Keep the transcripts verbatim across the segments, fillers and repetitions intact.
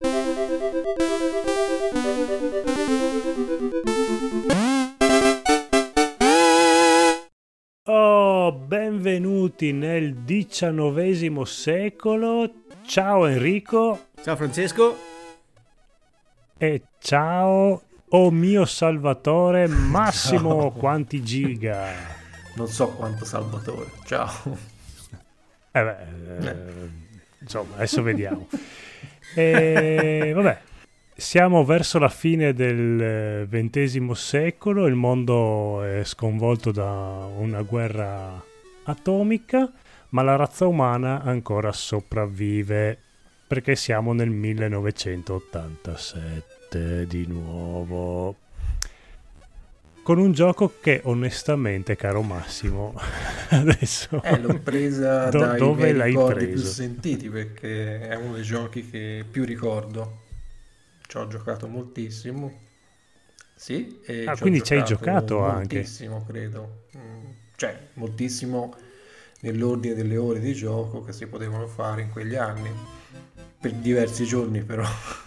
Oh, benvenuti nel diciannovesimo secolo. Ciao Enrico. Ciao Francesco. E ciao, oh mio Salvatore Massimo. Ciao. Quanti giga? Non so quanto Salvatore. Ciao. Eh beh, eh. insomma, adesso vediamo. E vabbè. Siamo verso la fine del ventesimo secolo, il mondo è sconvolto da una guerra atomica, ma la razza umana ancora sopravvive, perché siamo nel millenovecentottantasette di nuovo, con un gioco che onestamente, caro Massimo, adesso... Eh, l'ho presa do, dai dove miei l'hai ricordi preso? più sentiti, perché è uno dei giochi che più ricordo. Ci ho giocato moltissimo, sì, e Ah, ci ho quindi ci hai giocato giocato anche? moltissimo, credo. Mm, Cioè, moltissimo nell'ordine delle ore di gioco che si potevano fare in quegli anni, per diversi giorni però.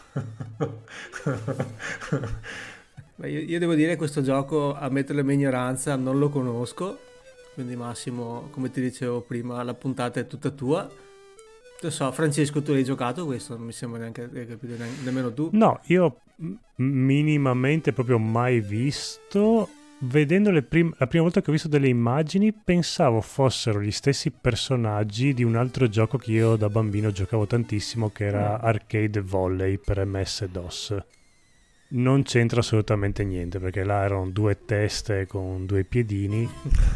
Beh, io, io devo dire che questo gioco, ammetto la mia ignoranza, non lo conosco, quindi Massimo, come ti dicevo prima, la puntata è tutta tua. Non so, Francesco, tu l'hai giocato questo? Non mi sembra neanche di capire neanche, nemmeno tu. No, io m- minimamente proprio mai visto. Vedendo le prim- la prima volta che ho visto delle immagini pensavo fossero gli stessi personaggi di un altro gioco che io da bambino giocavo tantissimo, che era Arcade Volley per M S DOS. Non c'entra assolutamente niente, perché là erano due teste con due piedini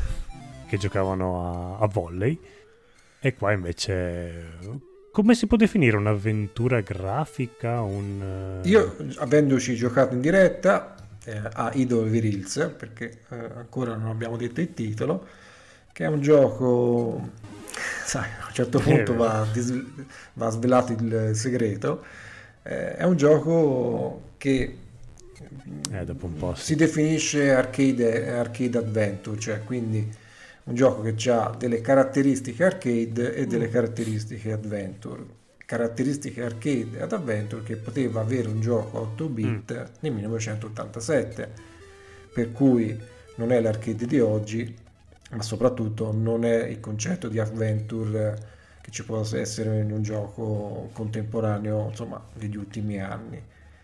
che giocavano a, a volley. E qua invece, come si può definire? Un'avventura grafica? Un, uh... Io, avendoci giocato in diretta eh, a Idol Virils, perché eh, ancora non abbiamo detto il titolo, che è un gioco, sai, a un certo punto va, dis- va svelato il segreto, eh, è un gioco che eh, dopo un po' sì. si definisce arcade, arcade adventure, cioè quindi un gioco che ha delle caratteristiche arcade e delle caratteristiche adventure. Caratteristiche arcade ed adventure che poteva avere un gioco a otto bit mm. nel millenovecentottantasette, per cui non è l'arcade di oggi, ma soprattutto non è il concetto di adventure che ci può essere in un gioco contemporaneo, insomma, degli ultimi anni.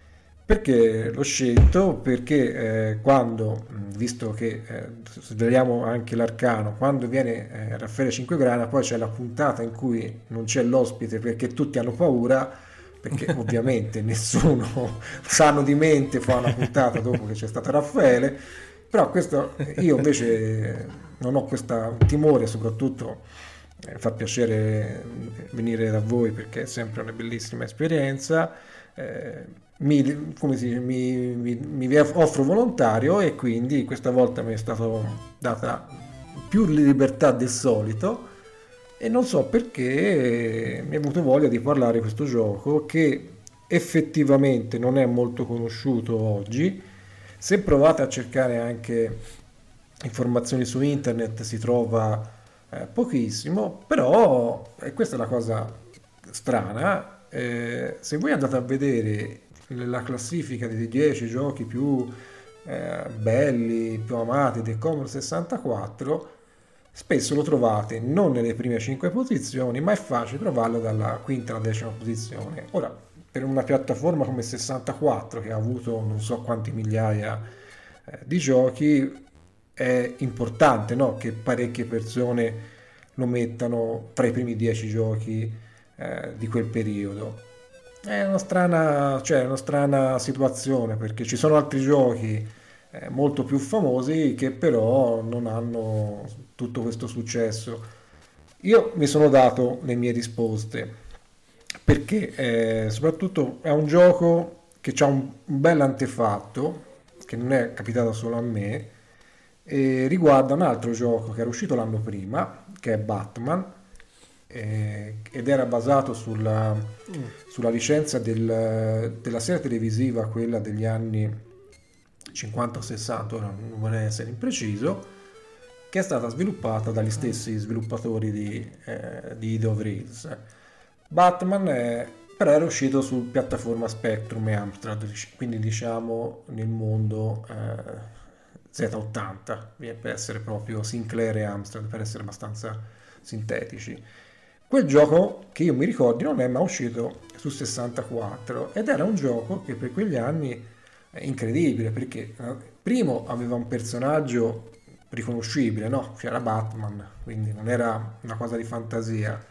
Perché l'ho scelto? Perché eh, quando, visto che eh, sveliamo anche l'arcano, quando viene eh, Raffaele Cinquegrana, poi c'è la puntata in cui non c'è l'ospite perché tutti hanno paura, perché ovviamente nessuno sano di mente fa una puntata dopo che c'è stato Raffaele, però questo io invece non ho questo timore, soprattutto eh, fa piacere venire da voi perché è sempre una bellissima esperienza. Eh, Mi, come si dice, mi, mi, mi offro volontario e quindi questa volta mi è stata data più libertà del solito e non so perché mi è avuto voglia di parlare di questo gioco che effettivamente non è molto conosciuto oggi. Se provate a cercare anche informazioni su internet si trova eh, pochissimo, però e questa è la cosa strana, eh, se voi andate a vedere la classifica dei dieci giochi più eh, belli, più amati del Commodore sessantaquattro, spesso lo trovate non nelle prime cinque posizioni, ma è facile trovarlo dalla quinta alla decima posizione. Ora, per una piattaforma come sessantaquattro, che ha avuto non so quanti migliaia eh, di giochi, è importante, no? Che parecchie persone lo mettano tra i primi dieci giochi eh, di quel periodo. È una strana, cioè una strana situazione perché ci sono altri giochi eh, molto più famosi che però non hanno tutto questo successo. Io mi sono dato le mie risposte perché eh, soprattutto è un gioco che ha un, un bel antefatto che non è capitato solo a me e riguarda un altro gioco che era uscito l'anno prima, che è Batman, eh, ed era basato sulla, mm. sulla licenza del, della serie televisiva, quella degli anni cinquanta o sessanta, ora non vorrei essere impreciso, che è stata sviluppata dagli stessi sviluppatori di, eh, di Idle Rails. Batman è però era uscito su piattaforma Spectrum e Amstrad, quindi diciamo nel mondo eh, Z ottanta, per essere proprio Sinclair e Amstrad, per essere abbastanza sintetici. Quel gioco, che io mi ricordi, non è mai uscito su sessantaquattro ed era un gioco che per quegli anni è incredibile, perché eh, primo aveva un personaggio riconoscibile, no? C'era Batman, quindi non era una cosa di fantasia.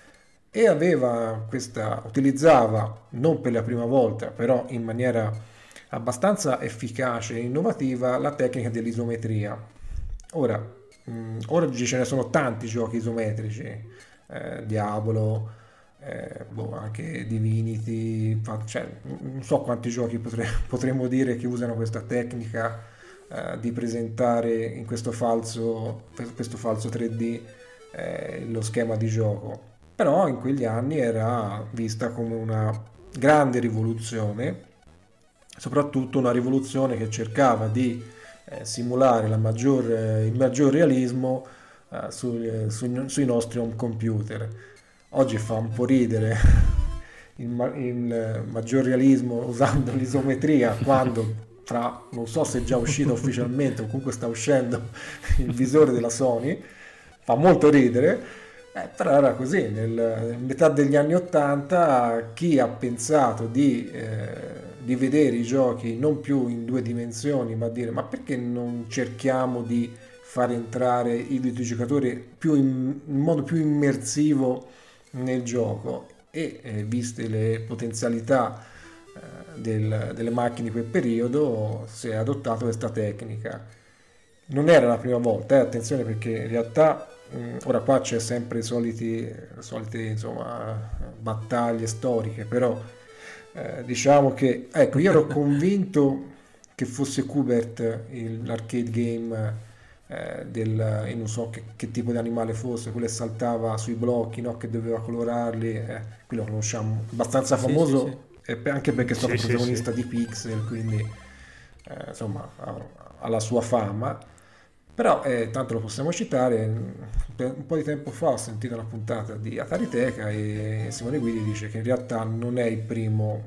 E aveva questa, utilizzava, non per la prima volta, però in maniera abbastanza efficace e innovativa, la tecnica dell'isometria. Ora, mh, oggi ce ne sono tanti giochi isometrici, eh, Diablo, eh, boh, anche Divinity, fa- cioè, non so quanti giochi potre- potremmo dire che usano questa tecnica eh, di presentare in questo falso, questo falso tre D eh, lo schema di gioco. Però in quegli anni era vista come una grande rivoluzione, soprattutto una rivoluzione che cercava di eh, simulare la maggior, eh, il maggior realismo eh, sui, sui- sui nostri home computer. Oggi fa un po' ridere il, ma- il maggior realismo usando l'isometria quando tra, non so se è già uscito ufficialmente o comunque sta uscendo il visore della Sony, fa molto ridere. Eh, però era così, nel, nel metà degli anni ottanta chi ha pensato di, eh, di vedere i giochi non più in due dimensioni, ma dire ma perché non cerchiamo di far entrare i videogiocatori più in, in modo più immersivo nel gioco e eh, viste le potenzialità eh, del- delle macchine di quel periodo si è adottato questa tecnica. Non era la prima volta, eh, attenzione, perché in realtà mh, ora qua c'è sempre i soliti, le solite insomma, battaglie storiche, però eh, diciamo che ecco, io ero convinto che fosse Kubert il- l'arcade game eh, del, io non so che, che tipo di animale fosse, quello che saltava sui blocchi, no? Che doveva colorarli, eh, quello lo conosciamo, abbastanza Sì, sì, sì. famoso eh, anche perché è stato Sì, sì, sì. protagonista di Pixel, quindi eh, insomma ha, ha la sua fama. Però eh, tanto lo possiamo citare, per un po' di tempo fa ho sentito una puntata di Atari Teca e Simone Guidi dice che in realtà non è il primo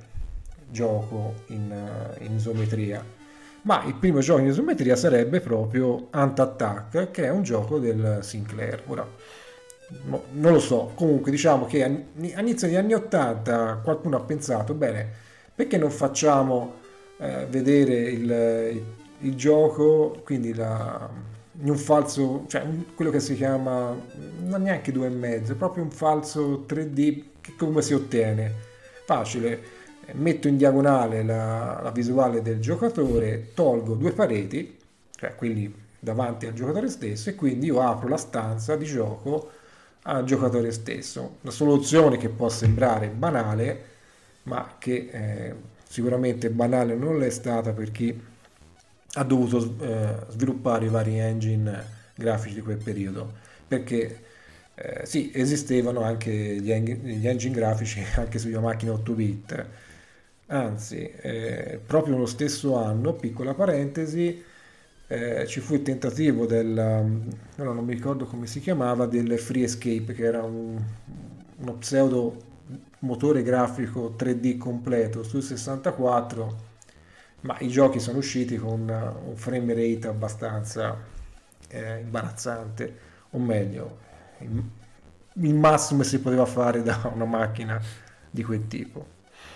gioco in, eh, in isometria, ma il primo gioco in isometria sarebbe proprio Ant Attack, che è un gioco del Sinclair. Ora, no- non lo so, comunque diciamo che all'inizio degli anni ottanta qualcuno ha pensato, bene, perché non facciamo eh, vedere il, il gioco, quindi la, in un falso, cioè un- quello che si chiama, non neanche due e mezzo, è proprio un falso tre D che come si ottiene? Facile, eh, metto in diagonale la, la visuale del giocatore, tolgo due pareti, cioè quelli davanti al giocatore stesso, e quindi io apro la stanza di gioco al giocatore stesso. Una soluzione che può sembrare banale, ma che eh, sicuramente banale non l'è stata per chi ha dovuto eh, sviluppare i vari engine grafici di quel periodo, perché eh, sì, esistevano anche gli, eng- gli engine grafici anche sulle macchine otto bit, anzi, eh, proprio nello stesso anno, piccola parentesi, eh, ci fu il tentativo del, um, no, non mi ricordo come si chiamava, del Free Escape, che era un- uno pseudo motore grafico tre D completo sul sessantaquattro, ma i giochi sono usciti con uh, un frame rate abbastanza eh, imbarazzante, o meglio, il, il massimo che si poteva fare da una macchina di quel tipo.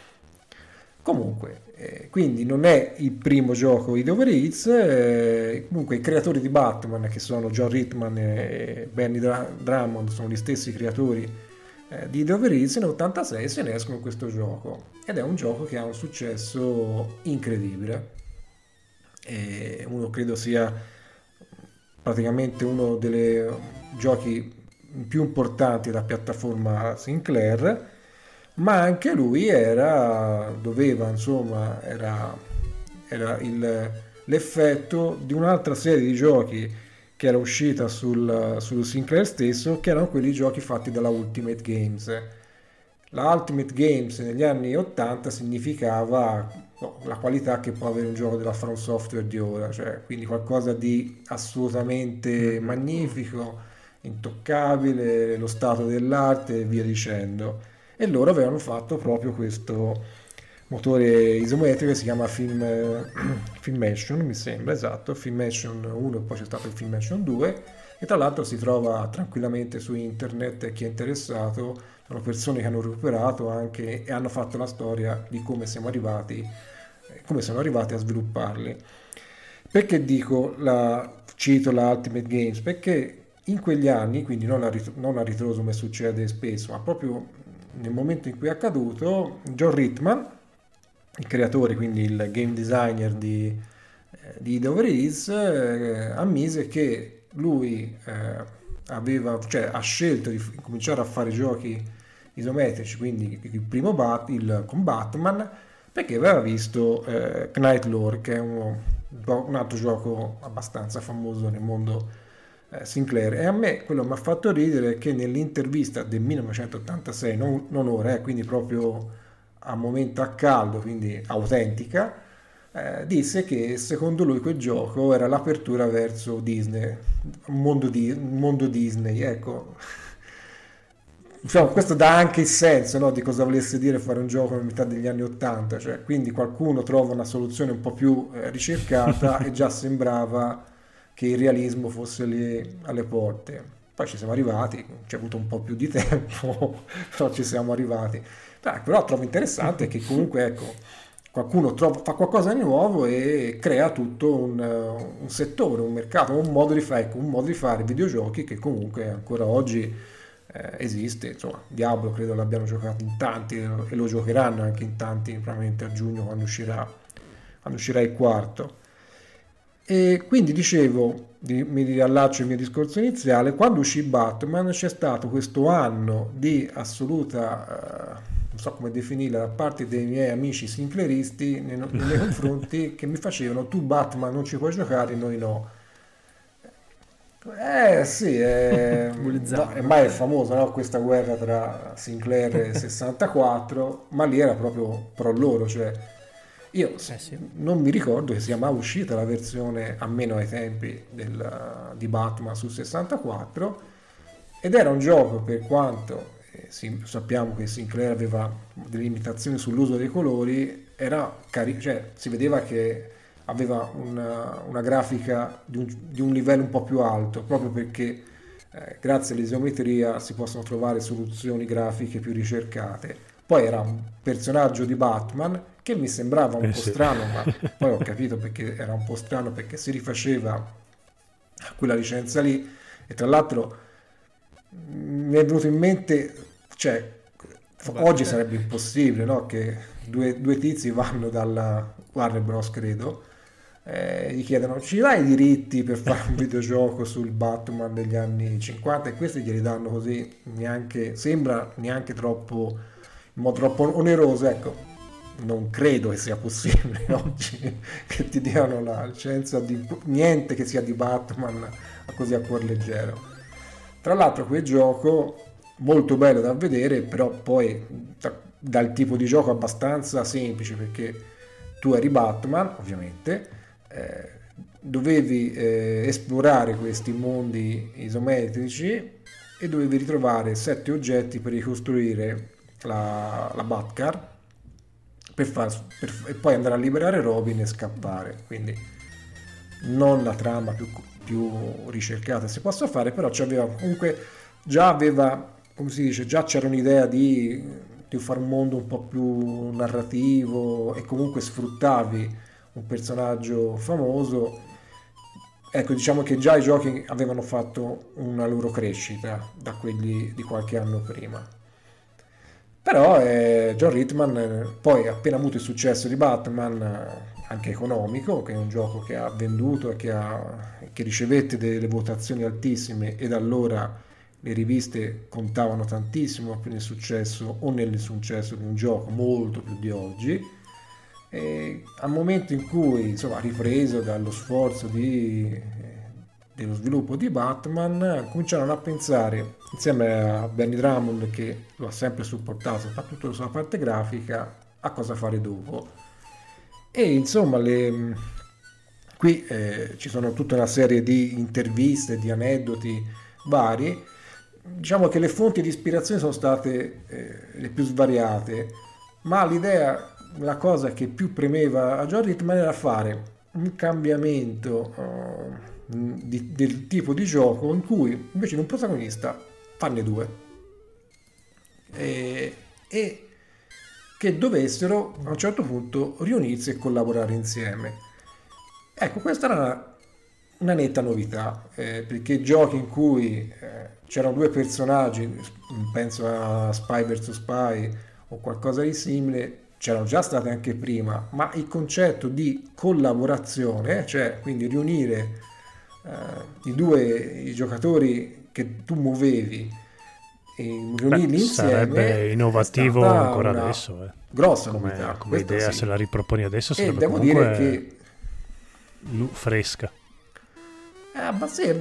Comunque, eh, quindi non è il primo gioco di Over Eats, eh, comunque i creatori di Batman, che sono John Ritman e Benny Dra- Drummond, sono gli stessi creatori eh, di The Over Eats, nel ottantasei se ne escono questo gioco, ed è un gioco che ha un successo incredibile, e uno credo sia praticamente uno dei giochi più importanti della piattaforma Sinclair, ma anche lui era, doveva, insomma, era, era il- l'effetto di un'altra serie di giochi che era uscita sul, sul Sinclair stesso, che erano quelli giochi fatti dalla Ultimate Games. La Ultimate Games negli anni ottanta significava no, la qualità che può avere un gioco della From Software di ora, cioè quindi qualcosa di assolutamente magnifico, intoccabile, lo stato dell'arte e via dicendo. e loro avevano fatto proprio questo motore isometrico che si chiama Film, Filmation, mi sembra, esatto, Filmation uno e poi c'è stato il Filmation due, e tra l'altro si trova tranquillamente su internet, e chi è interessato, sono persone che hanno recuperato anche e hanno fatto la storia di come siamo arrivati, come sono arrivati a svilupparli. Perché dico la, cito la Ultimate Games? Perché in quegli anni, quindi non a, rit- non a ritroso come succede spesso, ma proprio nel momento in cui è accaduto, John Ritman, il creatore, quindi il game designer di, eh, di Id Over Ease, eh, ammise che lui eh, aveva, cioè, ha scelto di f- cominciare a fare giochi isometrici, quindi il primo Bat- il, con Batman, perché aveva visto eh, Knight Lore, che è uno, un altro gioco abbastanza famoso nel mondo eh, Sinclair. E a me quello mi ha fatto ridere che nell'intervista del millenovecentottantasei, non, non ora, eh, quindi proprio a momento a caldo, quindi autentica, eh, disse che secondo lui quel gioco era l'apertura verso Disney, un mondo, di, un mondo Disney, ecco. Diciamo, questo dà anche il senso, no, di cosa volesse dire fare un gioco nella metà degli anni ottanta, cioè, quindi qualcuno trova una soluzione un po' più eh, ricercata e già sembrava che il realismo fosse lì alle porte. Poi ci siamo arrivati, ci è avuto un po' più di tempo, però ci siamo arrivati. Dai, però trovo interessante che comunque, ecco, qualcuno trova, fa qualcosa di nuovo e crea tutto un, uh, un settore, un mercato, un modo di fare, ecco, un modo di fare videogiochi che comunque ancora oggi eh, esiste. Insomma, Diablo credo l'abbiano giocato in tanti e lo giocheranno anche in tanti, probabilmente a giugno quando uscirà, quando uscirà il quarto. E quindi dicevo, di- mi riallaccio al mio discorso iniziale, quando uscì Batman c'è stato questo anno di assoluta, eh, non so come definirla, da parte dei miei amici sincleristi nei, nei miei confronti, che mi facevano: tu Batman non ci puoi giocare, noi no. Eh sì, è, no, Bullizzando. ormai è famosa, no, questa guerra tra Sinclair e sessantaquattro, ma lì era proprio pro loro, cioè io s- Eh sì. non mi ricordo che sia mai uscita la versione, almeno ai tempi del- di Batman su sessantaquattro, ed era un gioco, per quanto eh, sì, sappiamo che Sinclair aveva delle limitazioni sull'uso dei colori, era cari- cioè, si vedeva che aveva una, una grafica di un, di un livello un po' più alto, proprio perché eh, grazie all'isometria si possono trovare soluzioni grafiche più ricercate. Poi era un personaggio di Batman che mi sembrava un Eh po' sì. strano, ma poi ho capito perché era un po' strano, perché si rifaceva a quella licenza lì. E tra l'altro mh, mi è venuto in mente, cioè, f- Vabbè, oggi eh, sarebbe impossibile, no? Che due, due tizi vanno dalla Warner Bros, credo, eh, gli chiedono: ci dai i diritti per fare un videogioco sul Batman degli anni cinquanta? E questi glieli danno così, neanche, sembra neanche troppo, in modo troppo oneroso, ecco. Non credo che sia possibile oggi che ti diano la licenza di niente che sia di Batman a così a cuor leggero. Tra l'altro quel gioco molto bello da vedere, però poi da- dal tipo di gioco abbastanza semplice, perché tu eri Batman, ovviamente, eh, dovevi eh, esplorare questi mondi isometrici e dovevi ritrovare sette oggetti per ricostruire la, la Batcar per far, per- e poi andare a liberare Robin e scappare. Quindi non la trama più, più ricercata si possa fare, però c'aveva comunque, già aveva, come si dice, già c'era un'idea di, di fare un mondo un po' più narrativo, e comunque sfruttavi un personaggio famoso. Ecco, diciamo che già i giochi avevano fatto una loro crescita da quelli di qualche anno prima. Però eh, John Ritman, eh, poi appena avuto il successo di Batman, eh, anche economico, che è un gioco che ha venduto e che, ha- che ricevette delle votazioni altissime, e da allora le riviste contavano tantissimo più nel successo o nel successo di un gioco, molto più di oggi. E al momento in cui, insomma, ripreso dallo sforzo di, dello sviluppo di Batman, cominciarono a pensare, insieme a Benny Drummond che lo ha sempre supportato, soprattutto la sua parte grafica, a cosa fare dopo. E insomma, le, qui eh, ci sono tutta una serie di interviste, di aneddoti vari. diciamo che le fonti di ispirazione sono state eh, le più svariate, ma l'idea, la cosa che più premeva a John Ritman era fare un cambiamento uh, di, del tipo di gioco in cui invece di un protagonista farne due e, e che dovessero a un certo punto riunirsi e collaborare insieme. Ecco, questa era una, una netta novità, eh, perché giochi in cui eh, c'erano due personaggi, penso a Spy versus. Spy o qualcosa di simile, c'erano già state anche prima, ma il concetto di collaborazione, cioè quindi riunire eh, i due i giocatori che tu muovevi e riunirli Beh, insieme, sarebbe innovativo ancora adesso, eh. Grossa come, novità, come idea, sì. Se la riproponi adesso e sarebbe devo comunque dire che fresca. eh, ma sì,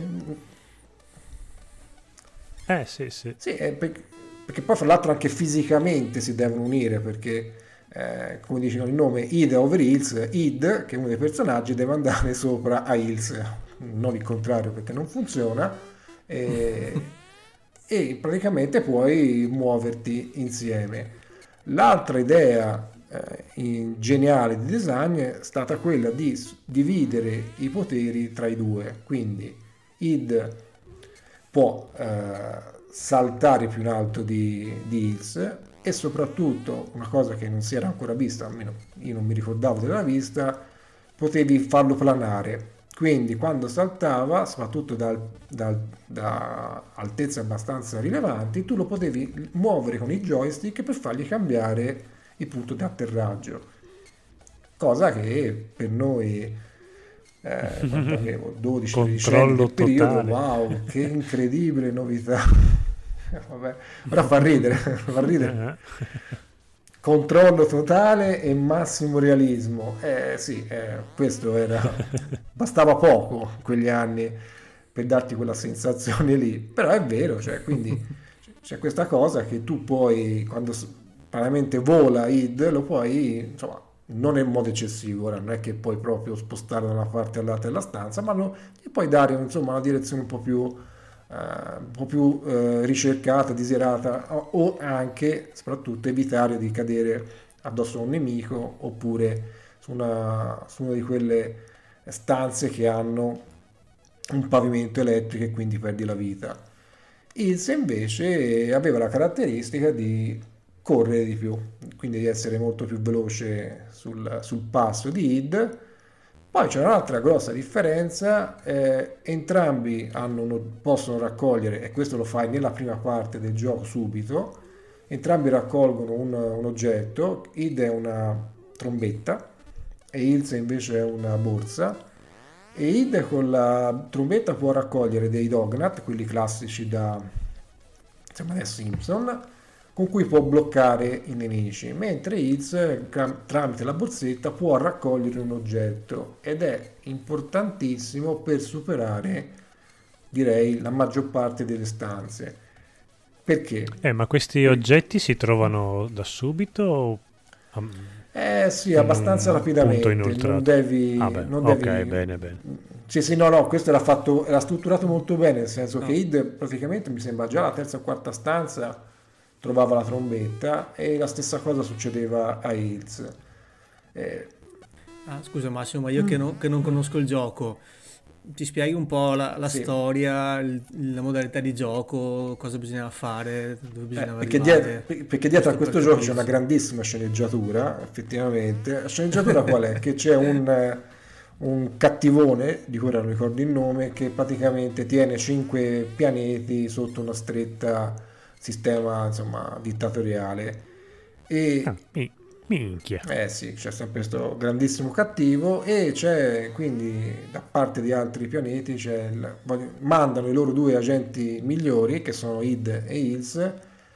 Eh sì, sì. sì, è perché, perché poi fra l'altro anche fisicamente si devono unire, perché eh, come dicono il nome Id over Hills, Id, che è uno dei personaggi, deve andare sopra a Hills, non il contrario perché non funziona, e, e praticamente puoi muoverti insieme. L'altra idea eh, in- geniale di design è stata quella di s- dividere i poteri tra i due, quindi Id può eh, saltare più in alto di, di Hills, e soprattutto una cosa che non si era ancora vista, almeno io non mi ricordavo della vista, potevi farlo planare. Quindi quando saltava, soprattutto dal- dal- da altezze abbastanza rilevanti, tu lo potevi muovere con i joystick per fargli cambiare il punto di atterraggio. Cosa che per noi, eh, quando avevo dodici tredici anni Controllo del periodo, totale. wow, che incredibile novità. Vabbè, ora fa ridere, fa ridere. Eh, Controllo totale e massimo realismo. Eh sì, eh, questo era, bastava poco in quegli anni per darti quella sensazione lì. Però è vero, cioè, quindi c'è questa cosa che tu puoi, quando s- praticamente vola Id, lo puoi, insomma, non in modo eccessivo, ora non è che puoi proprio spostare da una parte all'altra della stanza, ma lo, gli puoi dare, insomma, una direzione un po' più eh, un po' più eh, ricercata, desiderata, o, o anche, soprattutto, evitare di cadere addosso a un nemico oppure su una, su una di quelle stanze che hanno un pavimento elettrico e quindi perdi la vita. Hills invece aveva la caratteristica di correre di più, quindi di essere molto più veloce sul, sul passo di Id. Poi c'è un'altra grossa differenza, eh, entrambi hanno uno- possono raccogliere, e questo lo fai nella prima parte del gioco subito, entrambi raccolgono un, un oggetto. Id è una trombetta e Hills invece è una borsa, e Id con la trombetta può raccogliere dei dognat, quelli classici da, insomma, da Simpson, con cui può bloccare i nemici, mentre Hills gra- tramite la borsetta può raccogliere un oggetto, ed è importantissimo per superare, direi, la maggior parte delle stanze. Perché? Eh, ma questi Per- oggetti si trovano da subito o am- Eh sì, in abbastanza un punto rapidamente, non inoltrato? devi, Ah beh, non ok, devi... bene, bene. Sì, sì, no, no, questo era fatto, era strutturato molto bene, nel senso che No. Id praticamente mi sembra già la terza o quarta stanza trovava la trombetta, e la stessa cosa succedeva a Hills. Eh, Ah, scusa Massimo, ma io che, non che non conosco il gioco, ti spieghi un po' la, la sì. storia, il- la modalità di gioco, cosa bisognava fare, dove Eh, bisognava perché, dietro, arrivare, perché dietro a giusto questo per gioco c'è una capirsi. grandissima sceneggiatura, effettivamente. La sceneggiatura qual è? Che c'è un, eh, un cattivone, di cui ora non ricordo il nome, che praticamente tiene cinque pianeti sotto una stretta sistema, insomma, dittatoriale. Ah, E mi- minchia. eh sì, c'è sempre questo grandissimo cattivo, e c'è quindi da parte di altri pianeti c'è il- voglio- mandano i loro due agenti migliori, che sono Id e Hills,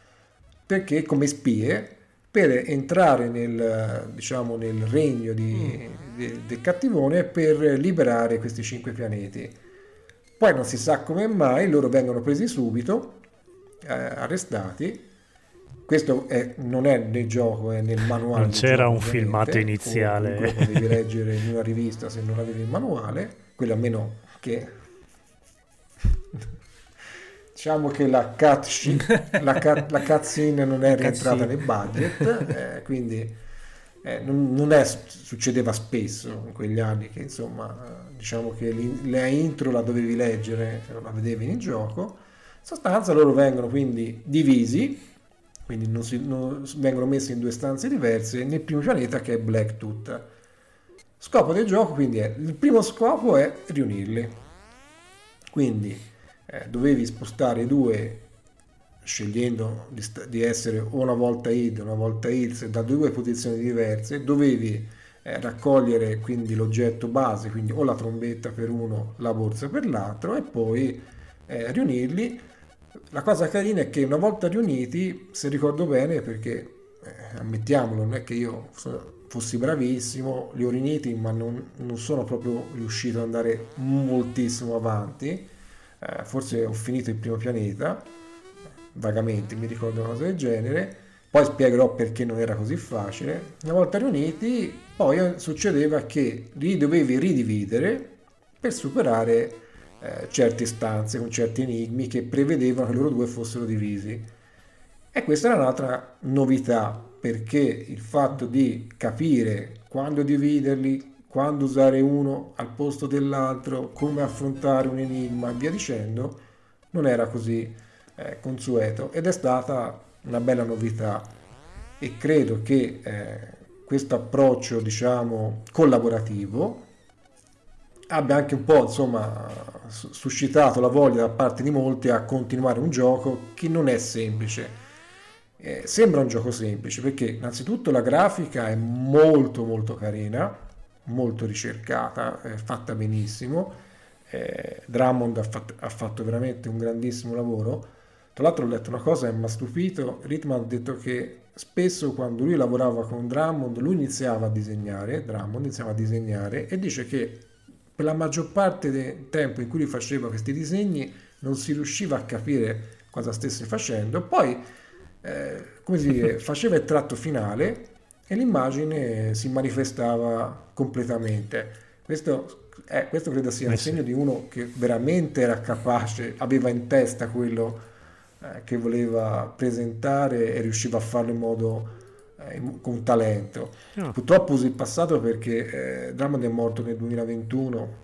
perché come spie, per entrare nel, diciamo, nel regno di- de- del cattivone, per liberare questi cinque pianeti. Poi non si sa come mai loro vengono presi subito, eh, arrestati. Questo è- non è nel gioco, è nel manuale Non del c'era gioco, un filmato ovviamente, o comunque lo iniziale. potevi leggere in una rivista se non avevi il manuale, quello almeno che diciamo che la cutscene, la, cut, la cutscene non è rientrata Cutscene. nel budget, eh, quindi eh, non, non è, succedeva spesso in quegli anni che insomma eh, diciamo che l'in- la intro la dovevi leggere, la vedevi in gioco. In sostanza loro vengono quindi divisi, quindi non si, non- vengono messi in due stanze diverse nel primo pianeta che è Blacktooth. Scopo del gioco quindi è, il primo scopo è riunirli, quindi eh, dovevi spostare i due scegliendo di, sta- di essere o una volta id, una volta ilse da due posizioni diverse, dovevi eh, raccogliere quindi l'oggetto base, quindi o la trombetta per uno, la borsa per l'altro, e poi eh, riunirli. La cosa carina è che una volta riuniti, se ricordo bene, perché eh, ammettiamolo, non è che io so- fossi bravissimo, li ho riuniti, ma non, non sono proprio riuscito ad andare moltissimo avanti. Eh, forse ho finito il primo pianeta, vagamente mi ricordo una cosa del genere, poi spiegherò perché non era così facile. Una volta riuniti, poi succedeva che li dovevi ridividere per superare eh, certe stanze con certi enigmi che prevedevano che loro due fossero divisi. E questa era un'altra novità, perché il fatto di capire quando dividerli, quando usare uno al posto dell'altro, come affrontare un enigma e via dicendo, non era così eh, consueto, ed è stata una bella novità, e credo che eh, questo approccio, diciamo, collaborativo abbia anche un po', insomma, su- suscitato la voglia da parte di molti a continuare un gioco che non è semplice. Eh, sembra un gioco semplice perché innanzitutto la grafica è molto molto carina, molto ricercata, è fatta benissimo. eh, Drummond ha fatto, ha fatto veramente un grandissimo lavoro. Tra l'altro ho letto una cosa che mi ha stupito. Ritman ha detto che spesso quando lui lavorava con Drummond, lui iniziava a disegnare, Drummond iniziava a disegnare, e dice che per la maggior parte del tempo in cui lui faceva questi disegni non si riusciva a capire cosa stesse facendo. Poi, eh, come si dice, faceva il tratto finale e l'immagine si manifestava completamente. Questo, eh, questo credo sia Eh il sì. segno di uno che veramente era capace, aveva in testa quello eh, che voleva presentare e riusciva a farlo in modo eh, in- con talento. Ah, Purtroppo uso il passato perché eh, Drummond è morto nel duemilaventuno,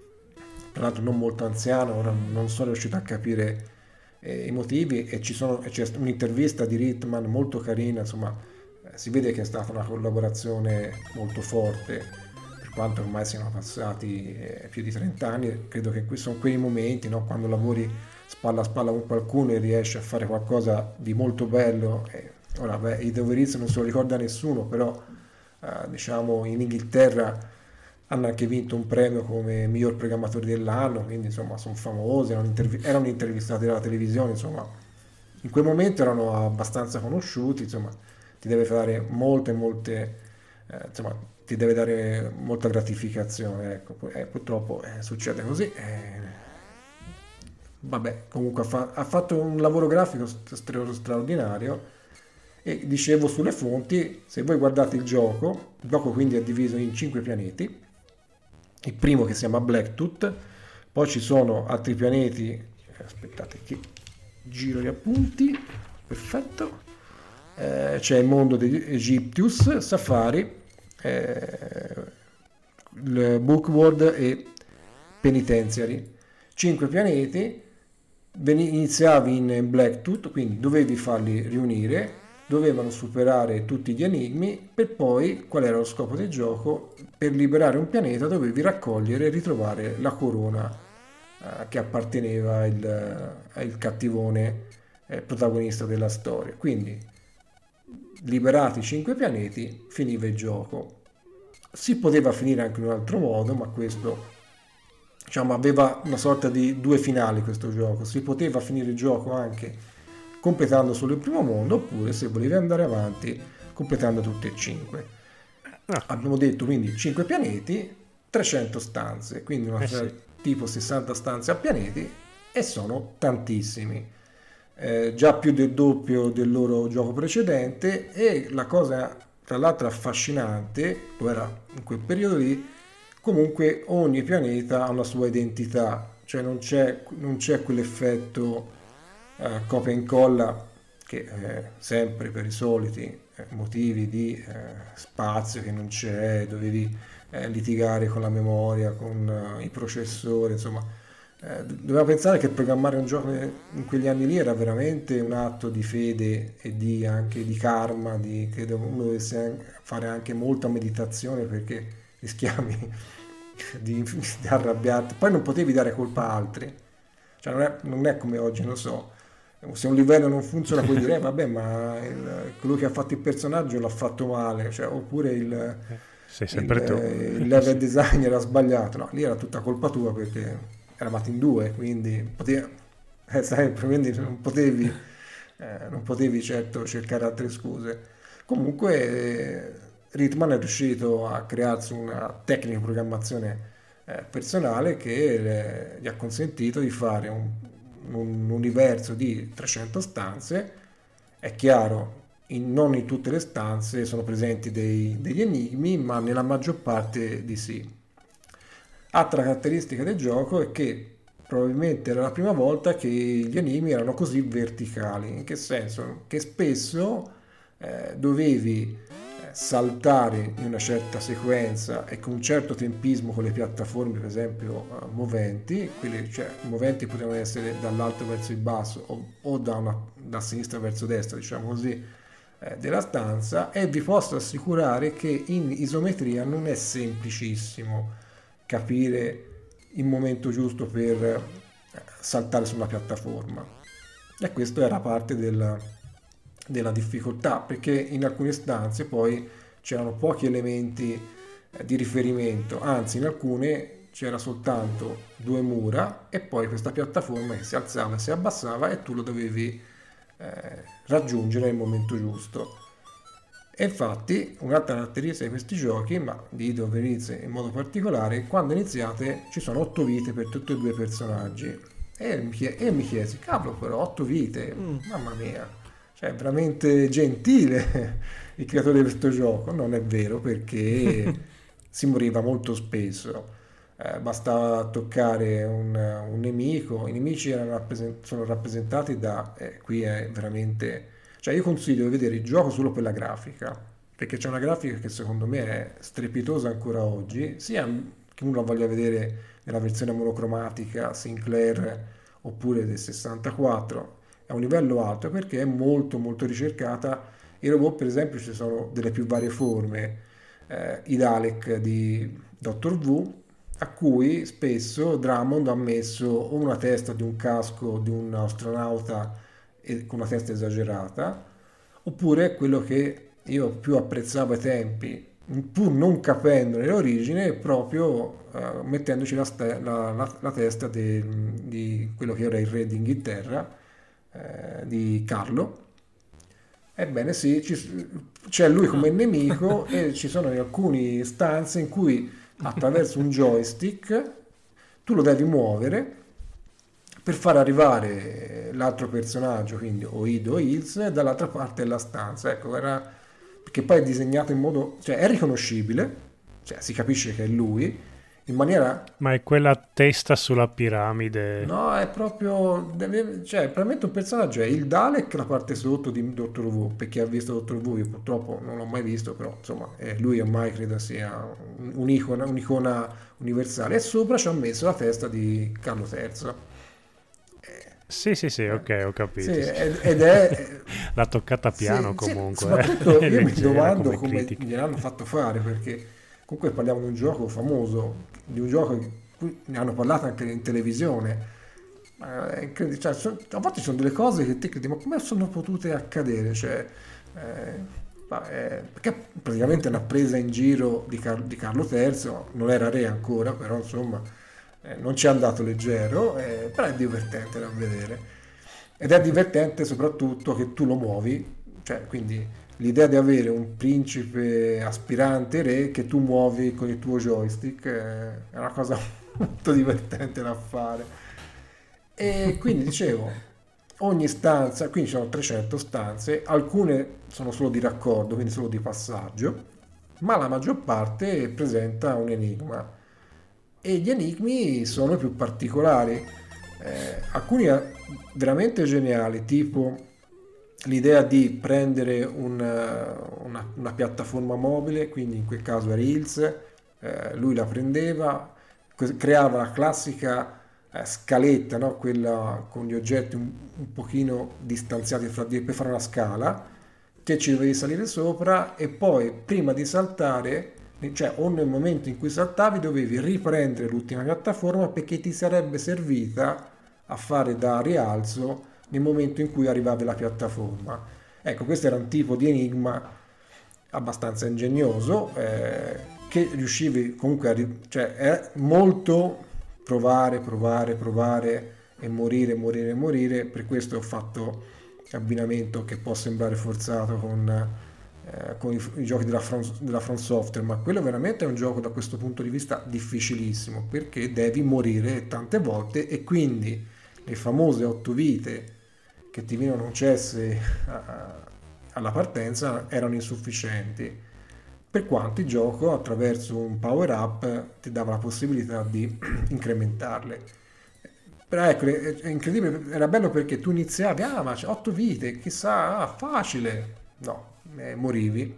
tra l'altro non molto anziano, ora non sono riuscito a capire eh, i motivi, e ci sono, e c'è un'intervista di Ritman molto carina, insomma eh, si vede che è stata una collaborazione molto forte, per quanto ormai siano passati eh, più di trenta anni. Credo che qui sono quei momenti, no, quando lavori spalla a spalla con qualcuno e riesci a fare qualcosa di molto bello. E ora, beh, i The Over Eats non se lo ricorda nessuno, però eh, diciamo in Inghilterra hanno anche vinto un premio come miglior programmatori dell'anno, quindi insomma sono famosi, erano, intervi- erano intervistati dalla televisione, insomma in quel momento erano abbastanza conosciuti, insomma ti deve fare molte molte eh, insomma ti deve dare molta gratificazione, ecco. Pu- eh, purtroppo eh, succede così. eh, vabbè, comunque ha, fa- ha fatto un lavoro grafico st- stra- straordinario. E dicevo sulle fonti, se voi guardate il gioco, il gioco quindi è diviso in cinque pianeti. Il primo che si chiama Blacktooth, poi ci sono altri pianeti, aspettate che giro gli appunti, perfetto. Eh, c'è il mondo degli Egyptius, Safari, eh, il Bookworld e Penitentiary. Cinque pianeti. Veni- iniziavi in Blacktooth, quindi dovevi farli riunire, dovevano superare tutti gli enigmi, per poi, qual era lo scopo del gioco? Per liberare un pianeta dovevi raccogliere e ritrovare la corona eh, che apparteneva il, al cattivone eh, protagonista della storia. Quindi, liberati i cinque pianeti, finiva il gioco. Si poteva finire anche in un altro modo, ma questo, diciamo, aveva una sorta di due finali questo gioco. Si poteva finire il gioco anche completando solo il primo mondo, oppure se volevi andare avanti completando tutti e cinque. ah, Abbiamo detto quindi cinque pianeti, trecento stanze, quindi una eh sì. tipo sessanta stanze a pianeti, e sono tantissimi. Eh, già più del doppio del loro gioco precedente, e la cosa tra l'altro affascinante, lo era in quel periodo lì, comunque ogni pianeta ha una sua identità, cioè non c'è, non c'è quell'effetto eh, copia e incolla, che eh, sempre per i soliti eh, motivi di eh, spazio che non c'è, dovevi eh, litigare con la memoria, con eh, i processori, insomma, eh, doveva pensare che programmare un gioco in quegli anni lì era veramente un atto di fede e di, anche di karma, di, che uno dovesse anche fare anche molta meditazione, perché rischiavi di, di arrabbiarti, poi non potevi dare colpa a altri, cioè non è, non è come oggi, non so, se un livello non funziona puoi dire eh, vabbè, ma il, colui che ha fatto il personaggio l'ha fatto male, cioè, oppure il, sei sempre il, tu. il level design era sbagliato, no, lì era tutta colpa tua perché eravate in due, quindi potevi, eh, sempre, quindi non potevi, eh, non potevi certo cercare altre scuse. Comunque eh, Ritman è riuscito a crearsi una tecnica di programmazione eh, personale che eh, gli ha consentito di fare un, un universo di trecento stanze. È chiaro, in, non in tutte le stanze sono presenti dei, degli enigmi, ma nella maggior parte di sì. Altra caratteristica del gioco è che probabilmente era la prima volta che gli enigmi erano così verticali. In che senso? Che spesso eh, dovevi eh, saltare in una certa sequenza e con un certo tempismo con le piattaforme, per esempio, eh, moventi. Quelle, cioè, moventi potevano essere dall'alto verso il basso o, o da, una, da sinistra verso destra, diciamo così, eh, della stanza, e vi posso assicurare che in isometria non è semplicissimo capire il momento giusto per saltare sulla piattaforma, e questo era parte della, della difficoltà, perché in alcune stanze poi c'erano pochi elementi di riferimento, anzi in alcune c'era soltanto due mura e poi questa piattaforma che si alzava e si abbassava e tu lo dovevi eh, raggiungere nel momento giusto. E infatti un'altra caratteristica di questi giochi, ma di Ido Verizze in modo particolare, quando iniziate ci sono otto vite per tutti e due i personaggi. E mi, chie- e mi chiesi, cavolo, però otto vite, mm. mamma mia, cioè è veramente gentile il creatore di questo gioco. Non è vero, perché si moriva molto spesso, eh, bastava toccare un, un nemico, i nemici erano rappresent- sono rappresentati da, eh, qui è veramente... Cioè io consiglio di vedere il gioco solo per la grafica, perché c'è una grafica che secondo me è strepitosa ancora oggi, sia che uno la voglia vedere nella versione monocromatica Sinclair oppure del sessantaquattro, è un livello alto perché è molto molto ricercata. I robot, per esempio, ci sono delle più varie forme, eh, i Dalek di Doctor Who, a cui spesso Drummond ha messo o una testa di un casco di un astronauta con una testa esagerata, oppure quello che io più apprezzavo ai tempi, pur non capendone l'origine, proprio uh, mettendoci la, st- la, la, la testa de, di quello che era il re d'Inghilterra, eh, di Carlo. Ebbene sì, ci, c'è lui come nemico e ci sono alcune stanze in cui attraverso un joystick tu lo devi muovere per far arrivare l'altro personaggio, quindi o Ido o Hills, dall'altra parte della stanza. Ecco, era perché poi è disegnato in modo, cioè è riconoscibile, cioè si capisce che è lui, in maniera... Ma è quella testa sulla piramide? No, è proprio, deve, cioè probabilmente un personaggio è il Dalek, la parte sotto di Doctor Who, per chi ha visto Doctor Who, io purtroppo non l'ho mai visto, però insomma eh, lui ormai credo sia un'icona, un'icona universale, e sopra ci ha messo la testa di Carlo terzo. Sì, sì, sì, ok, ho capito. Sì, ed è... L'ha toccata piano, sì, comunque. Sì, soprattutto eh. io mi domando come, come gliel'hanno fatto fare, perché comunque parliamo di un gioco famoso, di un gioco di cui ne hanno parlato anche in televisione. Eh, cioè, sono, a volte ci sono delle cose che ti credi, ma come sono potute accadere? Cioè, eh, eh, perché praticamente è una presa in giro di, Car- di Carlo terzo, non era re ancora, però insomma... Eh, non ci è andato leggero, eh, però è divertente da vedere, ed è divertente soprattutto che tu lo muovi, cioè quindi l'idea di avere un principe aspirante re che tu muovi con il tuo joystick eh, è una cosa molto divertente da fare. E quindi dicevo, ogni stanza, quindi ci sono trecento stanze, alcune sono solo di raccordo, quindi solo di passaggio, ma la maggior parte presenta un enigma. E gli enigmi sono più particolari, Eh, alcuni eh, veramente geniali, tipo l'idea di prendere un, eh, una, una piattaforma mobile, quindi in quel caso Reels, eh, lui la prendeva, cos- creava la classica eh, scaletta, no? Quella con gli oggetti un, un pochino distanziati fra di per fare una scala, che ci dovevi salire sopra e poi prima di saltare, cioè o nel momento in cui saltavi dovevi riprendere l'ultima piattaforma perché ti sarebbe servita a fare da rialzo nel momento in cui arrivavi alla piattaforma. Ecco, questo era un tipo di enigma abbastanza ingegnoso, eh, che riuscivi comunque a... ri- cioè è molto provare, provare, provare e morire, morire, morire. Per questo ho fatto abbinamento che può sembrare forzato con, eh, con i, i giochi della From, della From Software, ma quello veramente è un gioco da questo punto di vista difficilissimo, perché devi morire tante volte e quindi le famose otto vite che ti venivano concesse a- alla partenza erano insufficienti, per quanto il gioco attraverso un power up ti dava la possibilità di incrementarle. Però ecco, è è incredibile, era bello perché tu iniziavi, ah ma c'è otto vite, chissà, ah, facile. No, eh, morivi.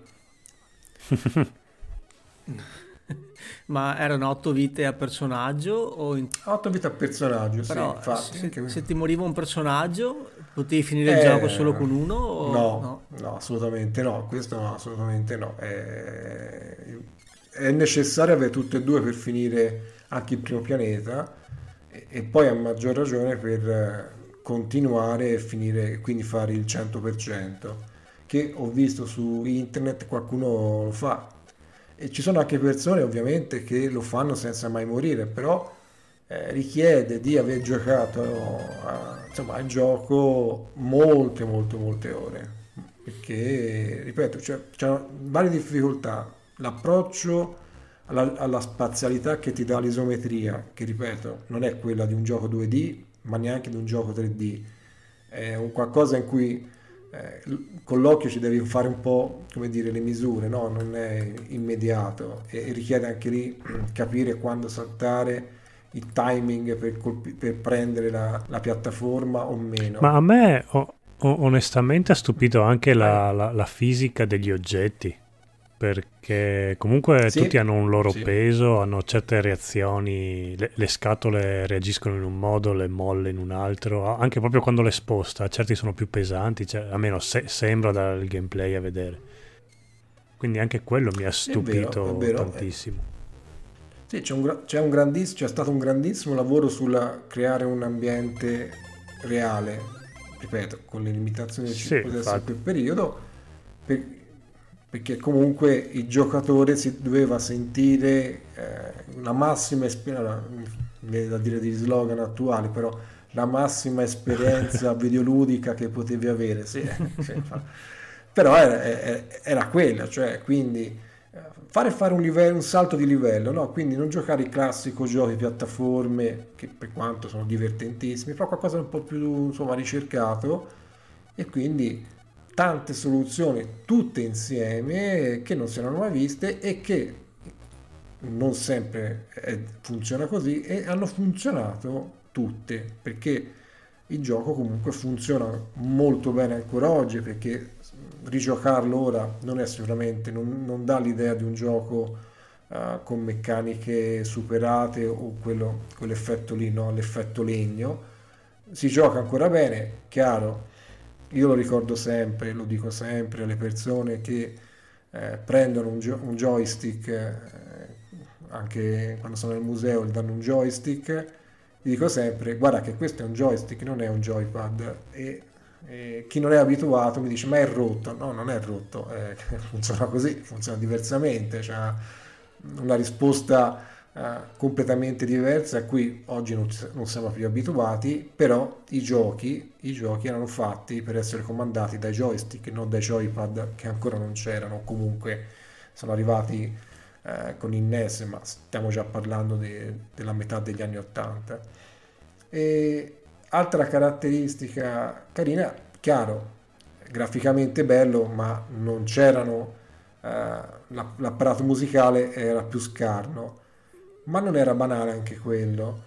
Ma erano otto vite a personaggio o in- otto vite a personaggio, sì, però infatti. se, Anche... se ti moriva un personaggio potevi finire il gioco solo Eh, con uno o no, no? no, assolutamente no, questo no, assolutamente no. È, è necessario avere tutte e due per finire anche il primo pianeta e, e poi a maggior ragione per eh, continuare e finire, quindi fare il cento per cento, che ho visto su internet qualcuno lo fa. E ci sono anche persone ovviamente che lo fanno senza mai morire, però eh, richiede di aver giocato a, insomma, al gioco molte, molte, molte ore. Perché, ripeto, c'è, c'è varie difficoltà. L'approccio alla, alla spazialità che ti dà l'isometria, che ripeto, non è quella di un gioco due D, ma neanche di un gioco tre D. È un qualcosa in cui eh, con l'occhio ci devi fare un po', come dire, le misure, no? Non è immediato e, e richiede anche lì capire quando saltare, il timing per, colpi- per prendere la, la piattaforma o Ma meno. a me o- o- onestamente ha stupito anche Eh, la, la- la fisica degli oggetti, perché comunque tutti sì, hanno un loro sì, peso, hanno certe reazioni, le, le scatole reagiscono in un modo, le molle in un altro, a- anche proprio quando le sposta, certi sono più pesanti, cioè, almeno se- sembra dal gameplay a vedere. Quindi anche quello mi ha è vero, è stupito vero. eh. tantissimo. Sì, c'è un, gra- c'è un grandiss- c'è stato un grandissimo lavoro sul creare un ambiente reale, ripeto, con le limitazioni che ci Sì, potessero in infatti. quel periodo, per- perché comunque il giocatore si doveva sentire eh, la massima esperienza, mi viene da dire di slogan attuali, però la massima esperienza videoludica che potevi avere, sì, sì, fa- però era, era- era quella, cioè quindi eh, fare fare un livello, un salto di livello, no? Quindi non giocare il classico giochi piattaforme, che per quanto sono divertentissimi, però qualcosa di un po' più insomma ricercato e quindi tante soluzioni tutte insieme che non si erano mai viste e che non sempre eh, funziona così e hanno funzionato tutte perché il gioco comunque funziona molto bene ancora oggi perché rigiocarlo ora non è sicuramente non, non dà l'idea di un gioco eh, con meccaniche superate o quello, quell'effetto lì, no? L'effetto legno si gioca ancora bene, chiaro. Io lo ricordo sempre, lo dico sempre alle persone che eh, prendono un, gio- un joystick, eh, anche quando sono nel museo, gli danno un joystick, gli dico sempre, guarda che questo è un joystick, non è un joypad. E, e chi non è abituato mi dice, ma è rotto. No, non è rotto, eh, funziona così, funziona diversamente, c'ha una risposta eh, completamente diversa a cui oggi non, non siamo più abituati, però i giochi, i giochi erano fatti per essere comandati dai joystick, non dai joypad che ancora non c'erano, comunque sono arrivati eh, con il N E S, ma stiamo già parlando de- della metà degli anni ottanta. E altra caratteristica carina, chiaro, graficamente bello, ma non c'erano, eh, la- l'apparato musicale era più scarno, ma non era banale anche quello.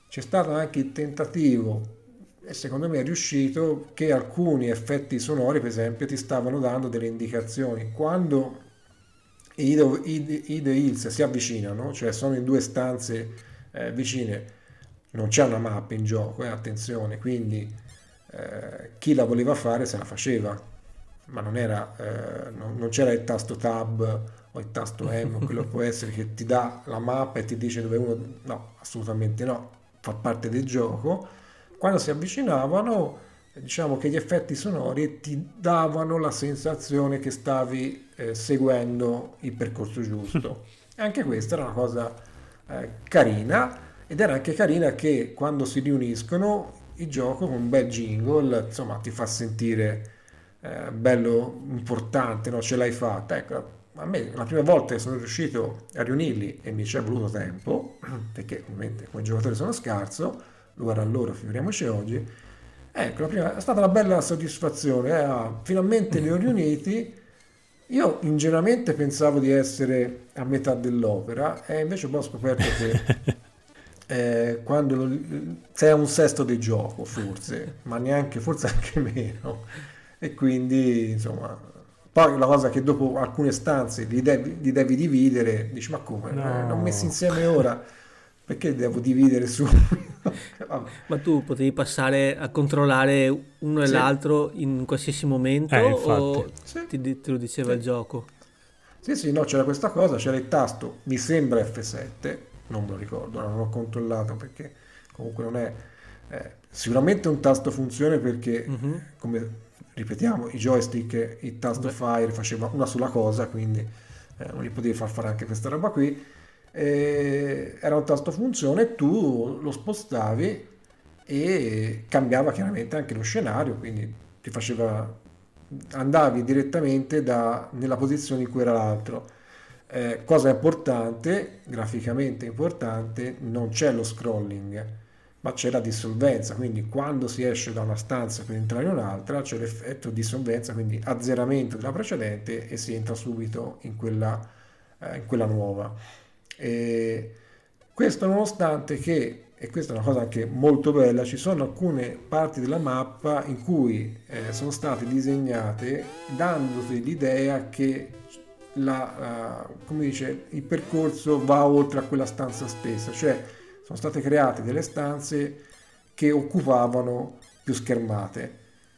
c'è stato anche il tentativo, e secondo me è riuscito, che alcuni effetti sonori, per esempio, ti stavano dando delle indicazioni. Quando Id, Id, Id e Ilse si avvicinano, cioè sono in due stanze eh, vicine, non c'è una mappa in gioco, eh, attenzione, quindi eh, chi la voleva fare se la faceva, ma non era, eh, non, non c'era il tasto tab o il tasto M, quello può essere che ti dà la mappa e ti dice dove uno... No, assolutamente no, fa parte del gioco. Quando si avvicinavano, diciamo che gli effetti sonori ti davano la sensazione che stavi eh, seguendo il percorso giusto. E anche questa era una cosa eh, carina, ed era anche carina che quando si riuniscono il gioco con un bel jingle, insomma, ti fa sentire eh, bello, importante, no? Ce l'hai fatta. Ecco, a me la prima volta che sono riuscito a riunirli, e mi ci è voluto tempo, perché ovviamente come giocatore sono scarso, lo era allora, figuriamoci oggi. Ecco, la prima, è stata una bella soddisfazione, eh? Ah, finalmente li ho riuniti. Io ingenuamente pensavo di essere a metà dell'opera, e invece poi ho scoperto che eh, quando lo, sei a un sesto del gioco, forse, ma neanche, forse anche meno. E quindi, insomma, poi la cosa che dopo alcune stanze li devi, li devi dividere, dici, ma come? No. Eh, non messi insieme ora, perché li devo dividere subito? Vabbè. Ma tu potevi passare a controllare uno e Sì. l'altro in qualsiasi momento, Eh, o infatti. Sì. ti, te lo diceva il gioco? Sì, sì, no, c'era questa cosa, c'era il tasto, mi sembra F sette, non me lo ricordo, non ho controllato perché comunque non è... eh, sicuramente un tasto funzione perché, Mhm. come ripetiamo, i joystick, il tasto Beh. fire faceva una sola cosa, quindi eh, non gli potevi far fare anche questa roba qui. Eh, era un tasto funzione, tu lo spostavi e cambiava chiaramente anche lo scenario, quindi ti faceva... andavi direttamente da, nella posizione in cui era l'altro. Eh, cosa importante, graficamente importante, non c'è lo scrolling, ma c'è la dissolvenza, quindi quando si esce da una stanza per entrare in un'altra c'è l'effetto dissolvenza, quindi azzeramento della precedente, e si entra subito in quella, eh, in quella nuova. E questo nonostante che, e questa è una cosa anche molto bella, ci sono alcune parti della mappa in cui eh, sono state disegnate dandoti l'idea che la, uh, come dice, il percorso va oltre a quella stanza stessa, cioè sono state create delle stanze che occupavano più schermate,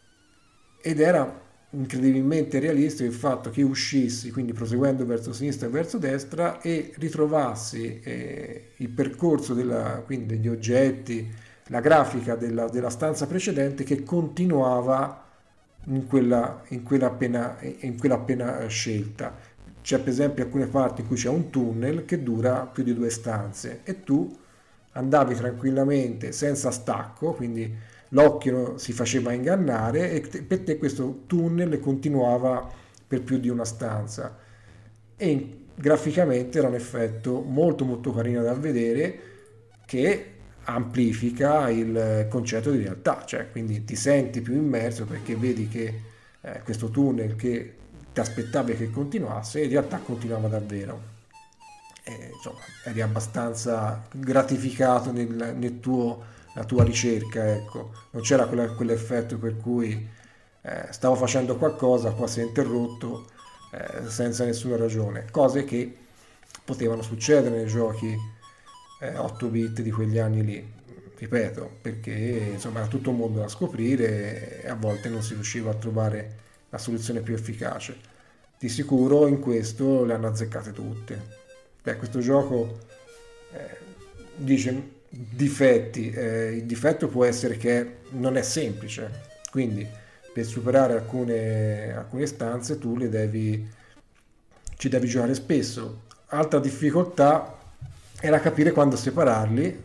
ed era incredibilmente realistico il fatto che uscissi, quindi proseguendo verso sinistra e verso destra, e ritrovassi eh, il percorso della, quindi degli oggetti, la grafica della, della stanza precedente che continuava in quella, in quella appena, in quella appena scelta. C'è per esempio alcune parti in cui c'è un tunnel che dura più di due stanze e tu andavi tranquillamente senza stacco, quindi l'occhio si faceva ingannare e te- per te questo tunnel continuava per più di una stanza, e graficamente era un effetto molto molto carino da vedere, che amplifica il concetto di realtà, cioè quindi ti senti più immerso perché vedi che eh, questo tunnel che ti aspettavi che continuasse in realtà continuava davvero. E, insomma, eri abbastanza gratificato nel, nel tuo, la tua ricerca, ecco. Non c'era quella- quell'effetto per cui eh, stavo facendo qualcosa, poi si è interrotto eh, senza nessuna ragione, cose che potevano succedere nei giochi eh, otto bit di quegli anni lì, ripeto, perché insomma era tutto un mondo da scoprire e a volte non si riusciva a trovare la soluzione più efficace. Di sicuro in questo le hanno azzeccate tutte. Beh, questo gioco eh, dice difetti, eh, il difetto può essere che non è semplice, quindi per superare alcune, alcune stanze tu le devi, ci devi giocare spesso. Altra difficoltà era capire quando separarli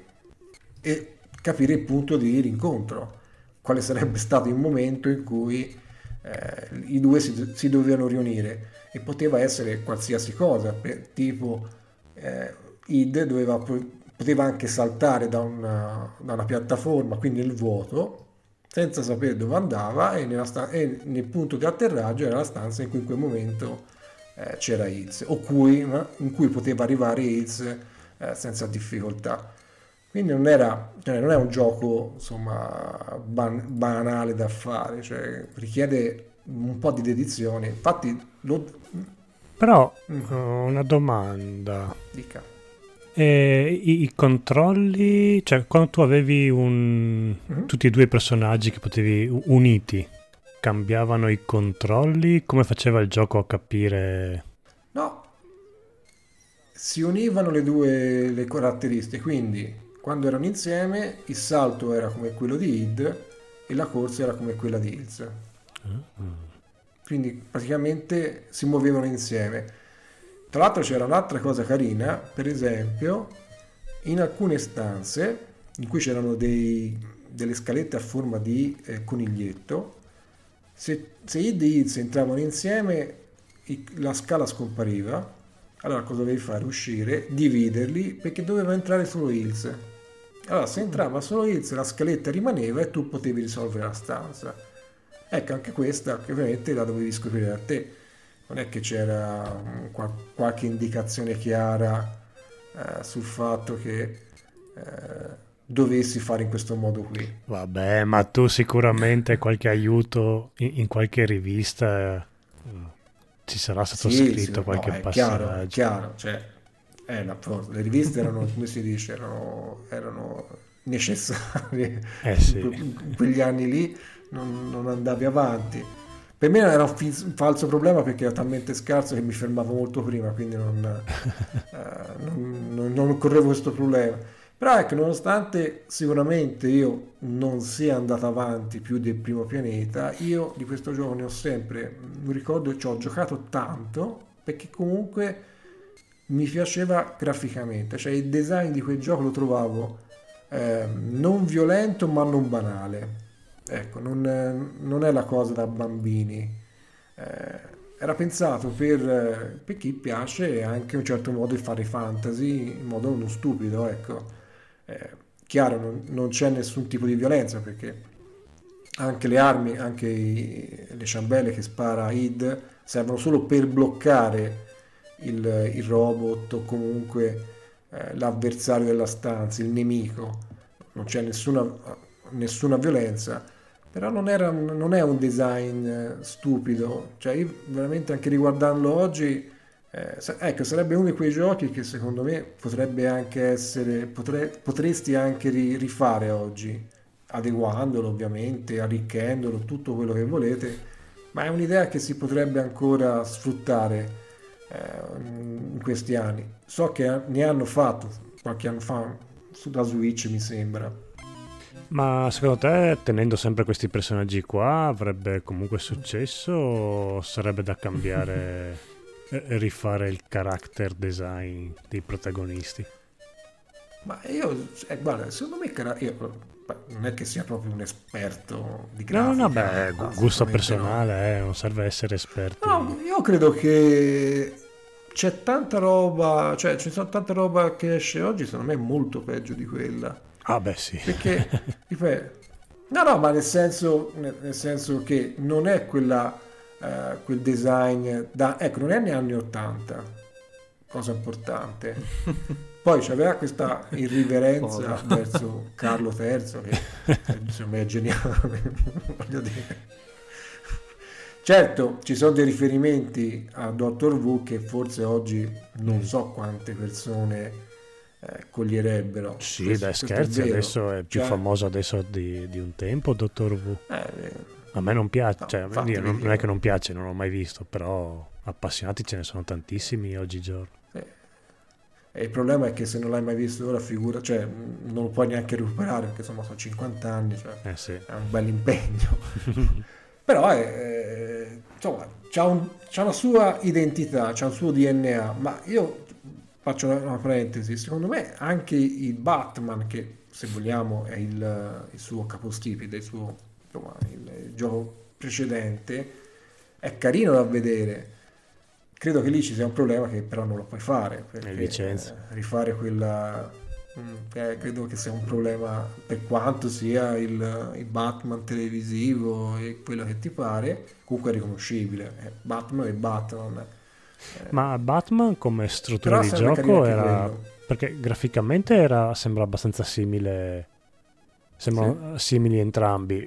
e capire il punto di rincontro, quale sarebbe stato il momento in cui eh, i due si, si dovevano riunire, e poteva essere qualsiasi cosa, per, tipo eh, Id doveva, poteva anche saltare da una, da una piattaforma, quindi nel vuoto, senza sapere dove andava, e, nella sta- e nel punto di atterraggio era la stanza in cui in quel momento eh, c'era Ilse, o cui, in cui poteva arrivare Ilse eh, senza difficoltà. Quindi non era, cioè, non è un gioco insomma ban- banale da fare, cioè, richiede un po' di dedizione. Infatti, lo, Però mm, ho una domanda. dica. E i, i controlli, cioè quando tu avevi un, Mhm. tutti e due i personaggi che potevi u- uniti, cambiavano i controlli? Come faceva il gioco a capire? No, si univano le due le caratteristiche, quindi quando erano insieme il salto era come quello di Id e la corsa era come quella di Ilse. Quindi praticamente si muovevano insieme. Tra l'altro c'era un'altra cosa carina, per esempio, in alcune stanze in cui c'erano dei- delle scalette a forma di eh, coniglietto, se, se Id e Ilse entravano insieme, i- la scala scompariva. Allora cosa dovevi fare? Uscire, dividerli perché doveva entrare solo Ilse. Allora se entrava solo Ilse la scaletta rimaneva e tu potevi risolvere la stanza. Ecco, anche questa che ovviamente la dovevi scoprire da te. Non è che c'era mm, qua- qualche indicazione chiara eh, sul fatto che eh, dovessi fare in questo modo qui. Vabbè, ma tu sicuramente qualche aiuto in, in qualche rivista eh, ci sarà Sì, sì, sottoscritto no, qualche è chiaro, è passaggio. chiaro, cioè, è la- le riviste erano, come si dice, erano, erano necessarie Eh in, sì, que- in quegli anni lì, non, non andavi avanti. Per me era un, fi- un falso problema perché era talmente scarso che mi fermavo molto prima, quindi non, eh, non, non- non correvo questo problema. Però ecco, nonostante sicuramente io non sia andato avanti più del primo pianeta, io di questo gioco ne ho sempre un ricordo, ci ho giocato tanto perché comunque mi piaceva graficamente, cioè il design di quel gioco lo trovavo eh, non violento ma non banale. Ecco, non, eh, non è la cosa da bambini. Eh, era pensato per, eh, per chi piace anche un certo modo di fare fantasy in modo non stupido, ecco. Eh, chiaro, non, non c'è nessun tipo di violenza perché anche le armi, anche i- le ciambelle che spara Id servono solo per bloccare il, il robot o comunque eh, l'avversario della stanza, il nemico. Non c'è nessuna, nessuna violenza, però non, era un- non è un design eh, stupido. Cioè, io veramente anche riguardando oggi, eh, sa- ecco, sarebbe uno di quei giochi che secondo me potrebbe anche essere, potre- potresti anche ri- rifare oggi, adeguandolo ovviamente, arricchendolo, tutto quello che volete, ma è un'idea che si potrebbe ancora sfruttare eh, in questi anni. So che ne hanno fatto qualche anno fa sulla Switch, mi sembra. ma secondo te, tenendo sempre questi personaggi qua, avrebbe comunque successo o sarebbe da cambiare e rifare il character design dei protagonisti? Ma io, eh, guarda, secondo me cara- io, beh, non è che sia proprio un esperto di No, no, no, grafica, beh, gu- gusto assolutamente no. personale, eh, non serve essere esperti. No, io credo che c'è tanta roba, cioè ci sono tanta roba che esce oggi, secondo me è molto peggio di quella. Ah, beh, sì. Perché, ripeto, no, no, ma nel senso, nel, nel senso che non è quella, eh, quel design da, ecco, non è negli anni ottanta, cosa importante. Poi c'aveva questa irriverenza Povero. verso Carlo terzo, che eh, insomma è geniale, voglio dire. Certo, ci sono dei riferimenti a Doctor Who che forse oggi non so quante persone eh, coglierebbero. Sì, Questo, dai, questo è scherzi, vero. adesso è più Cioè, famoso adesso di, di un tempo Doctor Who. eh, A me non piace, no, cioè, voglio infatti, dire, non, vedi, non è che non piace, non l'ho mai visto, però appassionati ce ne sono tantissimi oggigiorno. eh, e il problema è che se non l'hai mai visto ora figura, cioè mh, non lo puoi neanche recuperare perché insomma sono cinquanta anni, cioè Eh sì. è un bel impegno. Però è, eh, insomma, c'ha, un- c'ha una sua identità, c'ha un suo D N A, ma io faccio una, una parentesi, secondo me anche il Batman, che se vogliamo è il, il suo capostipite, il suo, insomma, il, il gioco precedente, è carino da vedere. Credo che lì ci sia un problema che però non lo puoi fare, perché licenze. eh, rifare quella... mm, eh, credo che sia un problema per quanto sia il, il Batman televisivo e quello che ti pare, comunque è riconoscibile. È Batman e Batman. Eh, Ma Batman come struttura però di sarebbe carino gioco anche era quello. Perché graficamente era, sembra abbastanza simile, sembrano simili entrambi,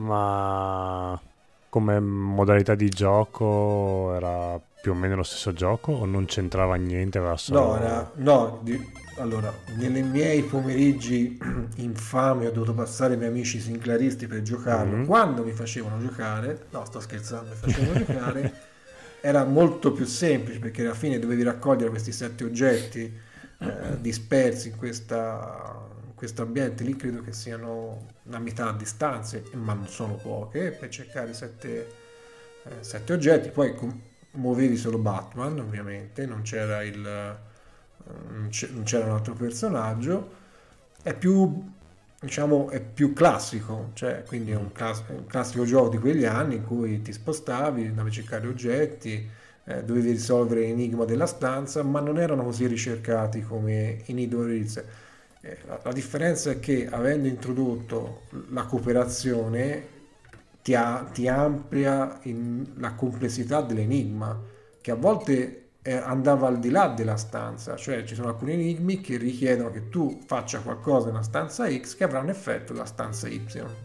ma come modalità di gioco era più o meno lo stesso gioco o non c'entrava niente, aveva solo... No, era, no, di- allora, nei miei pomeriggi infami ho dovuto passare i miei amici sinclaristi per giocarlo. Mhm. Quando mi facevano giocare, no, sto scherzando, mi facevano giocare, era molto più semplice perché alla fine dovevi raccogliere questi sette oggetti eh, dispersi in questa, in questo ambiente. Lì credo che siano una metà di stanze, ma non sono poche, per cercare sette, eh, sette oggetti. Poi com- muovevi solo Batman, ovviamente, non c'era il, non c'è- non c'era un altro personaggio. È più, diciamo, è più classico, cioè, quindi è un, class- è un classico gioco di quegli anni in cui ti spostavi, andavi a cercare oggetti, eh, dovevi risolvere l'enigma della stanza, ma non erano così ricercati come in Hidden Reels. Eh, la, la differenza è che avendo introdotto la cooperazione ti, ha- ti amplia in- la complessità dell'enigma, che a volte eh, andava al di là della stanza, cioè ci sono alcuni enigmi che richiedono che tu faccia qualcosa nella stanza X che avrà un effetto nella stanza Y.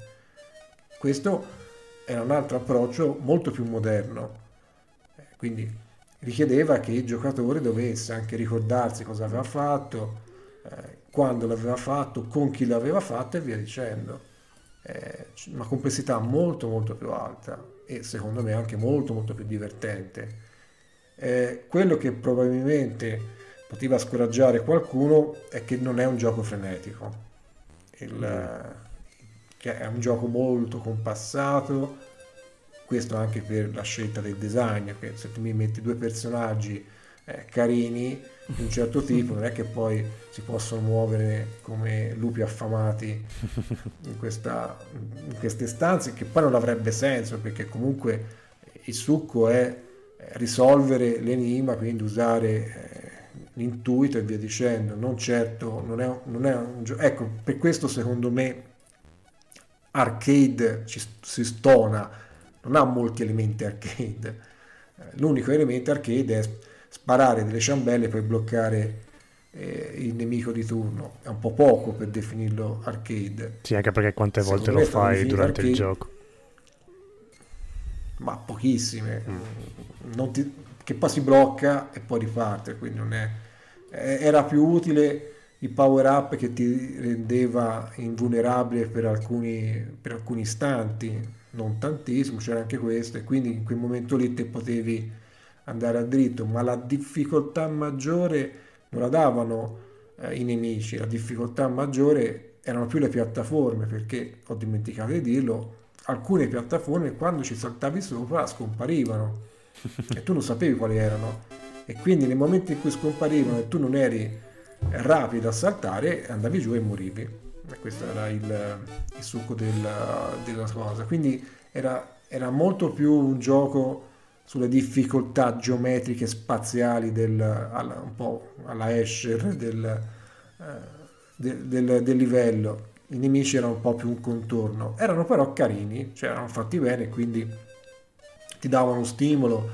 Questo era un altro approccio molto più moderno, eh, quindi richiedeva che il giocatore dovesse anche ricordarsi cosa aveva fatto, eh, quando l'aveva fatto, con chi l'aveva fatto e via dicendo. Eh, una complessità molto molto più alta e secondo me anche molto molto più divertente. Eh, quello che probabilmente poteva scoraggiare qualcuno è che non è un gioco frenetico. Il, Mm. che è un gioco molto compassato, questo anche per la scelta del design, che se tu mi metti due personaggi eh, carini di un certo tipo, non è che poi si possono muovere come lupi affamati in, questa, in queste stanze, che poi non avrebbe senso, perché comunque il succo è risolvere l'enigma, quindi usare eh, l'intuito e via dicendo, non certo, non è, non è un gioco. Ecco, per questo secondo me arcade ci, si stona, non ha molti elementi arcade. Eh, L'unico elemento arcade è sparare delle ciambelle per bloccare eh, il nemico di turno. È un po' poco per definirlo arcade. Sì, anche perché quante volte Secondo lo me è stato fai definito durante il arcade, gioco. ma pochissime, Mm. non ti- che poi si blocca e poi riparte, quindi non è, eh, era più utile il power up che ti rendeva invulnerabile per alcuni, per alcuni istanti, non tantissimo, c'era anche questo, e quindi in quel momento lì te potevi andare a dritto, ma la difficoltà maggiore non la davano eh, i nemici, la difficoltà maggiore erano più le piattaforme, perché ho dimenticato di dirlo, alcune piattaforme quando ci saltavi sopra scomparivano e tu non sapevi quali erano, e quindi nel momento in cui scomparivano e tu non eri rapido a saltare andavi giù e morivi, e questo era il, il succo del- della cosa, quindi era, era molto più un gioco sulle difficoltà geometriche spaziali del, alla, un po' alla Escher del, eh, del, del- del livello. I nemici erano un po' più un contorno, erano però carini, cioè erano fatti bene, quindi ti davano stimolo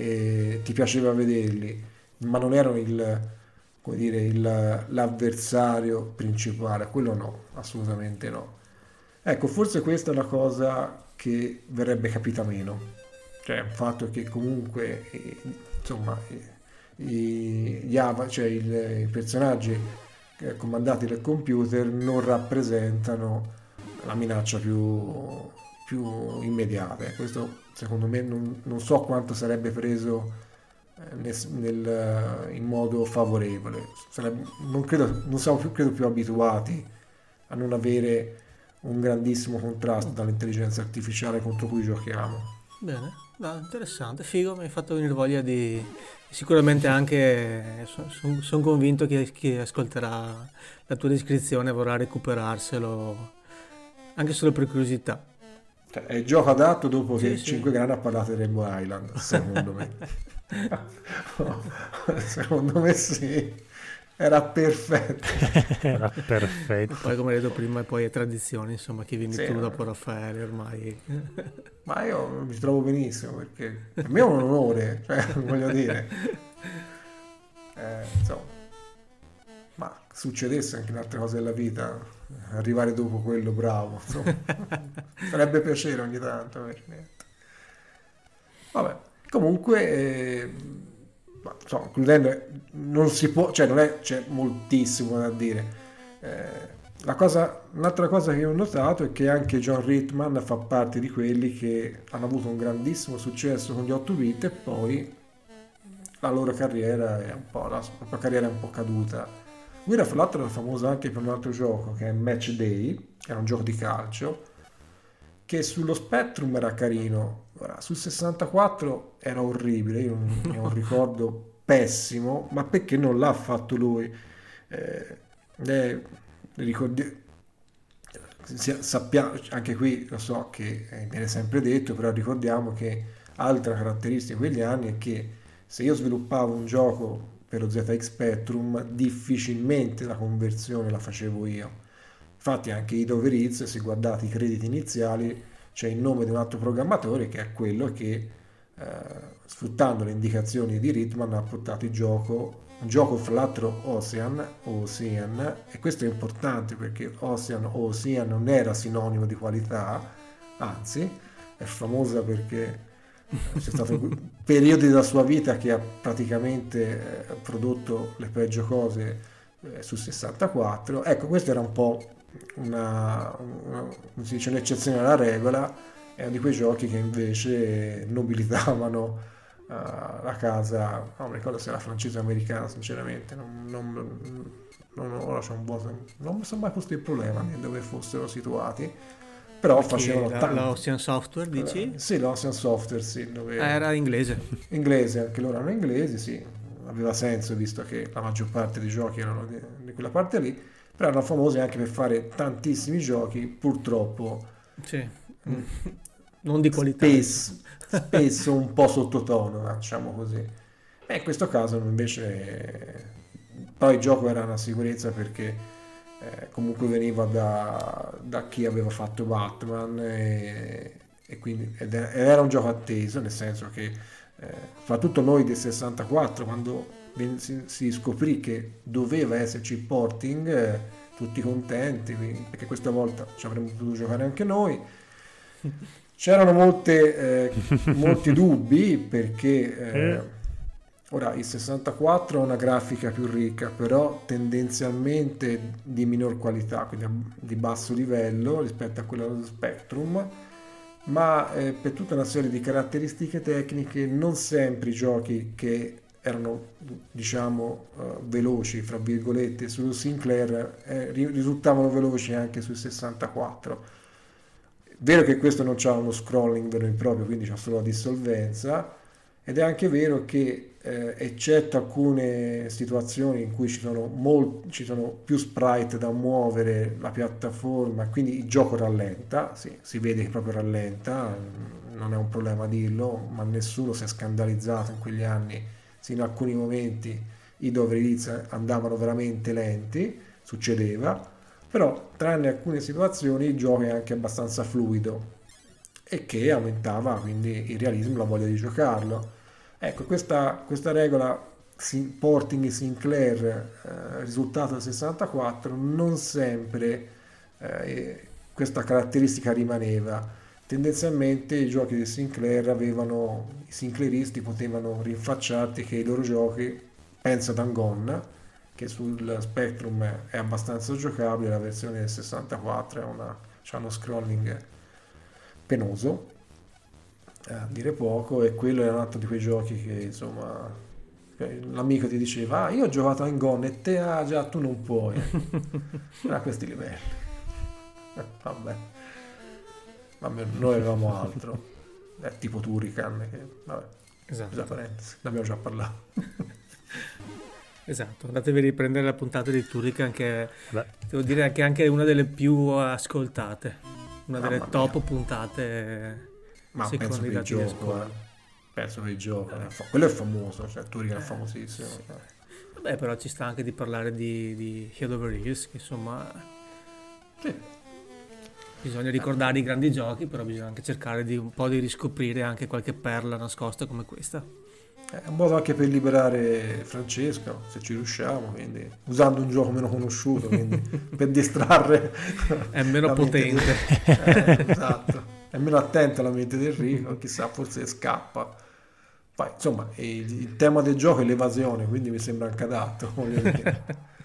e ti piaceva vederli, ma non erano il, come dire, il- l'avversario principale, quello no, assolutamente no. Ecco, forse questa è la cosa che verrebbe capita meno, cioè il fatto che comunque, eh, insomma, eh, i- gli ava- cioè il- i personaggi eh, comandati dal computer non rappresentano la minaccia più, più immediata. E questo secondo me non, non so quanto sarebbe preso eh, nel- nel- in modo favorevole. Sarebbe- non credo, non siamo più, credo più abituati a non avere un grandissimo contrasto dall'intelligenza artificiale contro cui giochiamo. Bene, no, interessante, figo, mi hai fatto venire voglia di... Sicuramente anche sono convinto che chi ascolterà la tua descrizione vorrà recuperarselo anche solo per curiosità. Cioè, è il gioco adatto dopo Sì, che sì. cinque grani ha parlato di Rainbow Island, secondo me. Secondo me sì, era perfetto. Era E perfetto. poi come hai detto prima, poi è tradizione, insomma, chi vieni Sì, tu no. dopo Raffaele ormai. Ma io mi trovo benissimo perché per me è un onore, cioè, voglio dire. Eh, insomma. ma succedesse anche in altre cose della vita, arrivare dopo quello bravo, insomma. Farebbe piacere ogni tanto. Vabbè, comunque, eh, ma, insomma, concludendo, non si può, cioè non è, c'è moltissimo da dire. Eh, la cosa, un'altra cosa che ho notato è che anche John Ritman fa parte di quelli che hanno avuto un grandissimo successo con gli otto bit e poi la loro carriera è un po', la sua carriera è un po' caduta. Guida fra l'altro è famosa anche per un altro gioco che è Match Day, che era un gioco di calcio, che sullo Spectrum era carino, ora, sul sessantaquattro era orribile, io non, ho un ricordo pessimo, ma perché non l'ha fatto lui? Eh, eh, ricordi, sappiamo, anche qui lo so che viene sempre detto, però ricordiamo che altra caratteristica di quegli anni è che se io sviluppavo un gioco per lo Z X Spectrum, difficilmente la conversione la facevo io. Infatti anche i Uber Eats, se guardate i crediti iniziali, c'è il nome di un altro programmatore che è quello che, eh, sfruttando le indicazioni di Ritman, ha portato il gioco, un gioco fra l'altro Ocean, Ocean, e questo è importante perché Ocean o Ocean non era sinonimo di qualità, anzi, è famosa perché c'è stato periodi della sua vita che ha praticamente eh, prodotto le peggio cose eh, su sessantaquattro. Ecco, questo era un po' una, una, come si dice, un'eccezione alla regola, è uno di quei giochi che invece nobilitavano uh, la casa, non mi ricordo se era francese o americana, sinceramente non, non, non, ora c'è un vuoto, non mi sono mai posto il problema di dove fossero situati, però Perché facevano la, tanto. la Ocean Software, dici? Eh, sì, l'Ocean Software, sì, dove Era inglese. inglese, anche loro erano inglesi, sì, aveva senso visto che la maggior parte dei giochi erano di, di quella parte lì, però erano famosi anche per fare tantissimi giochi, purtroppo Sì. Non di qualità. spesso, spesso un po' sottotono, diciamo così. E in questo caso invece poi il gioco era una sicurezza perché eh, comunque veniva da, da chi aveva fatto Batman e, e quindi ed era, ed era un gioco atteso, nel senso che eh, soprattutto noi del sessantaquattro, quando si, si scoprì che doveva esserci il porting, eh, tutti contenti, quindi, perché questa volta ci avremmo potuto giocare anche noi. C'erano molte, eh, molti dubbi perché eh, ora il sessantaquattro ha una grafica più ricca, però tendenzialmente di minor qualità, quindi di basso livello rispetto a quella dello Spectrum, ma eh, per tutta una serie di caratteristiche tecniche non sempre i giochi che erano diciamo uh, veloci fra virgolette su Sinclair eh, risultavano veloci anche sul sessantaquattro. Vero che questo non c'ha uno scrolling vero e proprio, quindi c'ha solo la dissolvenza, ed è anche vero che eh, eccetto alcune situazioni in cui ci sono, molt- ci sono più sprite da muovere la piattaforma, quindi il gioco rallenta, sì, si vede che proprio rallenta, non è un problema dirlo, ma nessuno si è scandalizzato in quegli anni, se in alcuni momenti i Doveriz andavano veramente lenti, succedeva, però tranne alcune situazioni il gioco è anche abbastanza fluido e che aumentava quindi il realismo, la voglia di giocarlo. Ecco, questa, questa regola porting Sinclair eh, risultato del sessantaquattro non sempre eh, questa caratteristica rimaneva. Tendenzialmente i giochi di Sinclair avevano, i Sinclairisti potevano rinfacciarti che i loro giochi, pensa Dangon, che sul Spectrum è abbastanza giocabile, la versione del sessantaquattro è una, c'ha uno scrolling penoso, a dire poco, e quello è un altro di quei giochi che insomma l'amico ti diceva ah io ho giocato a Dangon e te ah già tu non puoi a questi livelli. eh, vabbè vabbè noi avevamo altro è tipo Turrican che vabbè Esatto. parentesi, ne abbiamo già parlato. Esatto, andatevi a riprendere la puntata di Turrican che Beh. devo dire che è anche una delle più ascoltate, una delle Mamma top mia. puntate Ma secondo penso i che il dati di gioco ascolto. eh. penso che il gioco è fa- quello è famoso, cioè Turrican è Eh, famosissimo. sì. Vabbè, però ci sta anche di parlare di, di Head Over Heels, che insomma Sì. bisogna ricordare i grandi giochi, però bisogna anche cercare di un po' di riscoprire anche qualche perla nascosta come questa. È un modo anche per liberare Francesco, se ci riusciamo, quindi usando un gioco meno conosciuto, quindi per distrarre è meno la mente potente. del- eh, esatto, è meno attenta la mente del Rico, chissà, forse scappa. Poi, insomma, il, il tema del gioco è l'evasione, quindi mi sembra anche adatto, voglio dire.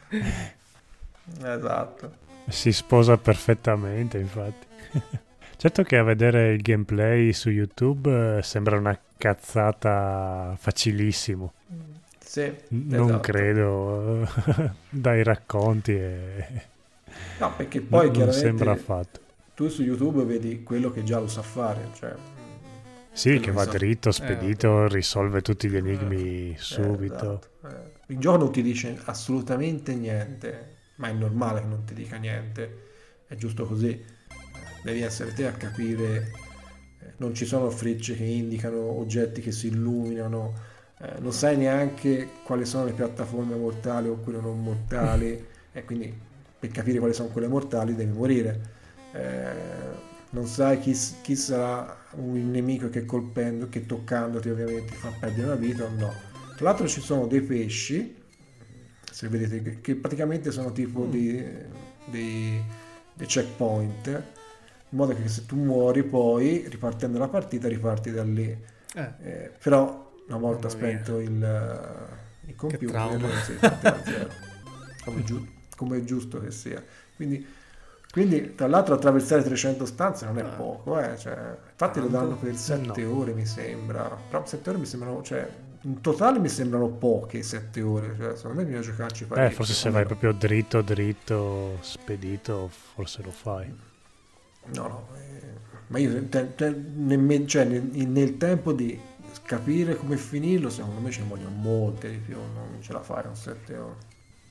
Esatto. Si sposa perfettamente, infatti. Certo che a vedere il gameplay su YouTube eh, sembra una cazzata facilissimo. Sì, Non esatto. credo dai racconti e No, perché poi non sembra chiaramente affatto. tu su YouTube vedi quello che già lo sa fare, cioè Sì, quello che che va sa. dritto, Eh, spedito, risolve tutti gli enigmi Eh, subito. esatto. Eh, il gioco non ti dice assolutamente niente, ma è normale che non ti dica niente, è giusto così. Devi essere te a capire, eh, non ci sono frecce che indicano oggetti che si illuminano, eh, non sai neanche quali sono le piattaforme mortali o quelle non mortali, e quindi per capire quali sono quelle mortali devi morire. Eh, non sai chi, s- chi sarà un nemico che colpendo, che toccandoti ovviamente ti fa perdere una vita o no. Tra l'altro ci sono dei pesci, se vedete, che, che praticamente sono tipo mm, dei, dei, dei checkpoint, in modo che se tu muori poi, ripartendo la partita, riparti da lì. eh, Eh, però una volta mamma mia, spento il, eh, il che computer, trauma. si riparte da zero, come, giu- come è giusto che sia. Quindi, quindi, tra l'altro attraversare trecento stanze non è Ah, poco, eh, cioè, infatti lo danno tanto? per No. sette ore mi sembra, però sette ore mi sembrano, cioè, in totale mi sembrano poche sette ore, cioè, secondo me bisogna giocarci Beh, forse parecchio, se vai almeno. proprio dritto, dritto, spedito, forse lo fai. No, no, eh, ma io te- te- nemme- cioè, nel, nel tempo di capire come finirlo, secondo me ci vogliono molte di più, non ce la fai con sette ore.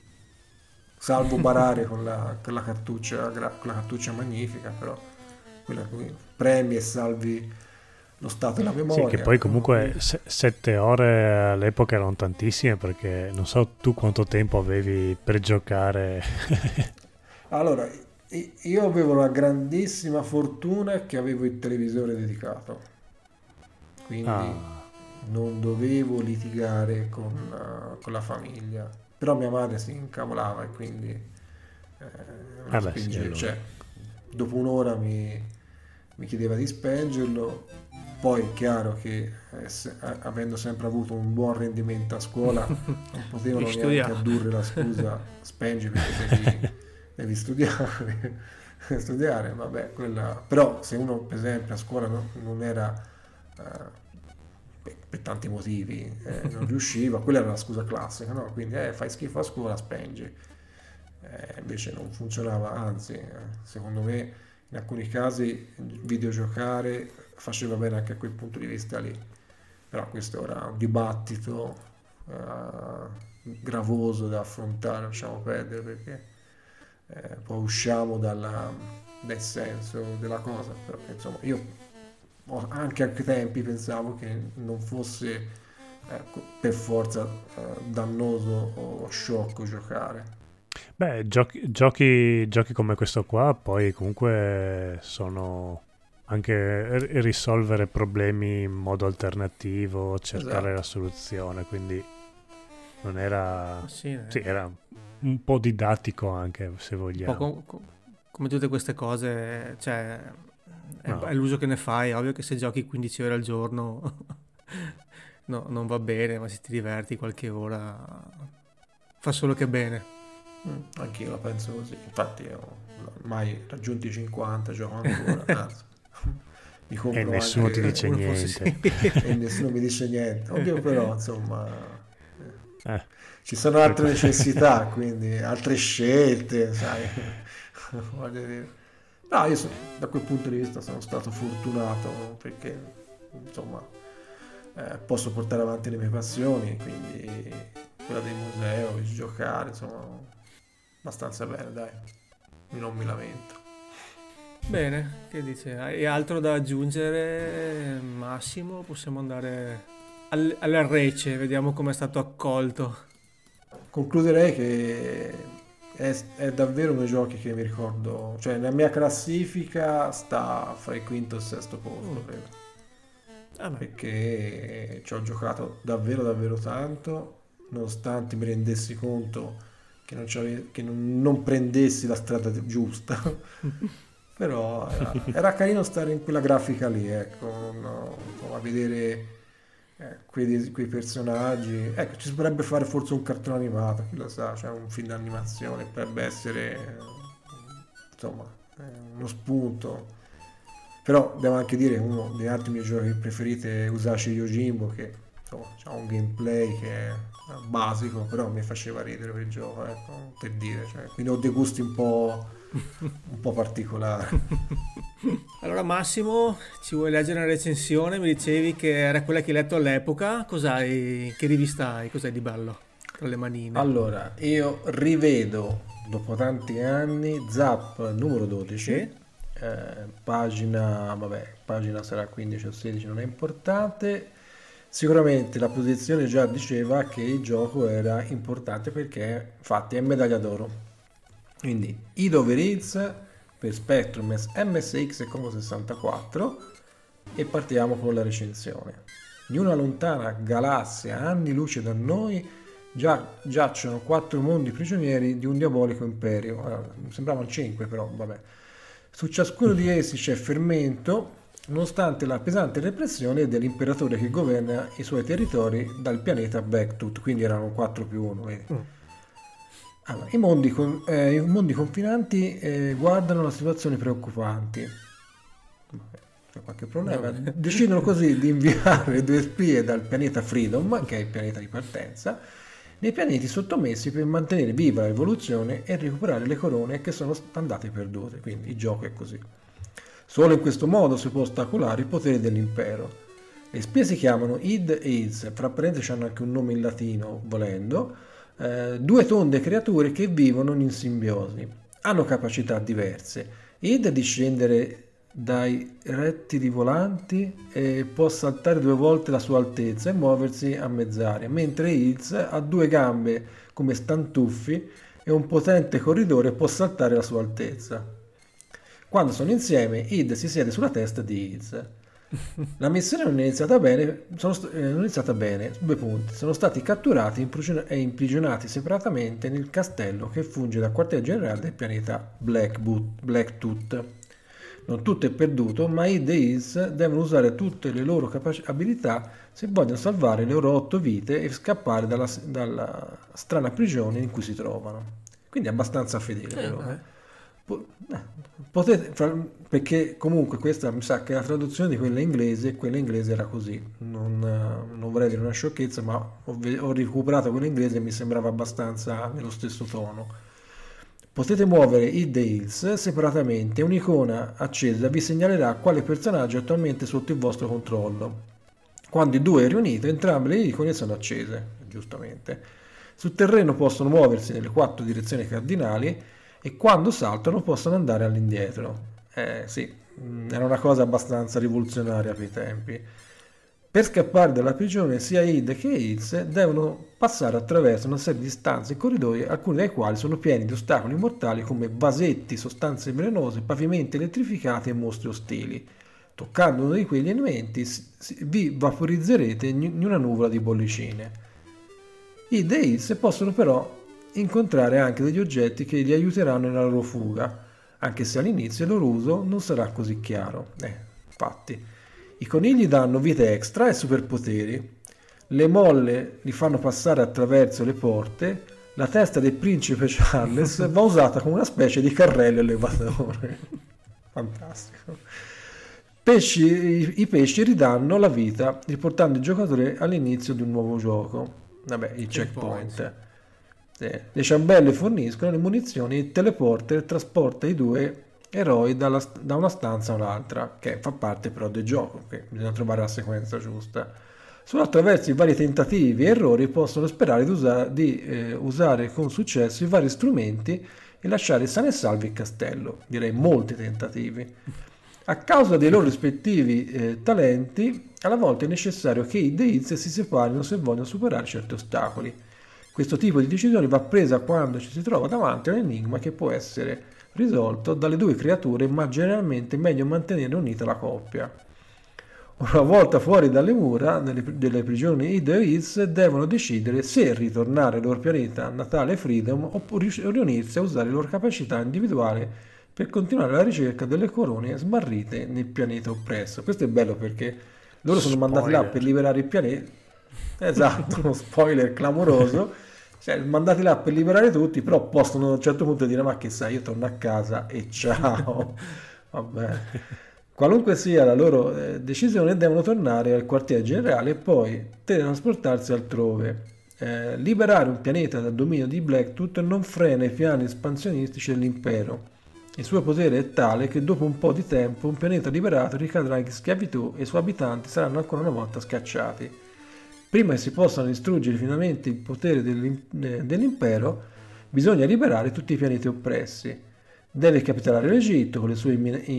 Salvo barare con la, con la cartuccia, gra- con la cartuccia magnifica, però quella cui premi e salvi lo stato e la Sì, che memoria. poi Mamma comunque mia. se- sette ore all'epoca erano tantissime perché non so tu quanto tempo avevi per giocare. Allora, i- io avevo la grandissima fortuna che avevo il televisore dedicato, quindi Ah, non dovevo litigare con, eh, con la famiglia. Però mia madre si incavolava e quindi eh, me lo vabbè sì, spinge, allora. cioè dopo un'ora mi, mi chiedeva di spengerlo. Poi è chiaro che eh, se- a- avendo sempre avuto un buon rendimento a scuola non Devi potevano neanche studiare. addurre la scusa spengi perché devi, devi studiare, studiare, vabbè, quella. Però se uno per esempio a scuola non, non era, eh, per, per tanti motivi, eh, non riusciva, quella era la scusa classica, no? Quindi eh, fai schifo a scuola, spengi. Eh, invece non funzionava, anzi, eh, secondo me in alcuni casi videogiocare faceva bene anche a quel punto di vista lì. Però questo era un dibattito eh, gravoso da affrontare, lasciamo perdere perché eh, poi usciamo dalla- dal senso della cosa. Però, insomma, io ho- anche a quei tempi pensavo che non fosse eh, co- per forza eh, dannoso o sciocco giocare. Beh, giochi, giochi, giochi come questo qua poi comunque sono anche ri- risolvere problemi in modo alternativo, cercare la Esatto. soluzione, quindi non era. Ma sì, Sì, eh. era un po' didattico anche se Un po' vogliamo. com- com- come tutte queste cose, cioè, è, è No. l'uso che ne fai. È ovvio che se giochi quindici ore al giorno no, non va bene, ma se ti diverti qualche ora fa solo che bene. Mm, anch'io la penso così. Infatti, ho ormai raggiunti i cinquanta, gioco ancora. Anzi, mi E compro nessuno ti anche dice Uno forse sì. niente. e nessuno mi dice niente. Oddio, però, insomma, eh, Eh, ci sono per altre que- necessità, quindi altre scelte, sai. Voglio dire. No, io so- da quel punto di vista sono stato fortunato perché, insomma, eh, posso portare avanti le mie passioni, quindi quella del museo, il giocare, insomma, abbastanza bene, dai, non mi lamento. Bene, che dice? Hai altro da aggiungere, Massimo? Possiamo andare al- alle rece, vediamo come è stato accolto. Concluderei che è, è davvero uno dei giochi che mi ricordo, cioè la mia classifica sta fra il quinto e il sesto posto, Mm. credo. Ah, beh. perché ci ho giocato davvero davvero tanto, nonostante mi rendessi conto che non, c'ave- che non, non prendessi la strada giusta. Però era, era carino stare in quella grafica lì, ecco, no, insomma, vedere eh, quei, quei personaggi. Ecco, ci si potrebbe fare forse un cartone animato, chi lo sa, cioè un film d'animazione, potrebbe essere, eh, insomma, eh, uno spunto. Però devo anche dire, uno degli altri miei giochi preferiti è Usashi Yojimbo, che insomma, ha un gameplay che è basico, però mi faceva ridere quel gioco, ecco, per dire, cioè, quindi ho dei gusti un po', un po' particolari. Allora Massimo, ci vuoi leggere una recensione? Mi dicevi che era quella che hai letto all'epoca. Cos'hai, che rivista hai? Cos'hai di bello tra le manine? Allora, io rivedo dopo tanti anni Zap numero dodici, Sì? eh, pagina, vabbè, pagina sarà quindici o sedici, non è importante. Sicuramente la posizione già diceva che il gioco era importante perché infatti è medaglia d'oro. Quindi Id Over Hills per Spectrum M S X e Commodore sessantaquattro e partiamo con la recensione. In una lontana galassia, a anni luce da noi, già giacciono quattro mondi prigionieri di un diabolico imperio. Allora, sembravano cinque, però vabbè. Su ciascuno di essi c'è fermento, nonostante la pesante repressione dell'imperatore che governa i suoi territori dal pianeta Backtooth, quindi erano quattro più uno. Mm. Allora, i, mondi con- eh, i mondi confinanti eh, guardano la situazione preoccupanti. Vabbè, c'è qualche problema. Vabbè. Decidono così di inviare due spie dal pianeta Freedom, che è il pianeta di partenza, nei pianeti sottomessi per mantenere viva l'evoluzione e recuperare le corone che sono andate perdute. Quindi il gioco è così. Solo in questo modo si può ostacolare il potere dell'impero. Le spie si chiamano Id e Iz, fra parentesi hanno anche un nome in latino, volendo, eh, due tonde creature che vivono in simbiosi. Hanno capacità diverse. Id di scendere dai rettili volanti e può saltare due volte la sua altezza e muoversi a mezz'aria, mentre Iz ha due gambe come stantuffi e un potente corridore e può saltare la sua altezza. Quando sono insieme, Id si siede sulla testa di Iz. La missione non è iniziata bene, sono st- eh, non è iniziata bene, due punti. Sono stati catturati imprigion- e imprigionati separatamente nel castello che funge da quartier generale del pianeta Blackboot- Blacktooth. Non tutto è perduto, ma Id e Iz devono usare tutte le loro capaci- abilità se vogliono salvare le loro otto vite e scappare dalla, dalla strana prigione in cui si trovano. Quindi è abbastanza fedele, Eh, però. vabbè. Po- eh, potete, fra- perché comunque questa mi sa che la traduzione di quella inglese, e quella inglese era così. Non, eh, non vorrei dire una sciocchezza, ma ho, ve- ho recuperato quella inglese e mi sembrava abbastanza nello stesso tono. Potete muovere Id e Hills separatamente e un'icona accesa vi segnalerà quale personaggio è attualmente sotto il vostro controllo. Quando i due è riunito, entrambe le icone sono accese, giustamente. Sul terreno possono muoversi nelle quattro direzioni cardinali e quando saltano possono andare all'indietro. Eh sì, mh, era una cosa abbastanza rivoluzionaria per i tempi. Per scappare dalla prigione sia Id che Hills devono passare attraverso una serie di stanze e corridoi, alcuni dei quali sono pieni di ostacoli mortali come vasetti, sostanze velenose, pavimenti elettrificati e mostri ostili. Toccando uno di quegli elementi si- si- vi vaporizzerete in una nuvola di bollicine. Id e Hills possono però incontrare anche degli oggetti che li aiuteranno nella loro fuga, anche se all'inizio il loro uso non sarà così chiaro. Eh, infatti, i conigli danno vite extra e superpoteri, le molle li fanno passare attraverso le porte, la testa del principe Charles va usata come una specie di carrello elevatore. Fantastico. Pesci, i, I pesci ridanno la vita, riportando il giocatore all'inizio di un nuovo gioco. Vabbè, il checkpoint. Sì. Le ciambelle forniscono le munizioni e il teleporter trasporta i due eroi dalla, da una stanza a un'altra, che fa parte però del gioco, che bisogna trovare la sequenza giusta. Solo attraverso i vari tentativi e errori possono sperare di, usa, di eh, usare con successo i vari strumenti e lasciare sano e salvo il castello. Direi molti tentativi. A causa dei loro rispettivi eh, talenti, alla volta è necessario che Id e Hills si separino se vogliono superare certi ostacoli. Questo tipo di decisione va presa quando ci si trova davanti a un enigma che può essere risolto dalle due creature, ma generalmente è meglio mantenere unita la coppia. Una volta fuori dalle mura delle, delle prigioni, Id e Iz devono decidere se ritornare al loro pianeta natale Freedom oppure riunirsi a usare le loro capacità individuali per continuare la ricerca delle corone smarrite nel pianeta oppresso. Questo è bello perché loro sono Spoiler. mandati là per liberare il pianeta. Esatto, uno spoiler clamoroso. Cioè, mandati là per liberare tutti, però possono a un certo punto dire: ma che sai, io torno a casa e ciao. Vabbè. Qualunque sia la loro eh, decisione, devono tornare al quartiere generale e poi teletrasportarsi altrove. Eh, liberare un pianeta dal dominio di Blacktooth non frena i piani espansionistici dell'impero. Il suo potere è tale che dopo un po' di tempo un pianeta liberato ricadrà in schiavitù e i suoi abitanti saranno ancora una volta scacciati. Prima che si possano distruggere finalmente il potere dell'impero, bisogna liberare tutti i pianeti oppressi. Deve capitolare l'Egitto con le sue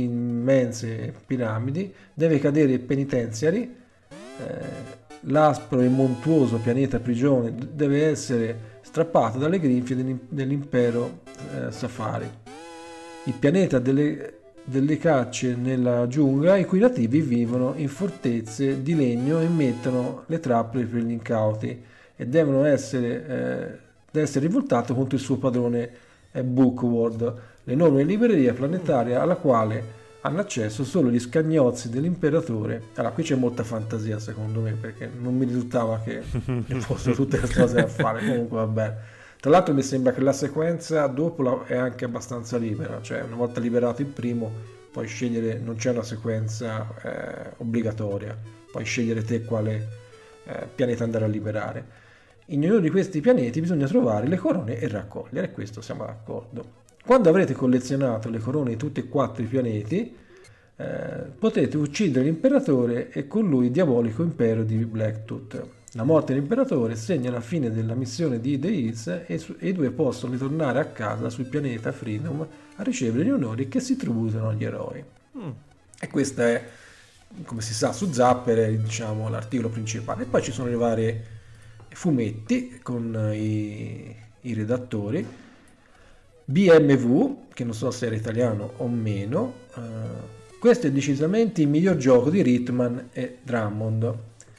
immense piramidi, deve cadere il Penitenziary, eh, l'aspro e montuoso pianeta prigione deve essere strappato dalle grinfie dell'impero eh, Safari. Il pianeta delle, delle cacce nella giungla, i cui nativi vivono in fortezze di legno e mettono le trappole per gli incauti e devono essere, eh, deve essere rivoltato contro il suo padrone eh, Bookworld, l'enorme libreria planetaria alla quale hanno accesso solo gli scagnozzi dell'imperatore. Allora, qui c'è molta fantasia secondo me, perché non mi risultava che fossero tutte le cose da fare. Comunque va bene. Tra l'altro mi sembra che la sequenza dopo la, è anche abbastanza libera, cioè una volta liberato il primo puoi scegliere, non c'è una sequenza eh, obbligatoria, puoi scegliere te quale eh, pianeta andare a liberare. In ognuno di questi pianeti bisogna trovare le corone e raccogliere, e questo siamo d'accordo. Quando avrete collezionato le corone di tutti e quattro i pianeti, eh, potete uccidere l'imperatore e con lui il diabolico impero di Blacktooth. La morte dell'imperatore segna la fine della missione di Id e Iz e, su- e i due possono ritornare a casa sul pianeta Freedom a ricevere gli onori che si tributano agli eroi. Mm. E questo è, come si sa, su Zapper è, diciamo, l'articolo principale. E poi ci sono i vari fumetti con i, i redattori. B M W, che non so se era italiano o meno, uh, questo è decisamente il miglior gioco di Ritman e Drummond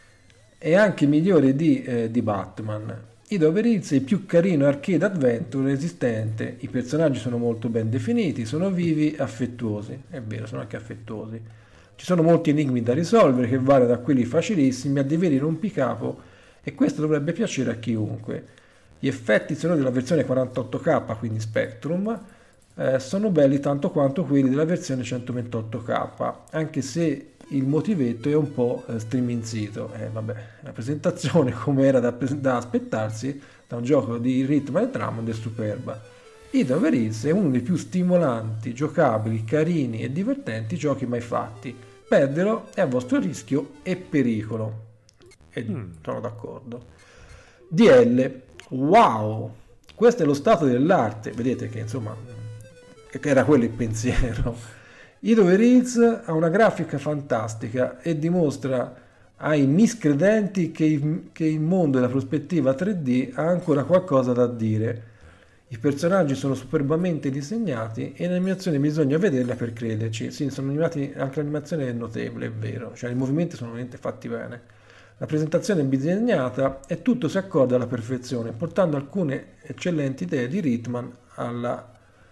e anche il migliore di, eh, di Batman. Id Over Eats è il più carino arcade adventure esistente, i personaggi sono molto ben definiti, sono vivi e affettuosi, è vero, sono anche affettuosi. Ci sono molti enigmi da risolvere che variano da quelli facilissimi a dei veri rompicapo e questo dovrebbe piacere a chiunque. Gli effetti sonori della versione quarantotto K, quindi Spectrum, eh, sono belli tanto quanto quelli della versione centoventotto K, anche se il motivetto è un po' eh, striminzito. Eh, vabbè, la presentazione, come era da, da aspettarsi da un gioco di Ritman e Drummond, è superba. Id Over Eats è uno dei più stimolanti, giocabili, carini e divertenti giochi mai fatti. Perderlo è a vostro rischio e pericolo. E mm. sono d'accordo. D L. Wow, questo è lo stato dell'arte. Vedete che insomma che era quello il pensiero. Id Over Eats ha una grafica fantastica e dimostra ai miscredenti che il, che il mondo della prospettiva tre D ha ancora qualcosa da dire. I personaggi sono superbamente disegnati e l'animazione bisogna vederla per crederci. Sì, sono animati, anche l'animazione è notevole, è vero, cioè i movimenti sono veramente fatti bene. La presentazione è disegnata e tutto si accorda alla perfezione, portando alcune eccellenti idee di Ritman alla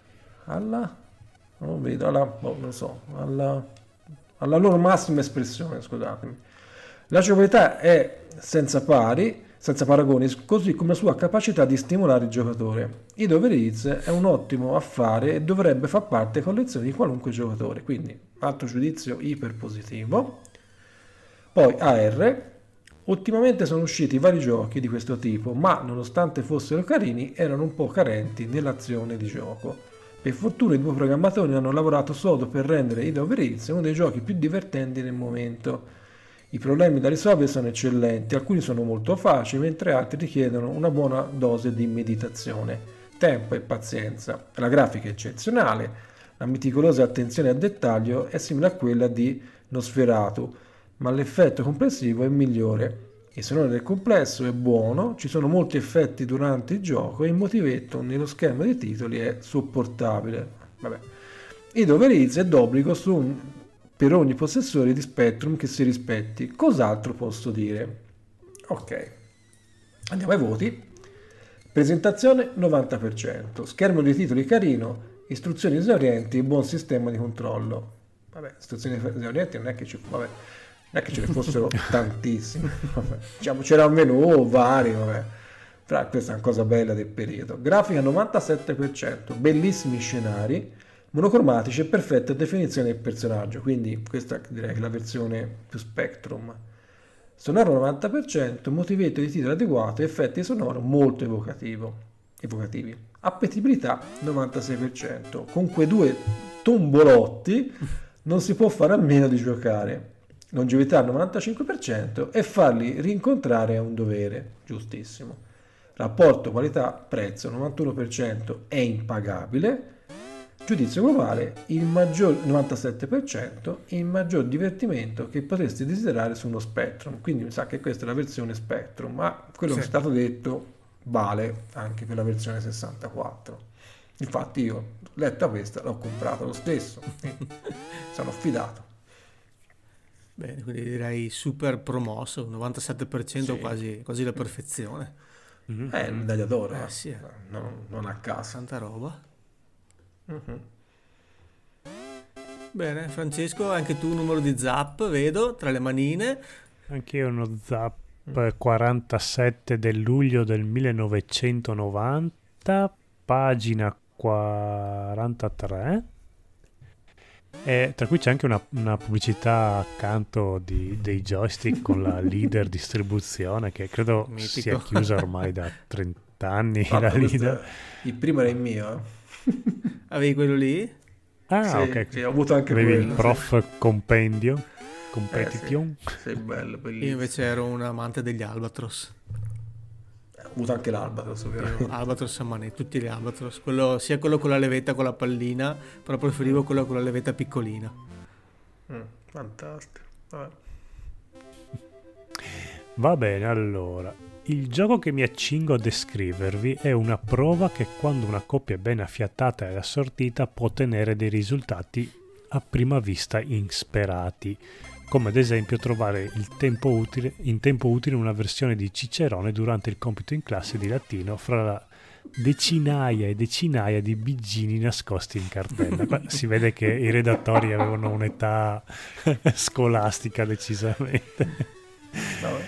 alla non vedo, alla boh, non so, alla alla loro massima espressione, scusatemi. La giocabilità è senza pari, senza paragoni, così come la sua capacità di stimolare il giocatore. Id Over Eats è un ottimo affare e dovrebbe far parte delle collezioni di qualunque giocatore, quindi altro giudizio iper positivo. Poi A R. Ultimamente sono usciti vari giochi di questo tipo, ma nonostante fossero carini, erano un po' carenti nell'azione di gioco. Per fortuna i due programmatori hanno lavorato sodo per rendere Id Over Eats uno dei giochi più divertenti del momento. I problemi da risolvere sono eccellenti, alcuni sono molto facili, mentre altri richiedono una buona dose di meditazione, tempo e pazienza. La grafica è eccezionale, la meticolosa attenzione al dettaglio è simile a quella di Nosferatu, ma l'effetto complessivo è migliore. Il sonoro del complesso è buono, ci sono molti effetti durante il gioco e il motivetto nello schermo dei titoli è sopportabile. Vabbè. Id Over Eats è d'obbligo su un per ogni possessore di Spectrum che si rispetti. Cos'altro posso dire? Ok, andiamo ai voti. Presentazione novanta per cento, schermo di titoli carino, istruzioni esaurienti e buon sistema di controllo. Vabbè, istruzioni esaurienti non è che ci, vabbè, non è che ce ne fossero tantissime, vabbè. Diciamo c'era un menu vari, vabbè. Però questa è una cosa bella del periodo. Grafica novantasette per cento, bellissimi scenari, monocromatici e perfetta definizione del personaggio, quindi questa direi che è la versione più Spectrum. Sonoro novanta per cento, motivetto di titolo adeguato, effetti sonoro molto evocativo, evocativi. Appetibilità novantasei per cento, con quei due tombolotti non si può fare a meno di giocare. Longevità novantacinque per cento e farli rincontrare è un dovere, giustissimo. Rapporto qualità-prezzo novantuno per cento è impagabile. Giudizio globale, il maggior novantasette per cento, il maggior divertimento che potresti desiderare su uno Spectrum. Quindi mi sa che questa è la versione Spectrum, ma quello Sì. che è stato detto vale anche per la versione sessantaquattro. Infatti io, letta questa, l'ho comprata lo stesso e sono affidato. Bene, quindi direi super promosso, novantasette per cento Sì. quasi, quasi la perfezione. Mhm. È un medaglia d'oro, Eh, eh. sì, eh. non, non a caso. Tanta roba. Mhm. Bene, Francesco, anche tu numero di zap, vedo, tra le manine. Anche uno zap quarantasette del luglio del millenovecentonovanta, pagina quarantatré, e tra cui c'è anche una, una pubblicità accanto di, dei joystick con la leader distribuzione che credo Mitico. sia chiusa ormai da trenta anni. Guarda, La questo leader. è- il primo era il mio, eh. Avevi quello lì? Ah, Sì, ok. sì, ho avuto anche Avevi quello, il prof compendio, Eh, competition. sì. Sei bello, Io bellissimo. invece ero un amante degli Albatros. Ho avuto anche l'Albatros, ovviamente. Io, Albatros a mani, tutti gli Albatros. Quello, sia quello con la levetta con la pallina, però preferivo quello con la levetta piccolina. Mm, fantastico. Vabbè. Va bene, allora. Il gioco che mi accingo a descrivervi è una prova che quando una coppia è ben affiatata e assortita può ottenere dei risultati a prima vista insperati, come ad esempio trovare il tempo utile, in tempo utile una versione di Cicerone durante il compito in classe di latino fra la decinaia e decinaia di bigini nascosti in cartella. Qua si vede che i redattori avevano un'età scolastica decisamente. Vabbè.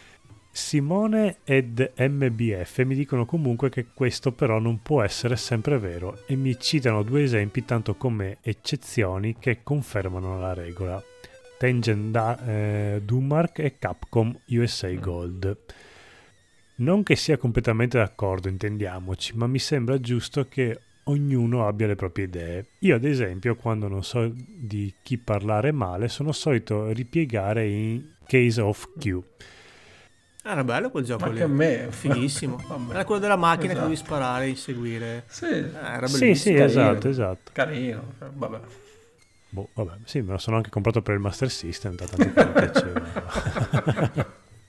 Simone ed M B F mi dicono comunque che questo però non può essere sempre vero e mi citano due esempi tanto come eccezioni che confermano la regola: Tengen da, eh, Dumark e Capcom U S A Gold. Non che sia completamente d'accordo, intendiamoci, ma mi sembra giusto che ognuno abbia le proprie idee. Io ad esempio, quando non so di chi parlare male, sono solito ripiegare in Case of Q. Ah, era bello quel gioco Ma lì. anche a me. Fighissimo. Vabbè. Era quello della macchina Esatto. che dovevi sparare e inseguire. Sì, Eh, era bellissimo. Sì, sì, carino. esatto, esatto. carino. Vabbè. Boh, vabbè, sì, me lo sono anche comprato per il Master System, da tanto che mi piaceva.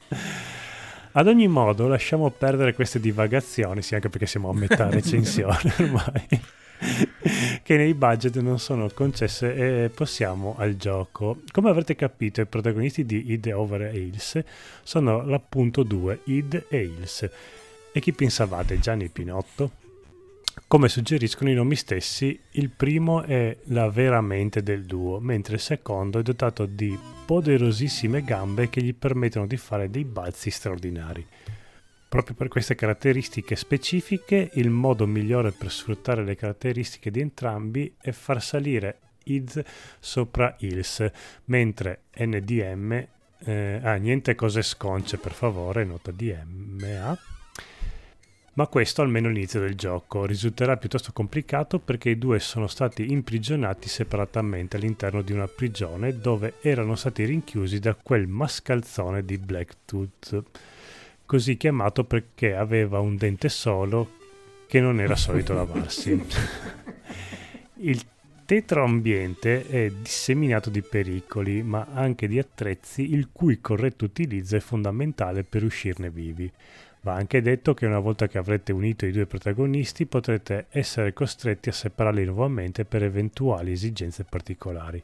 Ad ogni modo, lasciamo perdere queste divagazioni, sì, anche perché siamo a metà recensione ormai, che nei budget non sono concesse e passiamo al gioco. Come avrete capito, i protagonisti di Id Over Hills sono l'appunto due, Id e Hills. E chi pensavate, Gianni Pinotto? Come suggeriscono i nomi stessi, il primo è la vera mente del duo, mentre il secondo è dotato di poderosissime gambe che gli permettono di fare dei balzi straordinari. Proprio per queste caratteristiche specifiche, il modo migliore per sfruttare le caratteristiche di entrambi è far salire Id sopra Hills, mentre N D M... Eh, ah, niente cose sconce, per favore, nota D M A. Ma questo almeno all'inizio del gioco risulterà piuttosto complicato perché i due sono stati imprigionati separatamente all'interno di una prigione dove erano stati rinchiusi da quel mascalzone di Blacktooth, così chiamato perché aveva un dente solo che non era solito lavarsi. Il tetraambiente è disseminato di pericoli, ma anche di attrezzi il cui corretto utilizzo è fondamentale per uscirne vivi. Va anche detto che una volta che avrete unito i due protagonisti potrete essere costretti a separarli nuovamente per eventuali esigenze particolari.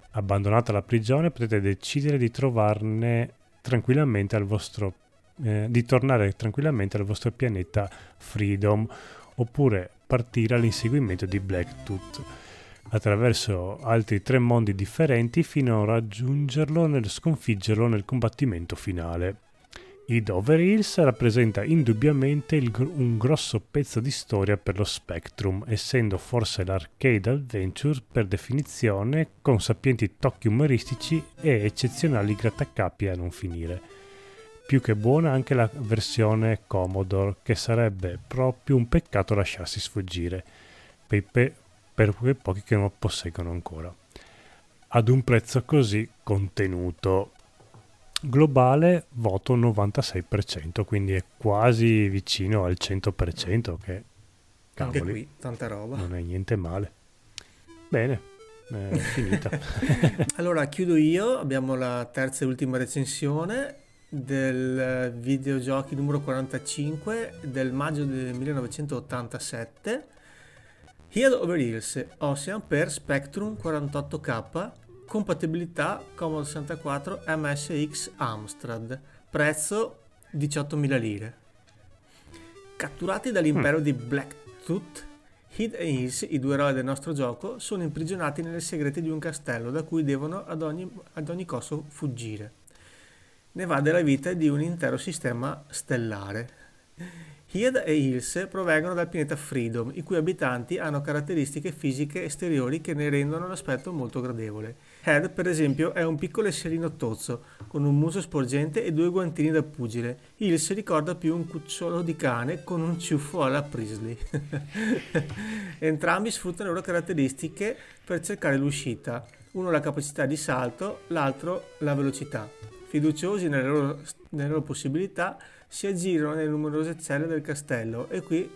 Abbandonata la prigione, potete decidere di trovarne tranquillamente al vostro eh, di tornare tranquillamente al vostro pianeta Freedom, oppure partire all'inseguimento di Blacktooth attraverso altri tre mondi differenti fino a raggiungerlo nel sconfiggerlo nel combattimento finale. Il Dover Hills rappresenta indubbiamente il, un grosso pezzo di storia per lo Spectrum, essendo forse l'arcade adventure per definizione, con sapienti tocchi umoristici e eccezionali grattacapi a non finire. Più che buona anche la versione Commodore, che sarebbe proprio un peccato lasciarsi sfuggire, per, per, per quei pochi che non lo posseggono ancora. Ad un prezzo così contenuto. Globale voto novantasei per cento, quindi è quasi vicino al cento per cento, che anche cavoli, qui tanta roba, non è niente male. Bene, è finita. Allora chiudo io. Abbiamo la terza e ultima recensione del videogiochi numero quarantacinque del maggio del millenovecentottantasette, Head Over Heels Ocean per Spectrum quarantotto K, compatibilità Commodore sessantaquattro M S X Amstrad, prezzo diciottomila lire. Catturati dall'impero mm. di Blacktooth, Head e Heels, i due eroi del nostro gioco, sono imprigionati nelle segrete di un castello da cui devono ad ogni, ad ogni costo fuggire. Ne va della vita di un intero sistema stellare. Head e Heels provengono dal pianeta Freedom, i cui abitanti hanno caratteristiche fisiche esteriori che ne rendono l'aspetto molto gradevole. Head, per esempio, è un piccolo esserino tozzo, con un muso sporgente e due guantini da pugile. Heels ricorda più un cucciolo di cane con un ciuffo alla Presley. Entrambi sfruttano le loro caratteristiche per cercare l'uscita. Uno la capacità di salto, l'altro la velocità. Fiduciosi nelle loro, nelle loro possibilità, si aggirano nelle numerose celle del castello e qui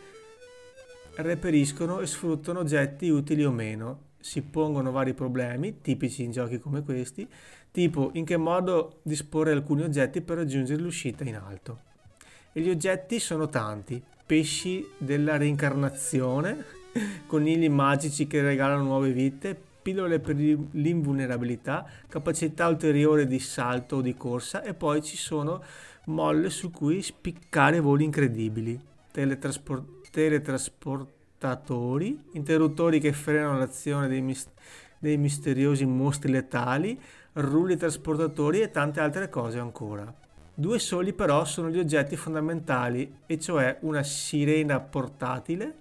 reperiscono e sfruttano oggetti utili o meno. Si pongono vari problemi, tipici in giochi come questi, tipo in che modo disporre alcuni oggetti per raggiungere l'uscita in alto. E gli oggetti sono tanti: pesci della reincarnazione, conigli magici che regalano nuove vite, pillole per l'invulnerabilità, capacità ulteriore di salto o di corsa, e poi ci sono molle su cui spiccare voli incredibili, teletraspor- teletrasportatori, interruttori che frenano l'azione dei, mis- dei misteriosi mostri letali, rulli trasportatori e tante altre cose ancora. Due soli però sono gli oggetti fondamentali, e cioè una sirena portatile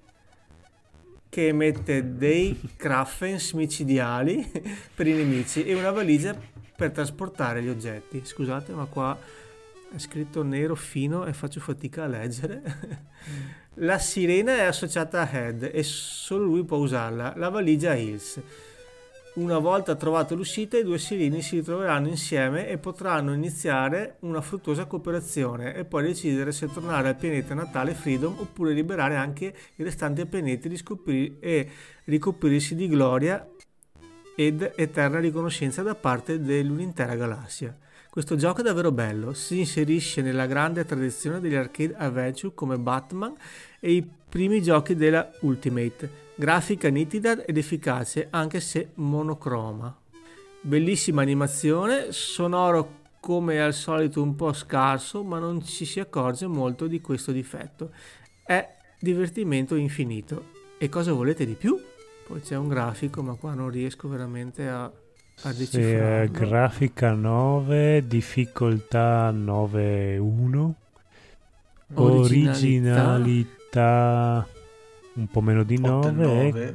che emette dei kraffens micidiali per i nemici e una valigia per trasportare gli oggetti. Scusate, ma qua è scritto nero fino e faccio fatica a leggere. La sirena è associata a Head e solo lui può usarla, la valigia a Heels. Una volta trovato l'uscita, i due sirini si ritroveranno insieme e potranno iniziare una fruttuosa cooperazione e poi decidere se tornare al pianeta natale Freedom oppure liberare anche i restanti pianeti di scoprire e ricoprirsi di gloria ed eterna riconoscenza da parte dell'un'intera galassia. Questo gioco è davvero bello, si inserisce nella grande tradizione degli arcade adventure come Batman e i primi giochi della Ultimate. Grafica nitida ed efficace, anche se monocroma. Bellissima animazione, sonoro come al solito un po' scarso, ma non ci si accorge molto di questo difetto. È divertimento infinito. E cosa volete di più? Poi c'è un grafico, ma qua non riesco veramente a, a decifrarlo. Sì, grafica nove, difficoltà nove uno, originalità, originalità un po' meno di nove,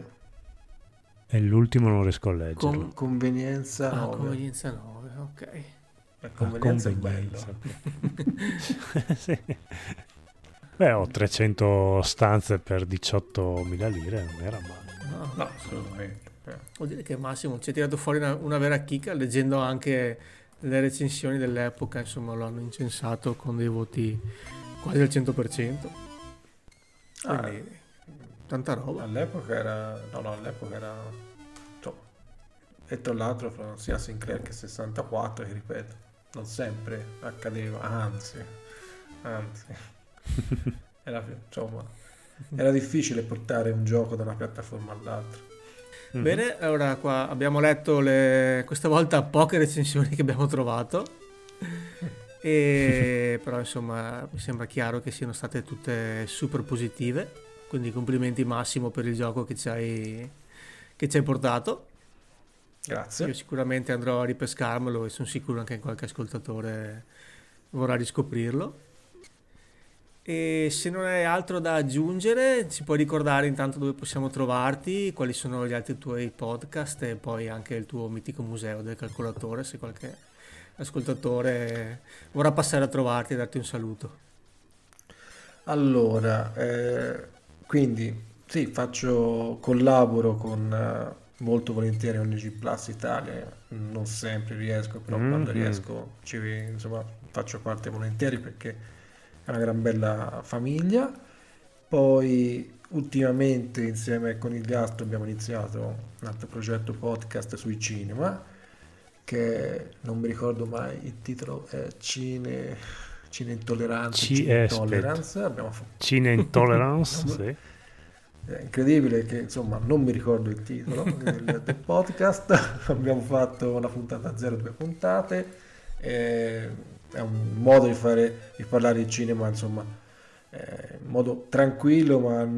e l'ultimo non riesco a leggerlo. Con, convenienza ah, nove. Convenienza nove, ok. La convenienza, ah, convenienza è bello. Sì. Beh, ho trecento stanze per diciottomila lire, non era male. No, no, assolutamente. Eh. Vuol dire che Massimo ci ha tirato fuori una, una vera chicca, leggendo anche le recensioni dell'epoca, insomma lo hanno incensato con dei voti quasi al cento per cento. Quindi, ah, tanta roba. All'epoca era... No, no, all'epoca era... Insomma, e tra l'altro sia Sinclair che sessantaquattro, che ripeto, non sempre accadeva, anzi, anzi... Era, insomma, era difficile portare un gioco da una piattaforma all'altra. Mhm. Bene, allora qua abbiamo letto le, questa volta poche recensioni che abbiamo trovato, e, però insomma mi sembra chiaro che siano state tutte super positive, quindi complimenti Massimo per il gioco che ci hai, che ci hai portato. Io Grazie. sicuramente andrò a ripescarmelo e sono sicuro anche che qualche ascoltatore vorrà riscoprirlo. E se non hai altro da aggiungere, ci puoi ricordare intanto dove possiamo trovarti, quali sono gli altri tuoi podcast e poi anche il tuo mitico museo del calcolatore, se qualche ascoltatore vorrà passare a trovarti e darti un saluto. Allora, eh, quindi sì, faccio, collaboro con eh, molto volentieri con G Plus Italia, non sempre riesco, però quando Mhm. riesco ci, insomma, faccio parte volentieri perché è una gran bella famiglia. Poi ultimamente insieme a Conigliastro abbiamo iniziato un altro progetto podcast sui cinema, che non mi ricordo mai il titolo, è Cine, Cine Intolleranza, C- Cine eh, aspetta. Intolerance. Abbiamo fa- Cine Intolerance, non- sì. è incredibile che insomma non mi ricordo il titolo del, del podcast. Abbiamo fatto una puntata zero, due puntate. eh, è un modo di fare, di parlare di cinema, insomma, eh, in modo tranquillo, ma,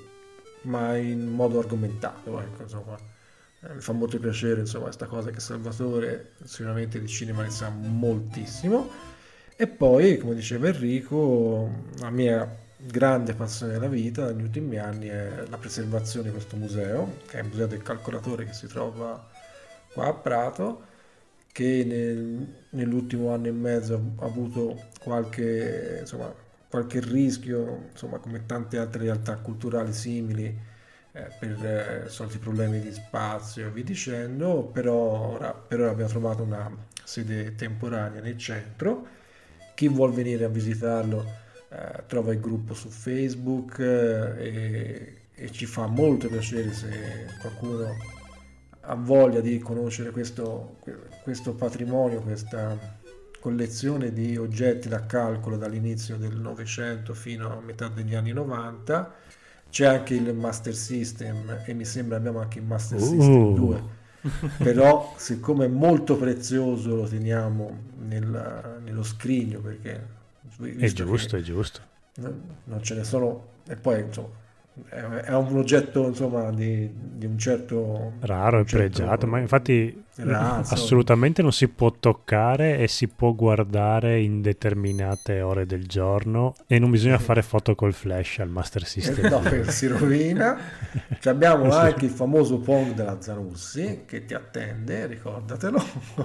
ma in modo argomentato, ecco, insomma. Eh, mi fa molto piacere, insomma, questa cosa che Salvatore sicuramente di cinema ne sa moltissimo. E poi, come diceva Enrico, la mia grande passione della vita negli ultimi anni è la preservazione di questo museo, che è il Museo del Calcolatore che si trova qua a Prato, che nel- nell'ultimo anno e mezzo ha avuto qualche, insomma, qualche rischio, insomma, come tante altre realtà culturali simili, eh, per eh, soliti problemi di spazio e via dicendo, però ora, per ora abbiamo trovato una sede temporanea nel centro. Chi vuol venire a visitarlo eh, trova il gruppo su Facebook, eh, e, e ci fa molto piacere se qualcuno ha voglia di conoscere questo, questo patrimonio, questa collezione di oggetti da calcolo dall'inizio del Novecento fino a metà degli anni novanta. C'è anche il Master System e mi sembra abbiamo anche il Master System Uh, due, però siccome è molto prezioso lo teniamo nel- nello scrigno perché è visto che giusto, è giusto. non non ce ne sono, e poi insomma è, è un oggetto insomma di, di un certo, di Raro e un pregiato, ma certo infatti mm, razzo. assolutamente non si può toccare e si può guardare in determinate ore del giorno e non bisogna fare foto col flash al Master Eh, System no, perché due. si rovina. Ci abbiamo Sì. anche il famoso Pong della Zanussi che ti attende, ricordatelo.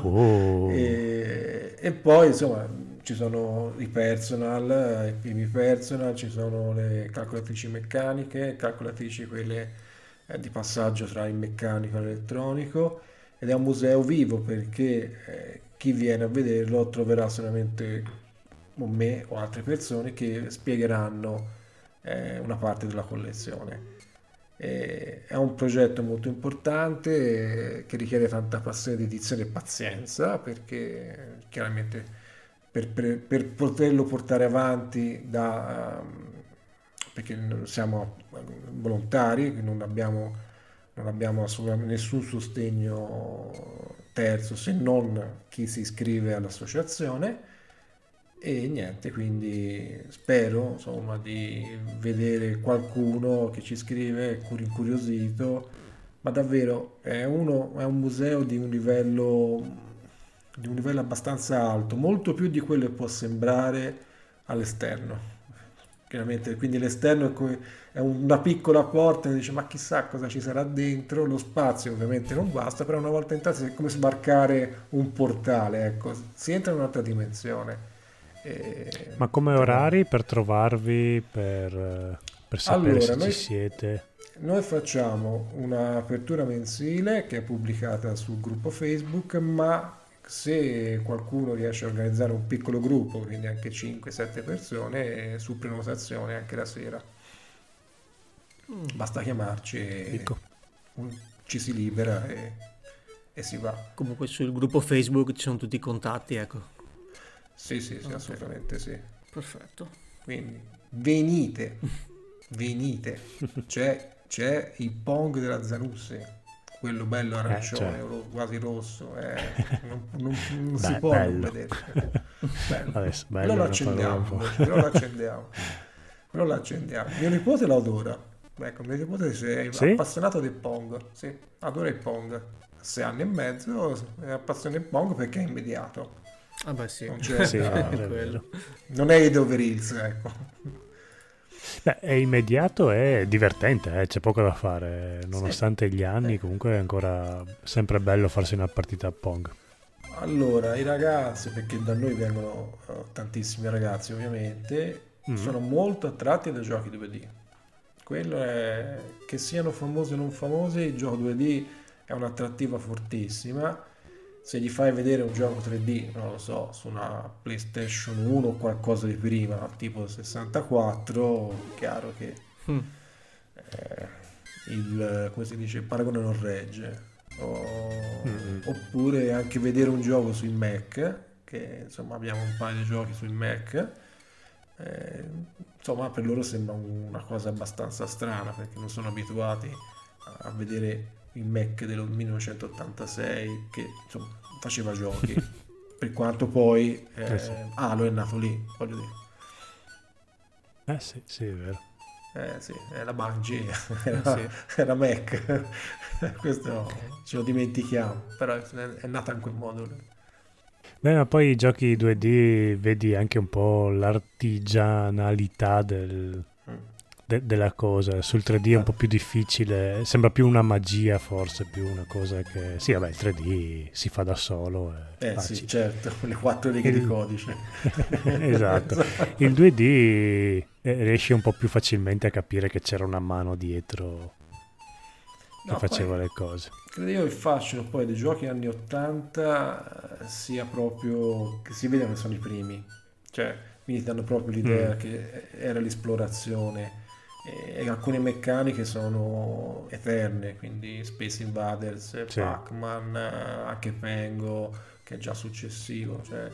Oh. E, e poi insomma ci sono i personal, i primi personal, ci sono le calcolatrici meccaniche, calcolatrici quelle eh, di passaggio tra il meccanico e l'elettronico, ed è un museo vivo perché eh, chi viene a vederlo troverà solamente o me o altre persone che spiegheranno eh, una parte della collezione. E è un progetto molto importante, eh, che richiede tanta passione, dedizione e pazienza perché chiaramente per, per- per poterlo portare avanti da, perché siamo volontari, non abbiamo, non abbiamo assolutamente nessun sostegno terzo se non chi si iscrive all'associazione. E niente, quindi spero insomma di vedere qualcuno che ci scrive cur- incuriosito, ma davvero è, uno, è un museo di un livello, di un livello abbastanza alto, molto più di quello che può sembrare all'esterno. Chiaramente, quindi l'esterno è, come- è una piccola porta e dice ma chissà cosa ci sarà dentro, lo spazio ovviamente non basta, però una volta entrati è come sbarcare un portale, ecco, si entra in un'altra dimensione. E Ma come troviamo. orari per trovarvi, per, eh, per sapere Allora, se ci noi, siete? noi facciamo un'apertura mensile che è pubblicata sul gruppo Facebook, ma se qualcuno riesce a organizzare un piccolo gruppo, quindi anche cinque sette persone, è su prenotazione anche la sera. Mm, Basta chiamarci e Dico. mm, ci si libera e, e si va. Comunque sul gruppo Facebook ci sono tutti i contatti, ecco. Sì, sì, sì, Ok, assolutamente sì. perfetto. Quindi venite, venite. C'è, c'è il Pong della Zanussi quello bello arancione, Eh, cioè. ro- quasi rosso, eh, non, non- non si Beh, può non bello. vedere. Bello. Adesso, Quello bello lo è una parola un accendiamo, po'. invece, quello lo accendiamo. Quello lo accendiamo. Mio nipote lo adora. Ecco, mio nipote è Sì? appassionato del Pong, sì, adora il Pong. A sei anni e mezzo è appassionato del Pong perché è immediato. Ah beh sì, Non c'è Sì, è da- vero, è quello. vero. non è Head Over Heels, ecco. Beh, è immediato e divertente, eh, c'è poco da fare. Sì. Nonostante gli anni, Eh. comunque è ancora sempre bello farsi una partita a Pong. Allora, i ragazzi, perché da noi vengono eh, tantissimi ragazzi ovviamente, Mm. sono molto attratti dai giochi due D. Quello è, che siano famosi o non famosi, il gioco due D è un'attrattiva fortissima. Se gli fai vedere un gioco tre D, non lo so, su una PlayStation uno o qualcosa di prima, tipo sessantaquattro, chiaro che Mm. eh, il, come si dice, il paragone non regge. O- Mm. oppure anche vedere un gioco sui Mac, che insomma abbiamo un paio di giochi sui Mac, eh, insomma per loro sembra una cosa abbastanza strana perché non sono abituati a vedere il Mac del millenovecentottantasei che insomma faceva giochi, per quanto poi eh, Eh sì. Halo è nato lì, voglio dire. Eh sì, sì, è vero. Eh sì, è la Bungie, Eh era, sì. era Mac, questo ce lo dimentichiamo, però è, è nata in quel modo. Beh, ma poi i giochi due D vedi anche un po' l'artigianalità del- Mm. de- della cosa. Sul tre D è un po' più difficile, sembra più una magia forse, più una cosa che... Sì, vabbè, il tre D si fa da solo, è Eh facile. sì, certo, le quattro righe di Il- codice. Esatto. Il due D eh, riesci un po' più facilmente a capire che c'era una mano dietro che No, faceva poi le cose. credo io il fascino poi dei giochi anni ottanta eh, sia proprio che si vede che sono i primi, cioè quindi danno proprio l'idea Mm. che era l'esplorazione e, e alcune meccaniche sono eterne, quindi Space Invaders, eh, Sì. Pac-Man, eh, anche Pengo, che è già successivo, cioè,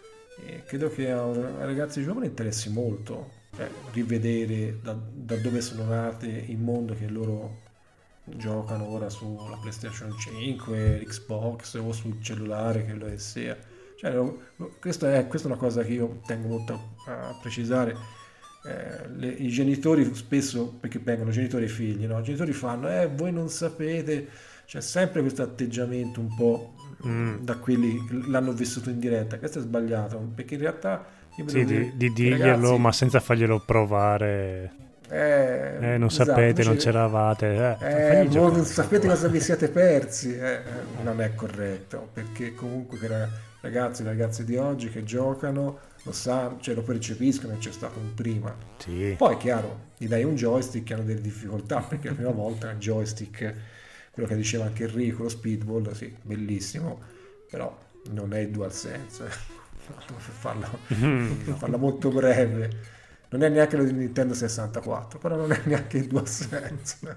e credo che a un- ai ragazzi giovani interessi molto, cioè, rivedere da, da dove sono nate il mondo che loro giocano ora sulla PlayStation cinque, Xbox o sul cellulare che lo è sia. Cioè, lo- lo- questa è, questa è una cosa che io tengo molto a, a precisare. Eh, le- i genitori spesso, perché vengono genitori e figli, no? I genitori fanno, eh, voi non sapete, c'è sempre questo atteggiamento un po' Mm. da quelli che l'hanno vissuto in diretta. Questo è sbagliato, perché in realtà io vedo Sì, che di, di i dirglielo, ragazzi, ma senza farglielo provare. eh, Eh, non esatto, sapete, non invece c'eravate. Eh, fa- eh, fagli voi giocare. non sapete cosa vi siete persi, eh, eh, non è corretto, perché comunque che ra- ragazzi e ragazze di oggi che giocano lo sanno, cioè lo percepiscono e c'è stato un prima. Sì. Poi è chiaro, gli dai un joystick e hanno delle difficoltà, perché la prima volta il joystick, quello che diceva anche Enrico, lo speedball, sì, bellissimo, però non è il DualSense, per farla, per farla molto breve. Non è neanche la di Nintendo sessantaquattro, però non è neanche il DualSense.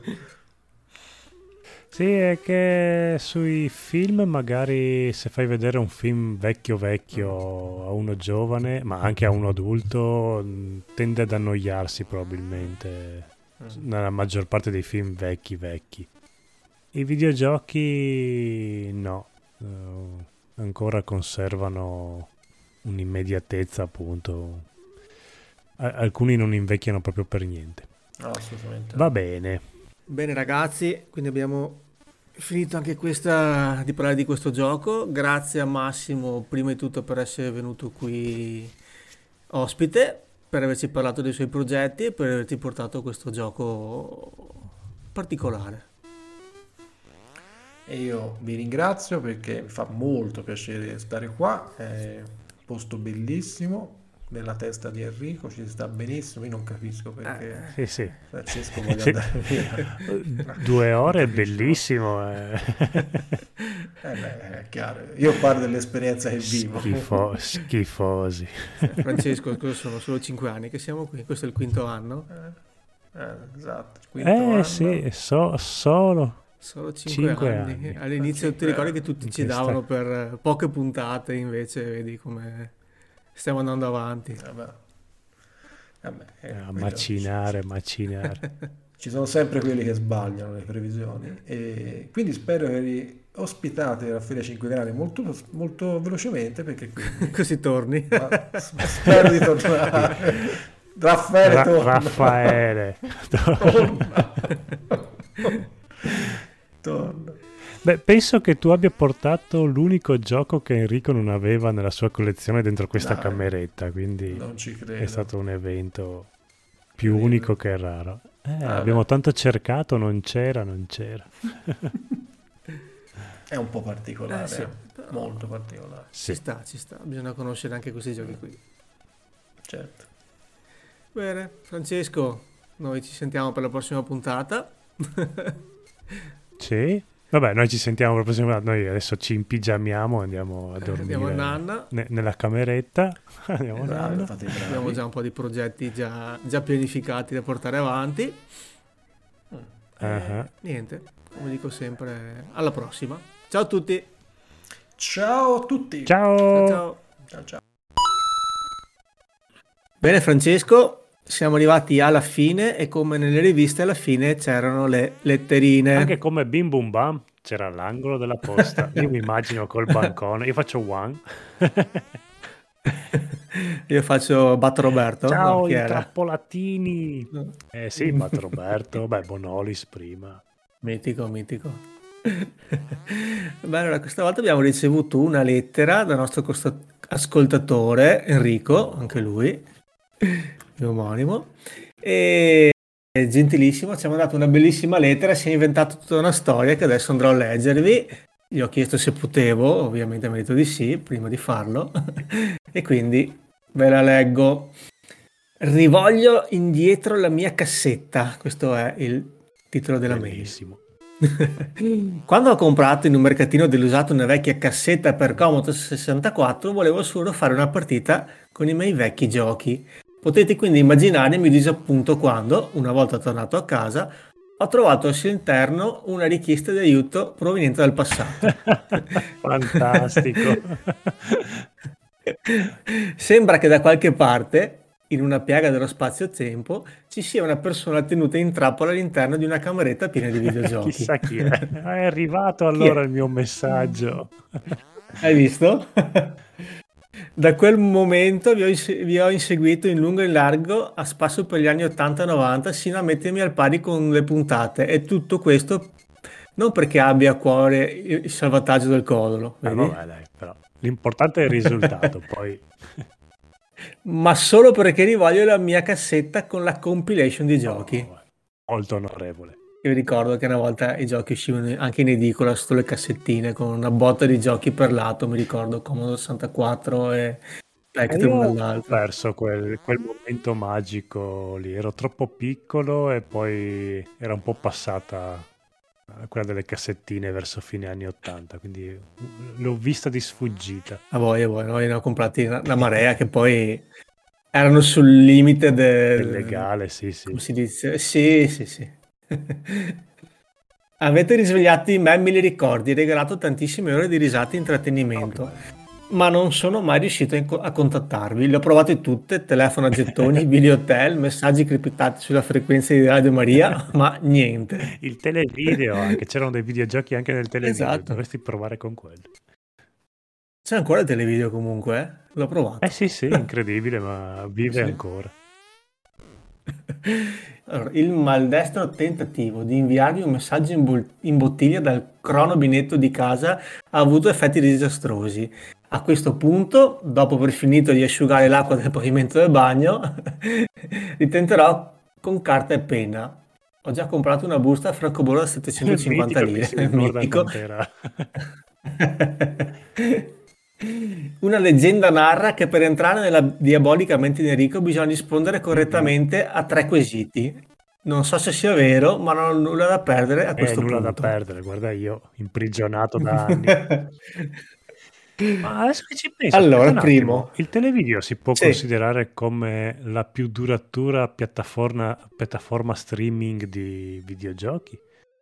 Sì, è che sui film magari se fai vedere un film vecchio vecchio a uno giovane, ma anche a uno adulto, mh, tende ad annoiarsi probabilmente nella maggior parte dei film vecchi vecchi. I videogiochi no, eh, ancora conservano un'immediatezza appunto. A- alcuni non invecchiano proprio per niente. No, assolutamente. Va bene. Bene ragazzi, quindi abbiamo finito anche questa di parlare di questo gioco. Grazie a Massimo prima di tutto per essere venuto qui ospite, per averci parlato dei suoi progetti e per averti portato questo gioco particolare. E io vi ringrazio perché mi fa molto piacere stare qua, è un posto bellissimo, nella testa di Enrico ci sta benissimo, io non capisco perché Sì, sì. Francesco voglia Sì. andare via. Due ore è Non capisco. bellissimo. Eh. Eh beh, è chiaro, io parlo dell'esperienza che vivo. Schifo- schifosi. Francesco, cosa sono? Solo cinque anni che siamo qui, questo è il quinto anno. Eh, eh, esatto, il quinto Eh anno. sì, so- solo. Solo cinque, Cinque anni. anni. All'inizio Cinque ti ricordi anni. che tutti In ci questa- davano per poche puntate, invece vedi come stiamo andando avanti. Vabbè. Vabbè, eh, A quello- macinare, macinare. ci sono sempre quelli che sbagliano le previsioni e quindi spero che vi ospitate Raffaele cinque Grani molto, molto velocemente perché quindi Così torni. ma- spero di tornare. Raffaele Ra- torna. Raffaele. Torna. Torna. Beh, penso che tu abbia portato l'unico gioco che Enrico non aveva nella sua collezione dentro questa Dai, cameretta, quindi non ci è credo. stato un evento più Incredibile. unico che raro. Eh, Ah, abbiamo beh, tanto cercato, non c'era, non c'era. è un po' particolare, Eh sì, eh. però Molto particolare, ci Sì. sta, ci sta. Bisogna conoscere anche questi giochi qui. certo. Bene, Francesco, noi ci sentiamo per la prossima puntata. Sì. Vabbè, noi ci sentiamo per la prossima volta. Noi adesso ci impigiamiamo, andiamo a Eh, Andiamo a dormire nanna. ne- nella cameretta. Andiamo a Bravi, nanna. fate i Abbiamo bravi. già un po' di progetti già, già pianificati da portare avanti. Mm. E Ah, niente, come dico sempre, alla prossima. Ciao a tutti. Ciao a tutti. Ciao Ciao! ciao. Ciao, ciao. Bene Francesco, siamo arrivati alla fine e come nelle riviste alla fine c'erano le letterine. Anche come Bim Bum Bam c'era l'angolo della posta. Io mi immagino col bancone. Io faccio one. Io faccio Batto Roberto. No, Ciao, chi i era? trappolatini. No. Eh sì, Matt Roberto. Beh, Bonolis prima. Mitico, mitico. Beh, allora, questa volta abbiamo ricevuto una lettera dal nostro costa- ascoltatore Enrico, anche lui, mio omonimo, e è gentilissimo, ci ha mandato una bellissima lettera, si è inventato tutta una storia che adesso andrò a leggervi. Gli ho chiesto se potevo, ovviamente mi ha detto di sì, prima di farlo, e quindi ve la leggo. Rivoglio indietro la mia cassetta, questo è il titolo della mail. Bellissimo. Quando ho comprato in un mercatino dell'usato una vecchia cassetta per Commodore sessantaquattro, volevo solo fare una partita con i miei vecchi giochi. Potete quindi immaginare il mio disappunto quando, una volta tornato a casa, ho trovato al suo interno una richiesta di aiuto proveniente dal passato. Fantastico. Sembra che da qualche parte, in una piaga dello spazio-tempo, ci sia una persona tenuta in trappola all'interno di una cameretta piena di videogiochi. Chissà chi è. È arrivato Chi allora è? il mio messaggio. Hai visto? Da quel momento vi ho, inse- vi ho inseguito in lungo e in largo a spasso per gli anni ottanta novanta sino a mettermi al pari con le puntate e tutto questo non perché abbia a cuore il il salvataggio del codolo, Ah, vedi? vabbè, dai, però. L'importante è il risultato, poi. Ma solo perché rivoglio la mia cassetta con la compilation di giochi. Oh, molto onorevole. Io vi ricordo che una volta i giochi uscivano anche in edicola sotto le cassettine con una botta di giochi per lato, mi ricordo Commodore sessantaquattro e E Spectrum io ho dall'altro. perso quel, quel momento magico lì, ero troppo piccolo e poi era un po' passata eh, quella delle cassettine verso fine anni ottanta, quindi l'ho vista di sfuggita. A voi, a voi, noi ne ho comprati una, una marea che poi erano sul limite È del... legale, sì, sì. come si dice? Sì, sì, sì. Avete risvegliato in me mille ricordi, regalato tantissime ore di risate e intrattenimento, ma non sono mai riuscito a inco- a contattarvi. Le ho provate tutte, telefono a gettoni, video hotel, messaggi criptati sulla frequenza di Radio Maria, ma niente. Il televideo anche, c'erano dei videogiochi anche nel televideo, Esatto. dovresti provare con quello. C'è ancora il televideo comunque, eh? L'ho provato. Eh sì, sì, incredibile, ma vive Sì. ancora. Allora, il maldestro tentativo di inviarvi un messaggio in, bol- in bottiglia dal cronobinetto di casa ha avuto effetti disastrosi. A questo punto, dopo aver finito di asciugare l'acqua del pavimento del bagno, ritenterò con carta e penna. Ho già comprato una busta a francobollo da settecentocinquanta Mitico, qui si lire. ricorda Mitico. quant'era. Una leggenda narra che per entrare nella diabolica mente di Enrico bisogna rispondere correttamente a tre quesiti. Non so se sia vero, ma non ho nulla da perdere a Eh, questo nulla da punto. perdere, guarda io, imprigionato da anni. Ma adesso che ci penso, Allora, aspetta un primo. attimo, il televideo si può Sì. considerare come la più duratura piattaforma, piattaforma streaming di videogiochi?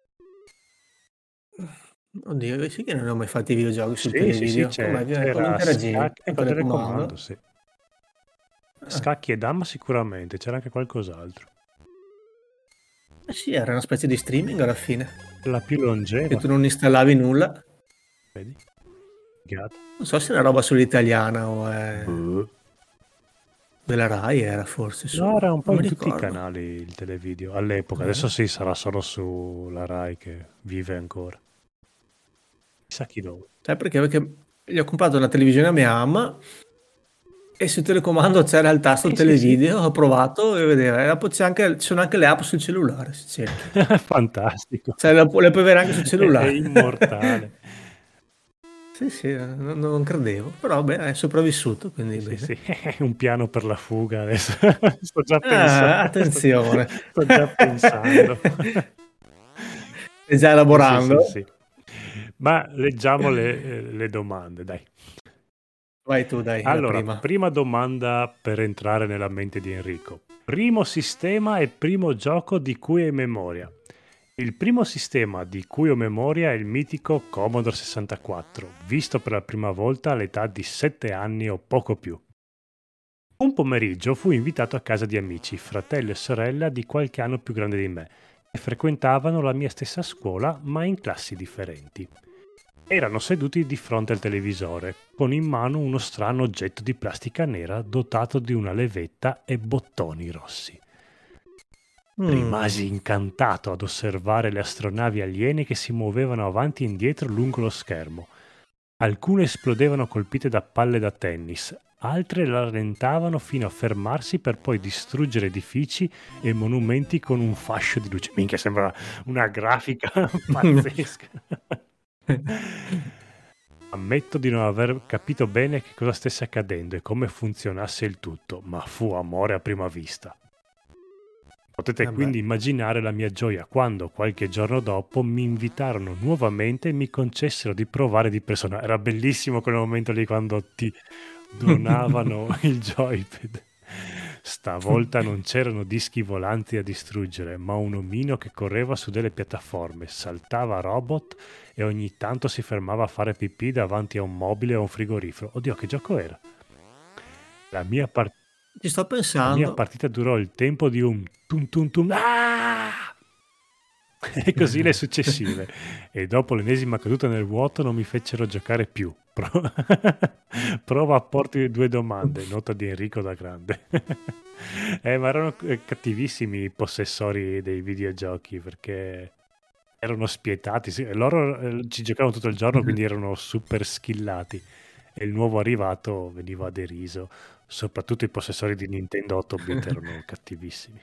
Oddio, sì che non ho mai fatto i videogiochi sul Sì, sì, sì, televideo. c'è- Com'è che- come c'era interagivi? scacchi, Col ecco, telecomando, telecomando? sì. Ah. Scacchi e dama sicuramente, c'era anche qualcos'altro. Eh sì, era una specie di streaming alla fine, La più che longeva. tu non installavi nulla. Vedi? Gatto. Non so se è una roba solo italiana o è Boh. della Rai, era forse su. No, era un po' Non mi in tutti i ricordo. canali il televideo all'epoca. Eh. Adesso sì, sarà solo sulla Rai che vive ancora. Chissà chi dove. Sai perché? Perché gli ho comprato una televisione a mia mamma e sul telecomando c'era il tasto Sì, sì, sì. televideo, ho provato e vedere. E dopo c'è anche, ci sono anche le app sul cellulare, se cerchi. Fantastico. Cioè, le, pu- le puoi avere anche sul È, è cellulare. immortale. Sì, sì, non, non credevo, però beh, è sopravvissuto, quindi Sì, bene. sì, è un piano per la fuga adesso. Sto già Ah, pensando. attenzione. Sto già pensando. Stai già Sì, elaborando? sì, sì, sì. Ma leggiamo le, le domande, dai. Vai tu, dai, la Allora, prima. prima domanda per entrare nella mente di Enrico. Primo sistema e primo gioco di cui hai memoria. Il primo sistema di cui ho memoria è il mitico Commodore sessantaquattro, visto per la prima volta all'età di sette anni o poco più. Un pomeriggio fui invitato a casa di amici, fratello e sorella di qualche anno più grande di me, che frequentavano la mia stessa scuola ma in classi differenti. Erano seduti di fronte al televisore, con in mano uno strano oggetto di plastica nera dotato di una levetta e bottoni rossi. Mm. Rimasi incantato ad osservare le astronavi aliene che si muovevano avanti e indietro lungo lo schermo. Alcune esplodevano colpite da palle da tennis, altre rallentavano fino a fermarsi per poi distruggere edifici e monumenti con un fascio di luce. Minchia, sembra una grafica pazzesca. Ammetto di non aver capito bene che cosa stesse accadendo e come funzionasse il tutto, ma fu amore a prima vista. Potete Vabbè. quindi immaginare la mia gioia quando, qualche giorno dopo, mi invitarono nuovamente e mi concessero di provare di persona. Era bellissimo quel momento lì quando ti donavano il joypad. Stavolta non c'erano dischi volanti da distruggere, ma un omino che correva su delle piattaforme, saltava robot e ogni tanto si fermava a fare pipì davanti a un mobile o un frigorifero. Oddio, che gioco era? La mia, part- Ci sto la mia pensando. partita durò il tempo di un tum tum tum. Ah! E così le successive. E dopo l'ennesima caduta nel vuoto non mi fecero giocare più. Pro- Prova a porti due domande. Nota di Enrico da grande. eh, ma erano eh, cattivissimi i possessori dei videogiochi perché erano spietati. Sì, loro eh, ci giocavano tutto il giorno, quindi erano super skillati. E il nuovo arrivato veniva deriso. Soprattutto i possessori di Nintendo otto bit erano cattivissimi.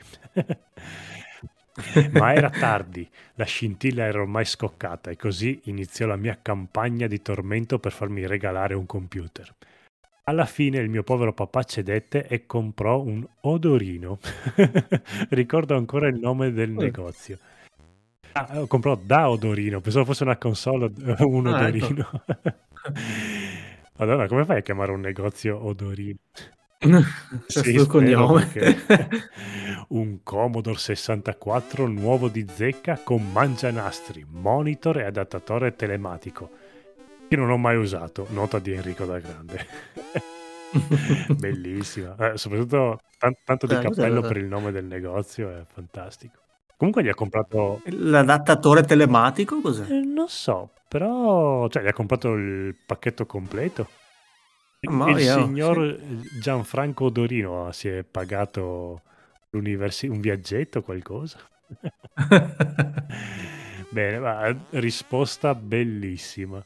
Ma era tardi, la scintilla era ormai scoccata e così iniziò la mia campagna di tormento per farmi regalare un computer. Alla fine il mio povero papà cedette e comprò un odorino. Ricordo ancora il nome del negozio. Ah, comprò da odorino, pensavo fosse una console, un Ah, ecco. odorino. Madonna, come fai a chiamare un negozio odorino? Sì, Questo spero, cognome. perché un Commodore sessantaquattro nuovo di zecca con mangianastri, monitor e adattatore telematico che non ho mai usato, nota di Enrico da grande. Bellissima, eh, soprattutto tan- tanto di Eh, cos'è cappello questo? per il nome del negozio, è fantastico. Comunque gli ha comprato, L'adattatore telematico cos'è? eh, non so, però cioè, gli ha comprato il pacchetto completo. Ma Il io, signor Gianfranco Odorino si è pagato l'universi- un viaggetto, qualcosa? Bene, ma risposta bellissima.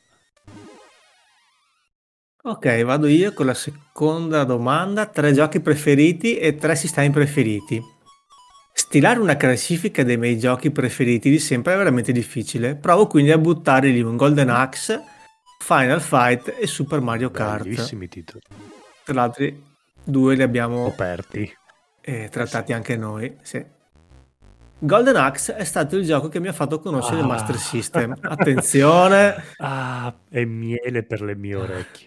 Ok, vado io con la seconda domanda. Tre giochi preferiti e tre sistemi preferiti. Stilare una classifica dei miei giochi preferiti di sempre è veramente difficile. Provo quindi a buttare lì un Golden Axe, Final Fight e Super Mario Kart. Bellissimi titoli. Tra l'altro, due li abbiamo Coperti. eh, trattati Sì. anche noi. Sì. Golden Axe è stato il gioco che mi ha fatto conoscere il Master Ah. System. Attenzione! Ah, è miele per le mie orecchie.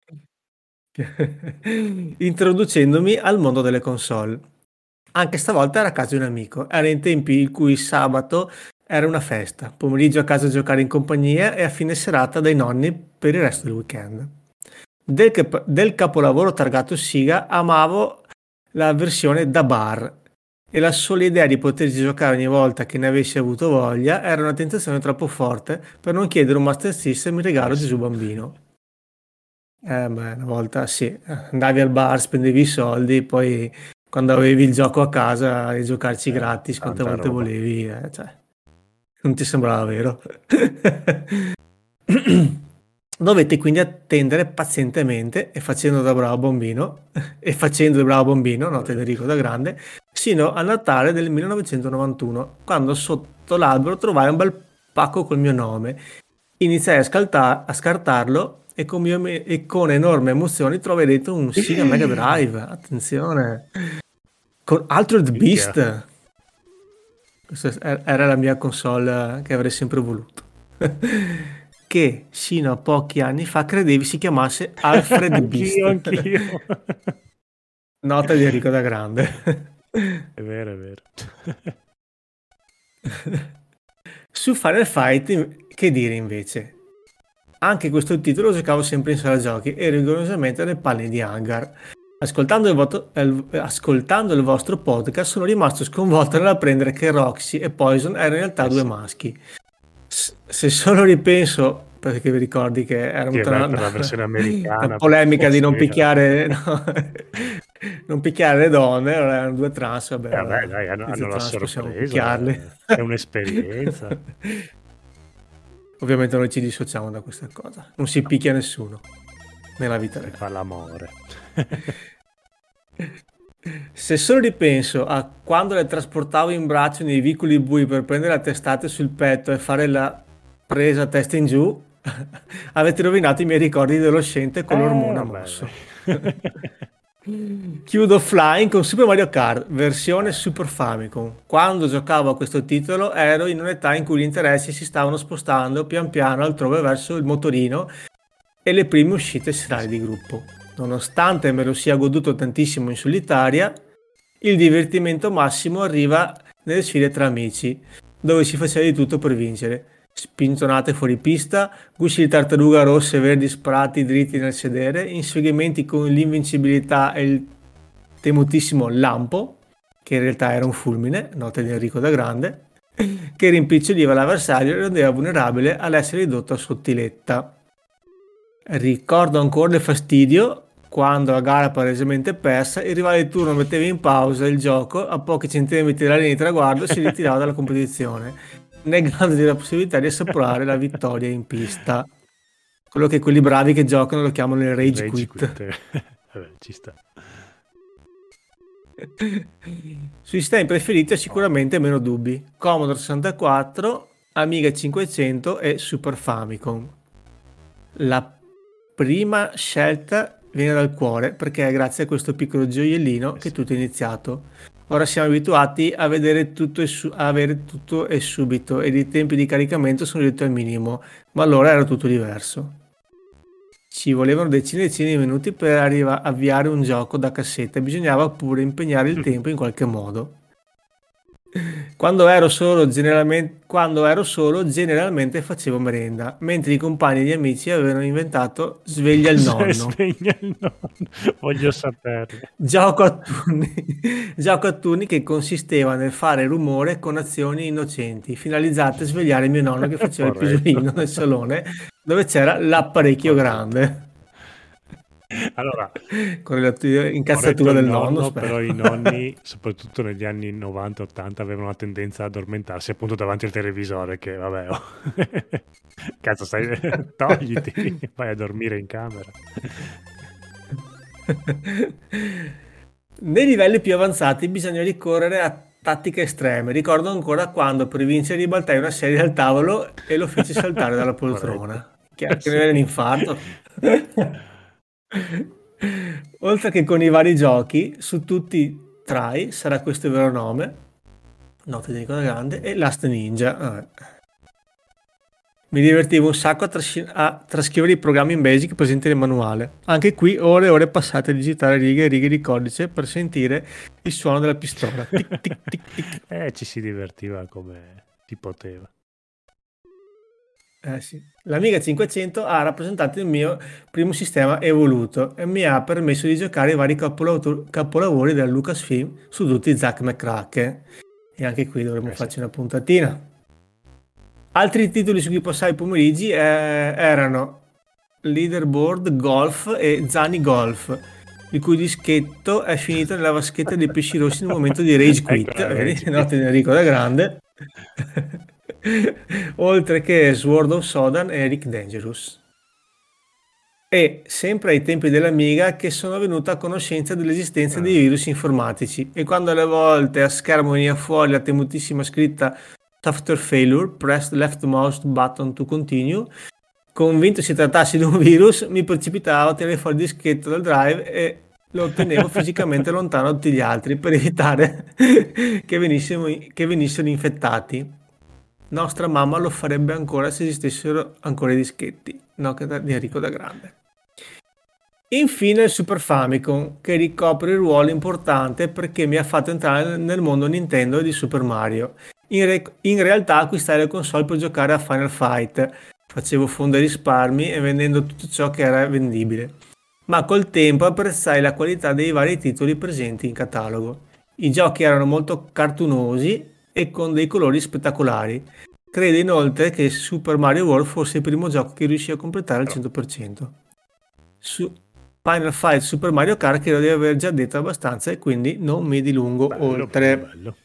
Introducendomi al mondo delle console. Anche stavolta era a casa di un amico. Era in tempi in cui sabato era una festa, pomeriggio a casa a giocare in compagnia e a fine serata dai nonni per il resto del weekend. Del, cap- del capolavoro targato Siga amavo la versione da bar e la sola idea di poterci giocare ogni volta che ne avessi avuto voglia era una tentazione troppo forte per non chiedere un Master System in regalo a Eh sì. Gesù Bambino. Eh, beh, una volta sì, andavi al bar, spendevi i soldi, poi quando avevi il gioco a casa e giocarci Eh, gratis quante tanta volte roba. volevi, eh, cioè, non ti sembrava vero. Dovete quindi attendere pazientemente e facendo da bravo bambino e facendo da bravo bambino, no, Federico da grande, sino a Natale del millenovecentonovantuno, quando sotto l'albero trovai un bel pacco col mio nome. Iniziai a, scalta- a scartarlo e con, mio me- e con enorme emozione trovai dentro un Sega Mega Drive, attenzione, con Altered Minchia. Beast. Questa era la mia console che avrei sempre voluto. Che sino a pochi anni fa credevi si chiamasse Alfred Beast. Anch'io, anch'io. Nota di Enrico da grande. È vero, è vero. Su Final Fight, che dire invece? Anche questo titolo lo giocavo sempre in sala giochi e rigorosamente nei panni di hangar. Ascoltando il, voto- eh, ascoltando il vostro podcast sono rimasto sconvolto nell'apprendere che Roxy e Poison erano in realtà Eh due sì. maschi. S- se solo ripenso, perché vi ricordi che era Sì, una, beh, per la versione americana. una polemica di non Sì, picchiare, no, non picchiare le donne, allora erano due trans, vabbè, eh, vabbè, allora, dai, hanno, i hanno due la trans possiamo sorpresa. picchiarli. È un'esperienza. Ovviamente noi ci dissociamo da questa cosa, non si picchia nessuno nella vita Si reale. fa l'amore. Se solo ripenso a quando le trasportavo in braccio nei vicoli bui per prendere la testata sul petto e fare la presa a testa in giù, avete rovinato i miei ricordi di adolescente con Eh, l'ormone vabbè, mosso. dai. Chiudo offline con Super Mario Kart, versione Super Famicom. Quando giocavo a questo titolo ero in un'età in cui gli interessi si stavano spostando pian piano altrove verso il motorino e le prime uscite serali di gruppo. Nonostante me lo sia goduto tantissimo in solitaria, il divertimento massimo arriva nelle sfide tra amici, dove si faceva di tutto per vincere. Spintonate fuori pista, gusci di tartaruga rosse e verdi sparati dritti nel sedere, inseguimenti con l'invincibilità e il temutissimo lampo, che in realtà era un fulmine, nota di Enrico da grande, che rimpiccioliva l'avversario e lo rendeva vulnerabile all'essere ridotto a sottiletta. Ricordo ancora il fastidio quando la gara palesemente persa, il rivale di turno metteva in pausa il gioco a pochi centimetri dalla linea di traguardo e si ritirava dalla competizione, negandogli la possibilità di assaporare la vittoria in pista. Quello che quelli bravi che giocano lo chiamano il rage, Rage quit. quit. Vabbè, ci sta. Sui sistemi preferiti ho sicuramente meno dubbi: Commodore sessantaquattro, Amiga cinquecento e Super Famicom. La prima scelta viene dal cuore perché è grazie a questo piccolo gioiellino che tutto è iniziato. Ora siamo abituati a vedere tutto e su- a avere tutto e subito ed i tempi di caricamento sono ridotti al minimo, ma allora era tutto diverso. Ci volevano decine e decine di minuti per arriva- avviare un gioco da cassetta e bisognava pure impegnare il tempo in qualche modo. Quando ero solo generalmente, quando ero solo generalmente facevo merenda, mentre i compagni e gli amici avevano inventato sveglia il nonno. Sveglia il nonno. Voglio saperlo. Gioco a turni, gioco a turni che consisteva nel fare rumore con azioni innocenti, finalizzate a svegliare mio nonno che faceva il Corretto. pisolino nel salone dove c'era l'apparecchio Corretto. grande. Allora, Con la tua incazzatura corretto il del nonno, nonno, però i nonni, soprattutto negli anni novanta ottanta, avevano la tendenza ad addormentarsi appunto davanti al televisore, che vabbè, oh. Cazzo, stai... togliti, vai a dormire in camera. Nei livelli più avanzati bisogna ricorrere a tattiche estreme. Ricordo ancora quando per vincere ribaltai una serie al tavolo e lo feci saltare dalla poltrona. Chiaro che mi viene l'infarto. Oltre che con i vari giochi, su tutti Try, sarà questo il vero nome, note di Nicola Grande, e Last Ninja. Vabbè. Mi divertivo un sacco a, trasci- a trascrivere i programmi in Basic presenti nel manuale. Anche qui ore e ore passate a digitare righe e righe di codice per sentire il suono della pistola. Tic, tic, tic, tic. Eh, ci si divertiva come si poteva. Eh sì. L'Amiga cinquecento ha rappresentato il mio primo sistema evoluto e mi ha permesso di giocare i vari capolavori, capolavori della Lucasfilm su tutti Zack McCracken. E anche qui dovremmo Eh sì. farci una puntatina. Altri titoli su cui passare i pomeriggi eh, erano Leaderboard Golf e Zani Golf, il cui dischetto è finito nella vaschetta dei pesci rossi nel momento di Rage Quit. Eccola, Vedi? Rage Notte di Enrico da Grande. Oltre che Sword of Sodan e Eric Dangerous. E sempre ai tempi dell'Amiga che sono venuto a conoscenza dell'esistenza Ah. dei virus informatici e quando alle volte a schermo veniva fuori la temutissima scritta Software failure, press the left mouse button to continue, convinto si trattasse di un virus, mi precipitavo a tirare fuori il dischetto dal drive e lo tenevo fisicamente lontano da tutti gli altri per evitare che venissero, che venissero infettati. Nostra mamma lo farebbe ancora se esistessero ancora i dischetti. Nota di Enrico da Grande. Infine il Super Famicom, che ricopre il ruolo importante perché mi ha fatto entrare nel mondo Nintendo di Super Mario. In, re- in realtà acquistai la console per giocare a Final Fight, facevo fondo ai risparmi e vendendo tutto ciò che era vendibile. Ma col tempo apprezzai la qualità dei vari titoli presenti in catalogo. I giochi erano molto cartunosi e con dei colori spettacolari. Credo inoltre che Super Mario World fosse il primo gioco che riuscì a completare al cento per cento. Su Final Fight Super Mario Kart credo di aver già detto abbastanza e quindi non mi dilungo Bello, oltre. bello, bello.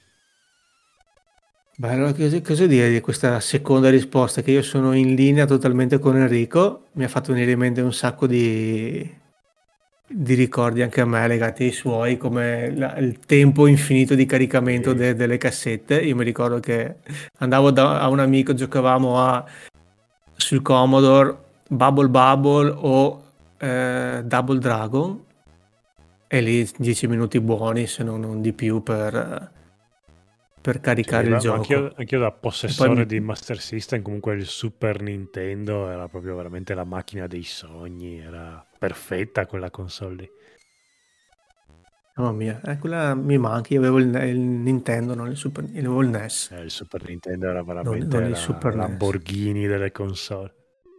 Beh, allora cosa, cosa dire di questa seconda risposta? Che io sono in linea totalmente con Enrico, mi ha fatto venire in mente un sacco di, di ricordi anche a me legati ai suoi, come la- il tempo infinito di caricamento Sì. de- delle cassette. Io mi ricordo che andavo da, a un amico, giocavamo a, sul Commodore, Bubble Bubble o eh, Double Dragon, e lì dieci minuti buoni, se non, non di più, per, per caricare Sì, il ma, ma gioco. anch'io, anch'io da E poi possessore mi- di Master System, comunque il Super Nintendo era proprio veramente la macchina dei sogni, era perfetta quella console lì. Mamma mia, eh, quella mi manca. Io avevo il, il Nintendo, non il Super, io avevo il N E S, Eh, il Super Nintendo era non, veramente non il la Super N E S. Lamborghini delle console.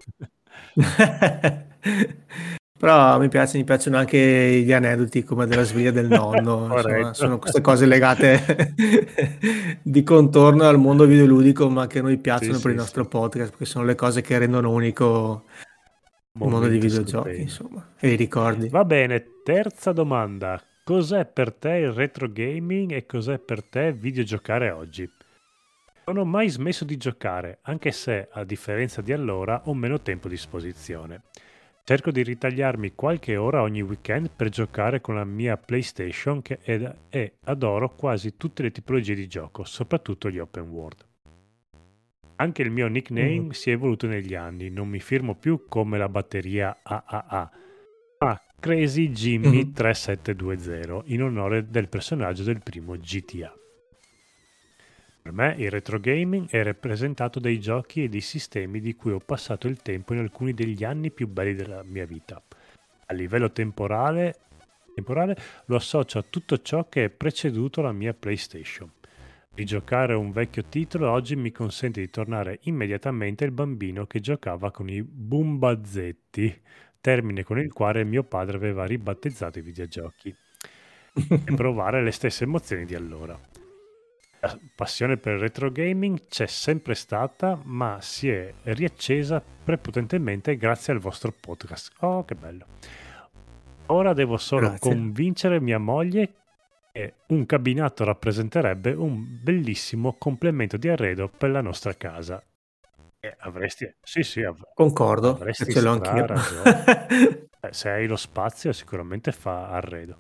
Però mi piace, mi piacciono anche gli aneddoti come della sveglia del nonno, insomma, Corretto. sono queste cose legate di contorno al mondo videoludico, ma che a noi piacciono Sì, per il sì, nostro sì. podcast, perché sono le cose che rendono unico il mondo dei Momento videogiochi, stupendo. insomma, e i ricordi. Va bene, terza domanda. Cos'è per te il retro gaming e cos'è per te videogiocare oggi? Non ho mai smesso di giocare, anche se, a differenza di allora, ho meno tempo a disposizione. Cerco di ritagliarmi qualche ora ogni weekend per giocare con la mia PlayStation che è, e adoro quasi tutte le tipologie di gioco, soprattutto gli open world. Anche il mio nickname Mm. si è evoluto negli anni, non mi firmo più come la batteria A A A, ma Crazy Jimmy Mhm. trentasette venti in onore del personaggio del primo G T A. Per me il retro gaming è rappresentato dai giochi e dai sistemi di cui ho passato il tempo in alcuni degli anni più belli della mia vita. A livello temporale, temporale lo associo a tutto ciò che è preceduto la mia PlayStation. Rigiocare un vecchio titolo oggi mi consente di tornare immediatamente il bambino che giocava con i bumbazzetti, termine con il quale mio padre aveva ribattezzato i videogiochi, e provare le stesse emozioni di allora. La passione per il retro gaming c'è sempre stata, ma si è riaccesa prepotentemente grazie al vostro podcast. Oh, che bello! Ora devo solo Grazie. convincere mia moglie che un cabinato rappresenterebbe un bellissimo complemento di arredo per la nostra casa. E avresti, sì, sì, av- Concordo, e avresti ce l'ho stra anch'io. ragione. Eh, se hai lo spazio, sicuramente fa arredo.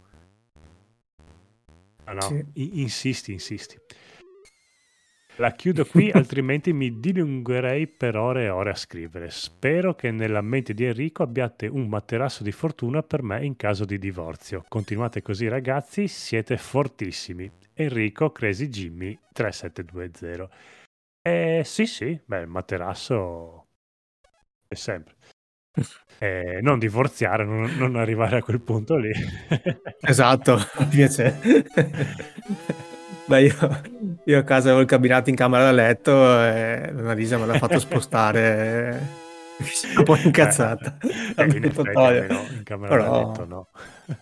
Ah, no, Sì. i- insisti, insisti. La chiudo qui, altrimenti mi dilungherei per ore e ore a scrivere. Spero che nella mente di Enrico abbiate un materasso di fortuna per me in caso di divorzio. Continuate così, ragazzi, siete fortissimi. Enrico Crazy Jimmy trentasette venti. Eh sì, sì, beh, il materasso è sempre. Eh, non divorziare, non, non arrivare a quel punto lì. Esatto, mi piace. Beh, io, io a casa avevo il cabinato in camera da letto e la Lisa me l'ha fatto spostare, eh, si è un po' incazzata. Ha Eh, in dovuto effetti togliere. almeno in camera da Però... letto no.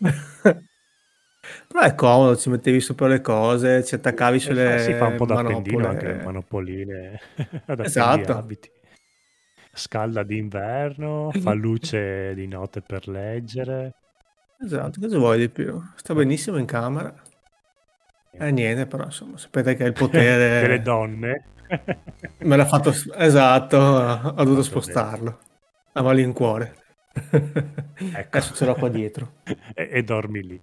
Però è comodo, ci mettevi sopra le cose, ci attaccavi E fa, sì, fa un sulle po' da appendino anche le manopole. manopoline ad Esatto, appendiabiti. Scalda d'inverno, fa luce di notte per leggere. esatto, cosa vuoi di più? Sta benissimo in camera. E niente, però insomma, sapete che il Delle potere donne. me l'ha fatto... Esatto, ho dovuto Molto bene. spostarlo. A malincuore. Ecco. Adesso ce l'ho qua dietro. e, e dormi lì.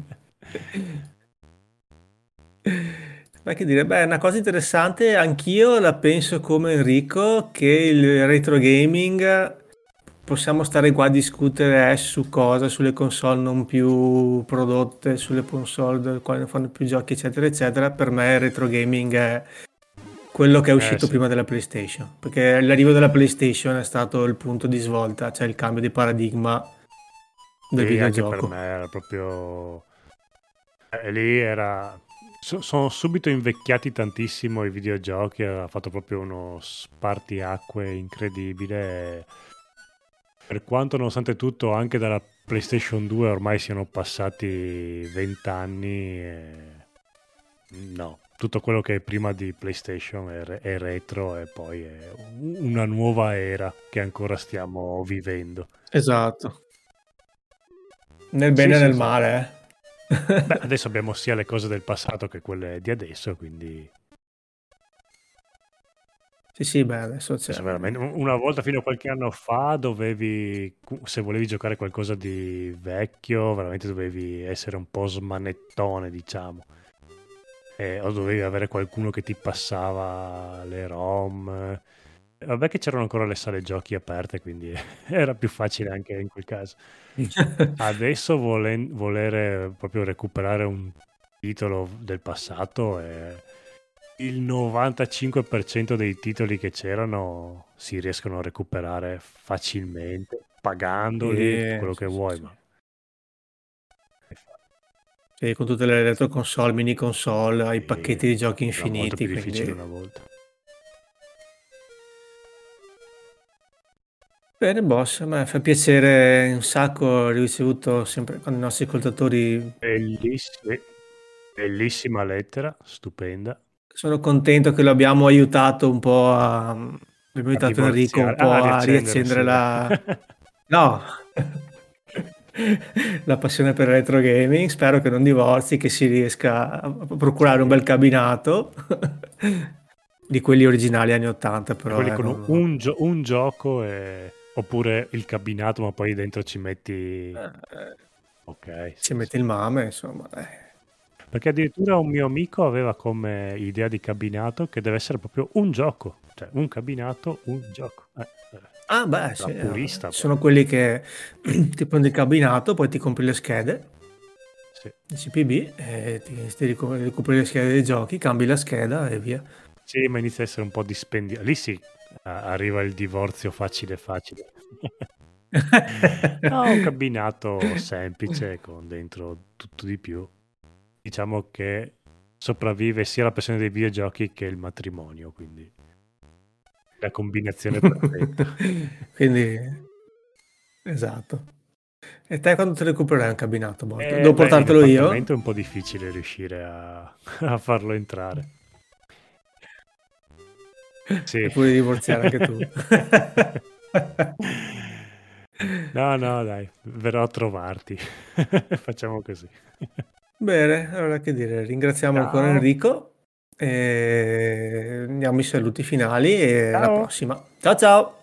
Beh, che dire, beh, una cosa interessante, anch'io la penso come Enrico, che il retro gaming possiamo stare qua a discutere eh, su cosa, sulle console non più prodotte, sulle console del quali non fanno più giochi, eccetera, eccetera. Per me il retro gaming è quello che è uscito Eh, sì. prima della PlayStation, perché l'arrivo della PlayStation è stato il punto di svolta, cioè il cambio di paradigma del Sì, anche per videogioco. me era proprio... E lì era... so- sono subito invecchiati tantissimo i videogiochi, ha fatto proprio uno spartiacque incredibile. e Per quanto, nonostante tutto, anche dalla PlayStation due ormai siano passati vent'anni, e... no, tutto quello che è prima di PlayStation è, re- è retro e poi è u- una nuova era che ancora stiamo vivendo. Esatto. Nel Sì, bene e sì, nel sì. male, eh. Beh, adesso abbiamo sia le cose del passato che quelle di adesso, quindi Sì, sì, beh, adesso c'è... adesso veramente un- una volta fino a qualche anno fa dovevi, cu- se volevi giocare qualcosa di vecchio, veramente dovevi essere un po' smanettone, diciamo. E- o dovevi avere qualcuno che ti passava le ROM. E vabbè che c'erano ancora le sale giochi aperte, quindi era più facile anche in quel caso. Adesso volen- volere proprio recuperare un titolo del passato, e il novantacinque per cento dei titoli che c'erano si riescono a recuperare facilmente, pagandoli e tutto Sì, quello che sì, sì, vuoi, sì. ma Sì, con tutte le retro console, mini console, hai sì, pacchetti di giochi era molto infiniti, più difficile quindi... una volta. Bene, boss, a me fa piacere un sacco, ho ricevuto sempre con i nostri ascoltatori. Bellissi- bellissima lettera, stupenda, Sono contento che lo abbiamo aiutato un po' a... Abbiamo a aiutato Enrico un divorziare, ah, po' a a riaccendere, riaccendere sì, dai. la... No! La passione per il retro gaming. Spero che non divorzi, che si riesca a procurare un Sì. bel cabinato di quelli originali anni ottanta, E però quelli eh, con un, non... un gio- un gioco e... oppure il cabinato, ma poi dentro ci metti... eh, Ok, ci sì, sì. metti il mame, insomma. eh. Perché addirittura un mio amico aveva come idea di cabinato che deve essere proprio un gioco, cioè un cabinato, un gioco. Eh, eh, Ah, beh, da sì, eh, purista ci sono proprio. quelli che ti prendi il cabinato, poi ti compri le schede Sì. di C P B, e ti, ti ricu- recuperi le schede dei giochi, cambi la scheda e via. Sì, ma inizia a essere un po' dispendioso. Lì sì, a- arriva il divorzio facile facile. No, un cabinato semplice con dentro tutto di più. Diciamo che sopravvive sia la passione dei videogiochi che il matrimonio, quindi la combinazione perfetta. Quindi, esatto. E te quando te recupererai un cabinato, Bolt? Eh, Devo beh, in portartelo appartamento io? è un po' difficile riuscire a, a farlo entrare. Sì. E puoi divorziare anche tu. No, no, dai, verrò a trovarti. Facciamo così. Bene, allora che dire, ringraziamo ancora Ciao, Enrico e diamo i saluti finali e alla ciao. prossima. Ciao ciao!